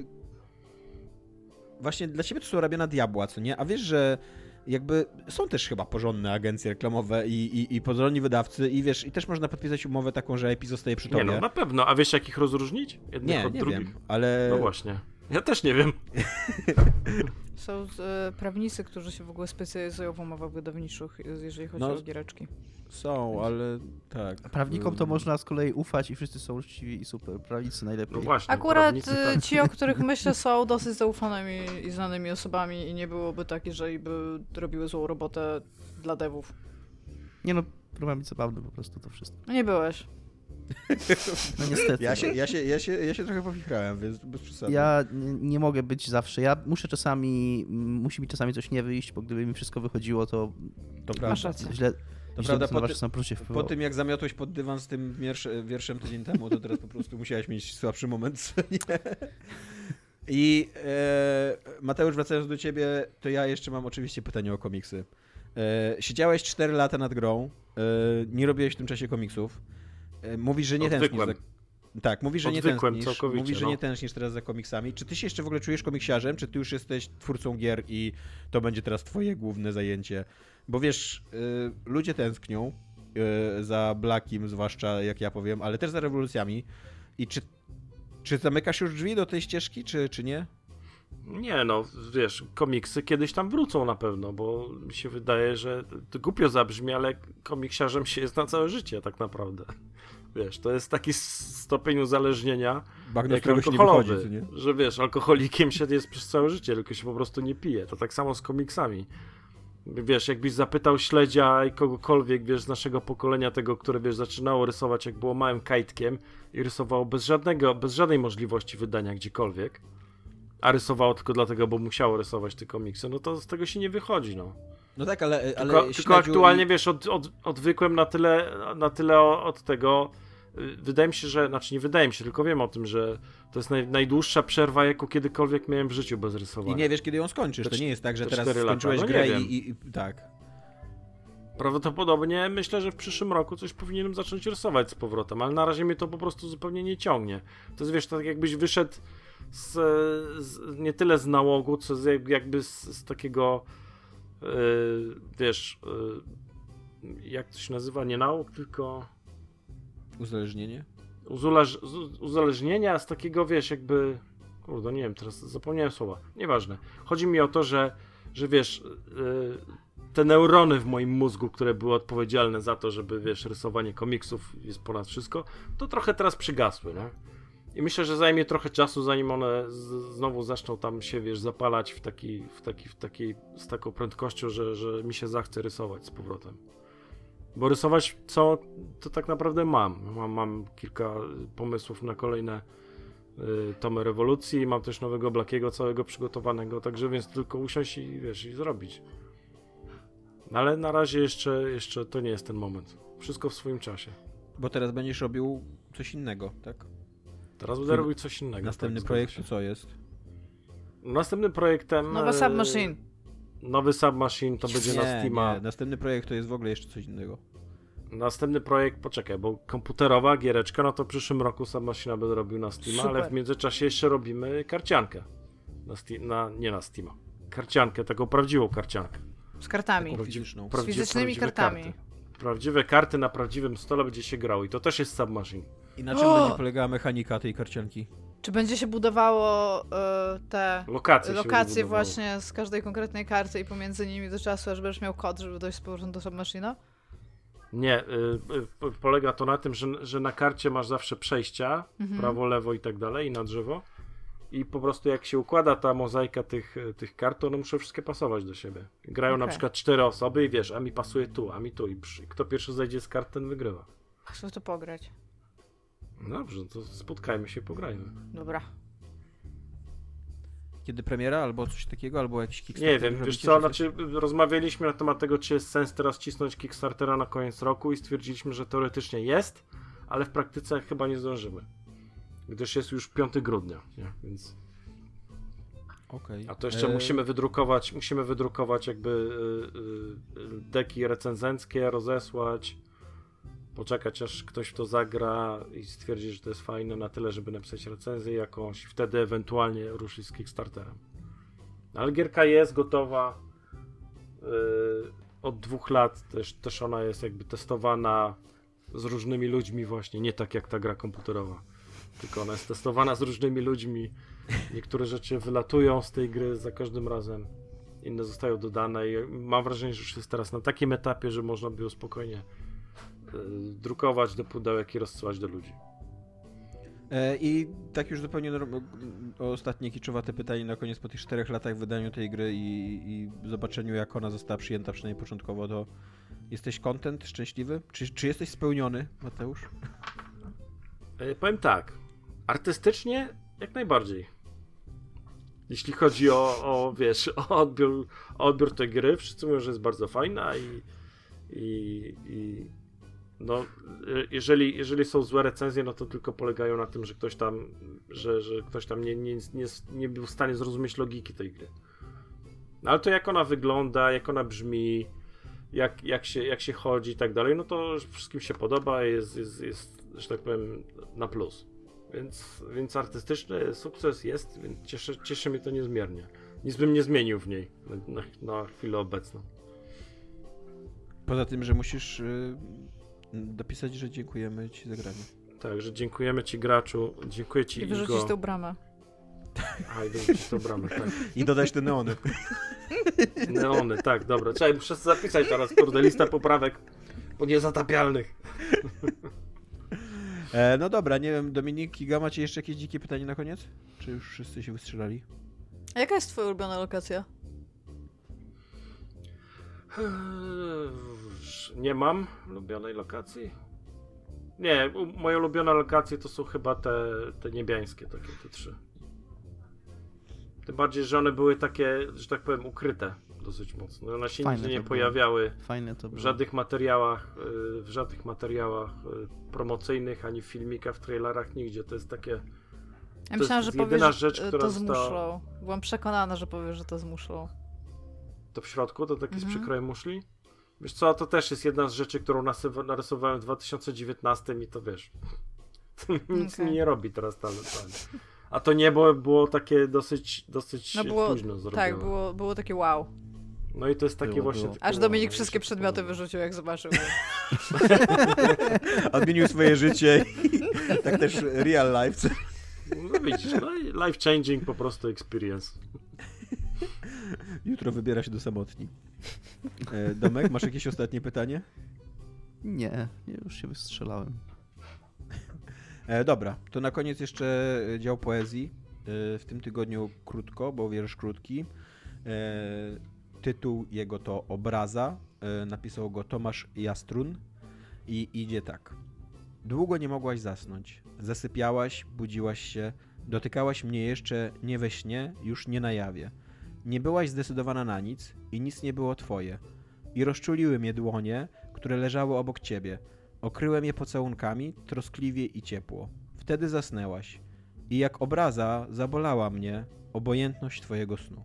właśnie dla ciebie to są robione diabła, co nie? A wiesz, że jakby są też chyba porządne agencje reklamowe i porządni wydawcy i wiesz, i też można podpisać umowę taką, że IP zostaje przy tobie. Nie no, na pewno. A wiesz, jak ich rozróżnić? Jednych od nie drugich? wiem, ale... No właśnie. Ja też nie wiem. Są prawnicy, którzy się w ogóle specjalizują w umowach wydawniczych, jeżeli chodzi o giereczki. Są, ale tak. Prawnikom to można z kolei ufać i wszyscy są uczciwi i super. Prawnicy najlepiej. No właśnie, akurat tak. Ci, o których myślę, są dosyć zaufanymi i znanymi osobami i nie byłoby tak, jeżeli by robiły złą robotę dla devów. Nie no, problem zabawny po prostu to wszystko. No nie byłeś. No niestety. Ja się trochę powichrałem, więc bez przesady. Ja nie mogę być zawsze. Ja musi mi czasami coś nie wyjść, bo gdyby mi wszystko wychodziło, to Masz rację. źle. To prawda, po tym jak zamiotłeś pod dywan z tym wierszem tydzień temu, to teraz po prostu musiałeś mieć słabszy moment. Nie? I Mateusz, wracając do ciebie, to ja jeszcze mam oczywiście pytanie o komiksy. Siedziałeś 4 lata nad grą, nie robiłeś w tym czasie komiksów. Mówisz, że nie tęsknisz za... Tak, mówisz, że nie tęsknisz. Mówisz, że nie tęsknisz teraz za komiksami. Czy ty się jeszcze w ogóle czujesz komiksiarzem, czy ty już jesteś twórcą gier i to będzie teraz twoje główne zajęcie? Bo wiesz, ludzie tęsknią za Blackiem, zwłaszcza jak ja powiem, ale też za rewolucjami. I czy zamykasz już drzwi do tej ścieżki, czy nie? Nie, no wiesz, komiksy kiedyś tam wrócą na pewno, bo mi się wydaje, że to głupio zabrzmi, ale komiksiarzem się jest na całe życie tak naprawdę. Wiesz, to jest taki stopień uzależnienia jak alkoholowy, wychodzi, nie? Że wiesz, alkoholikiem się jest przez całe życie, tylko się po prostu nie pije. To tak samo z komiksami. Wiesz, jakbyś zapytał Śledzia i kogokolwiek, wiesz, z naszego pokolenia, tego, które, wiesz, zaczynało rysować, jak było małym kajtkiem i rysowało bez żadnej możliwości wydania gdziekolwiek, a rysowało tylko dlatego, bo musiało rysować te komiksy, no to z tego się nie wychodzi, no. No tak, ale tylko aktualnie, wiesz, odwykłem na tyle od tego, wydaje mi się, że, znaczy nie wydaje mi się, tylko wiem o tym, że to jest najdłuższa przerwa, jaką kiedykolwiek miałem w życiu bez rysowania. I nie wiesz, kiedy ją skończysz, to nie jest tak, że teraz skończyłeś lata. grę i tak. Prawdopodobnie myślę, że w przyszłym roku coś powinienem zacząć rysować z powrotem, ale na razie mnie to po prostu zupełnie nie ciągnie. To jest, wiesz, tak jakbyś wyszedł nie tyle z nałogu, co jakby z takiego wiesz, jak to się nazywa, nie nałóg, tylko uzależnienie? Uzależnienia z takiego, wiesz, jakby, kurde, nie wiem, teraz zapomniałem słowa, nieważne. Chodzi mi o to, że wiesz, te neurony w moim mózgu, które były odpowiedzialne za to, żeby, wiesz, rysowanie komiksów jest ponad wszystko, to trochę teraz przygasły, nie? I myślę, że zajmie trochę czasu, zanim one znowu zaczną tam się, wiesz, zapalać z taką prędkością, że mi się zachce rysować z powrotem. Bo rysować to tak naprawdę mam kilka pomysłów na kolejne tomy rewolucji, mam też nowego Blackiego całego przygotowanego, także więc tylko usiąść i, wiesz, i zrobić. Ale na razie jeszcze to nie jest ten moment. Wszystko w swoim czasie. Bo teraz będziesz robił coś innego, tak? Teraz będę robił coś innego. Następny projekt to co jest? Następnym projektem... Nowy Submachine. Nowy Submachine to będzie na Steama. Nie, następny projekt to jest w ogóle jeszcze coś innego. Następny projekt, poczekaj, bo komputerowa giereczka, no to w przyszłym roku Submachina będę robił na Steama, ale w międzyczasie jeszcze robimy karciankę. Nie na Steama. Karciankę, taką prawdziwą karciankę. Z kartami. Fizyczną. Z fizycznymi kartami. Karty. Prawdziwe karty na prawdziwym stole będzie się grało i to też jest Submachine. I na czym będzie polegała mechanika tej karcianki? Czy będzie się budowało te lokacje właśnie z każdej konkretnej karty i pomiędzy nimi do czasu, aż będziesz miał kod, żeby dojść z powrotem do Submachina? Nie, polega to na tym, że na karcie masz zawsze przejścia, prawo, lewo i tak dalej, i na drzewo. I po prostu jak się układa ta mozaika tych kart, to one muszą wszystkie pasować do siebie. Grają na przykład 4 osoby i wiesz, a mi pasuje tu, a mi tu. I kto pierwszy zejdzie z kart, ten wygrywa. Chcę to pograć. Dobrze, to spotkajmy się, pograjmy. Dobra. Kiedy premiera, albo coś takiego, albo jakiś Kickstarter? Nie wiem, wiesz co, znaczy rozmawialiśmy na temat tego, czy jest sens teraz cisnąć Kickstartera na koniec roku i stwierdziliśmy, że teoretycznie jest, ale w praktyce chyba nie zdążymy. Gdyż jest już 5 grudnia, nie? Więc... Okay. A to jeszcze musimy wydrukować jakby deki recenzenckie, rozesłać, poczekać aż ktoś w to zagra i stwierdzi, że to jest fajne na tyle, żeby napisać recenzję jakąś i wtedy ewentualnie ruszyć z Kickstarterem. Ale gierka jest gotowa od 2 lat, też ona jest jakby testowana z różnymi ludźmi właśnie, nie tak jak ta gra komputerowa, tylko ona jest testowana z różnymi ludźmi. Niektóre rzeczy wylatują z tej gry za każdym razem, inne zostają dodane i mam wrażenie, że już jest teraz na takim etapie, że można by ją spokojnie drukować do pudełek i rozsyłać do ludzi. I tak już zupełnie ostatnie kiczowate pytanie na koniec po tych 4 latach wydaniu tej gry i zobaczeniu, jak ona została przyjęta, przynajmniej początkowo, to jesteś content, szczęśliwy? Czy jesteś spełniony, Mateusz? Powiem tak, artystycznie jak najbardziej. Jeśli chodzi o odbiór tej gry, wszyscy mówią, że jest bardzo fajna i no, jeżeli są złe recenzje, no to tylko polegają na tym, że ktoś tam, nie był w stanie zrozumieć logiki tej gry. No, ale to jak ona wygląda, jak ona brzmi, jak się chodzi i tak dalej, no to wszystkim się podoba, jest, że tak powiem, na plus. Więc artystyczny sukces jest, więc cieszy mnie to niezmiernie. Nic bym nie zmienił w niej na chwilę obecną. Poza tym, że musisz dopisać, że dziękujemy ci za granie. Tak, że dziękujemy ci, graczu, dziękuję ci, i wyrzucić Igo. tą bramę. A, i wyrzucić tą bramę, tak. I dodać te neony. Neony, tak, dobra. Trzeba muszę zapisać teraz, kurde, listę poprawek po niezatapialnych. No dobra, nie wiem, Dominik, Iga, macie jeszcze jakieś dzikie pytanie na koniec? Czy już wszyscy się wystrzelali? A jaka jest twoja ulubiona lokacja? Nie mam ulubionej lokacji. Nie, moje ulubione lokacje to są chyba te niebiańskie, takie te 3. Tym bardziej, że one były takie, że tak powiem, ukryte dosyć mocno. One się nigdzie nie pojawiały w żadnych materiałach promocyjnych, ani w filmikach, w trailerach, nigdzie. To jest takie... Ja myślałam, że powiesz, rzecz, która to z muszlą. Byłam przekonana, że powiesz, że to z muszlą. To w środku? To taki z przykrojem muszli? Wiesz co, to też jest jedna z rzeczy, którą narysowałem w 2019 i to wiesz, to nic mi nie robi teraz tam. A to niebo było takie dosyć późno zrobione. Tak, było takie wow. No i to jest takie właśnie... Takie aż Dominik wszystkie przedmioty wyrzucił, jak zobaczył. Odmienił swoje życie i tak też real life. No widzisz, no i life changing po prostu experience. Jutro wybiera się do samotni. Domek, masz jakieś ostatnie pytanie? Nie, już się wystrzelałem. Dobra, to na koniec jeszcze dział poezji. W tym tygodniu krótko, bo wiersz krótki. Tytuł jego to Obraza. Napisał go Tomasz Jastrun i idzie tak. Długo nie mogłaś zasnąć. Zasypiałaś, budziłaś się, dotykałaś mnie jeszcze nie we śnie, już nie na jawie. Nie byłaś zdecydowana na nic i nic nie było twoje. I rozczuliły mnie dłonie, które leżały obok ciebie. Okryłem je pocałunkami, troskliwie i ciepło. Wtedy zasnęłaś. I jak obraza zabolała mnie obojętność twojego snu.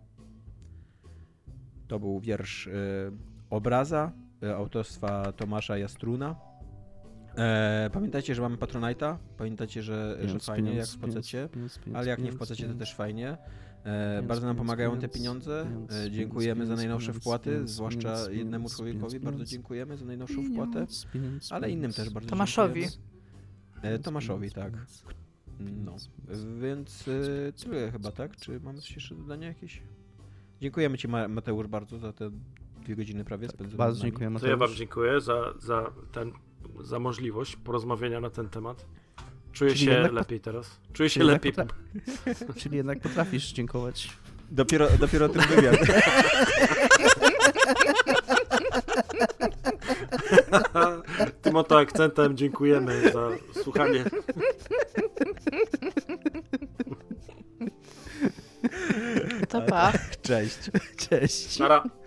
To był wiersz Obraza autorstwa Tomasza Jastruna. Pamiętajcie, że mamy Patronite'a. Pamiętajcie, że fajnie, jak wpłacacie. Ale jak nie wpłacacie, to też fajnie. Bardzo nam pomagają te pieniądze. Dziękujemy za najnowsze wpłaty, zwłaszcza jednemu człowiekowi bardzo dziękujemy za najnowszą wpłatę, ale innym też bardzo Tomaszowi. dziękujemy. Tomaszowi, tak. No, więc tyle chyba, tak? Czy mamy coś jeszcze do dodania jakieś? Dziękujemy ci, Mateusz, bardzo za te 2 godziny prawie spędzone. Bardzo dziękuję, Mateusz. To ja wam dziękuję za możliwość porozmawiania na ten temat. Czuję się lepiej teraz. Czuję się lepiej. Czyli jednak potrafisz dziękować. Dopiero ten wywiad. Tym oto akcentem dziękujemy za słuchanie. To pa. Cześć. Cześć. Nara.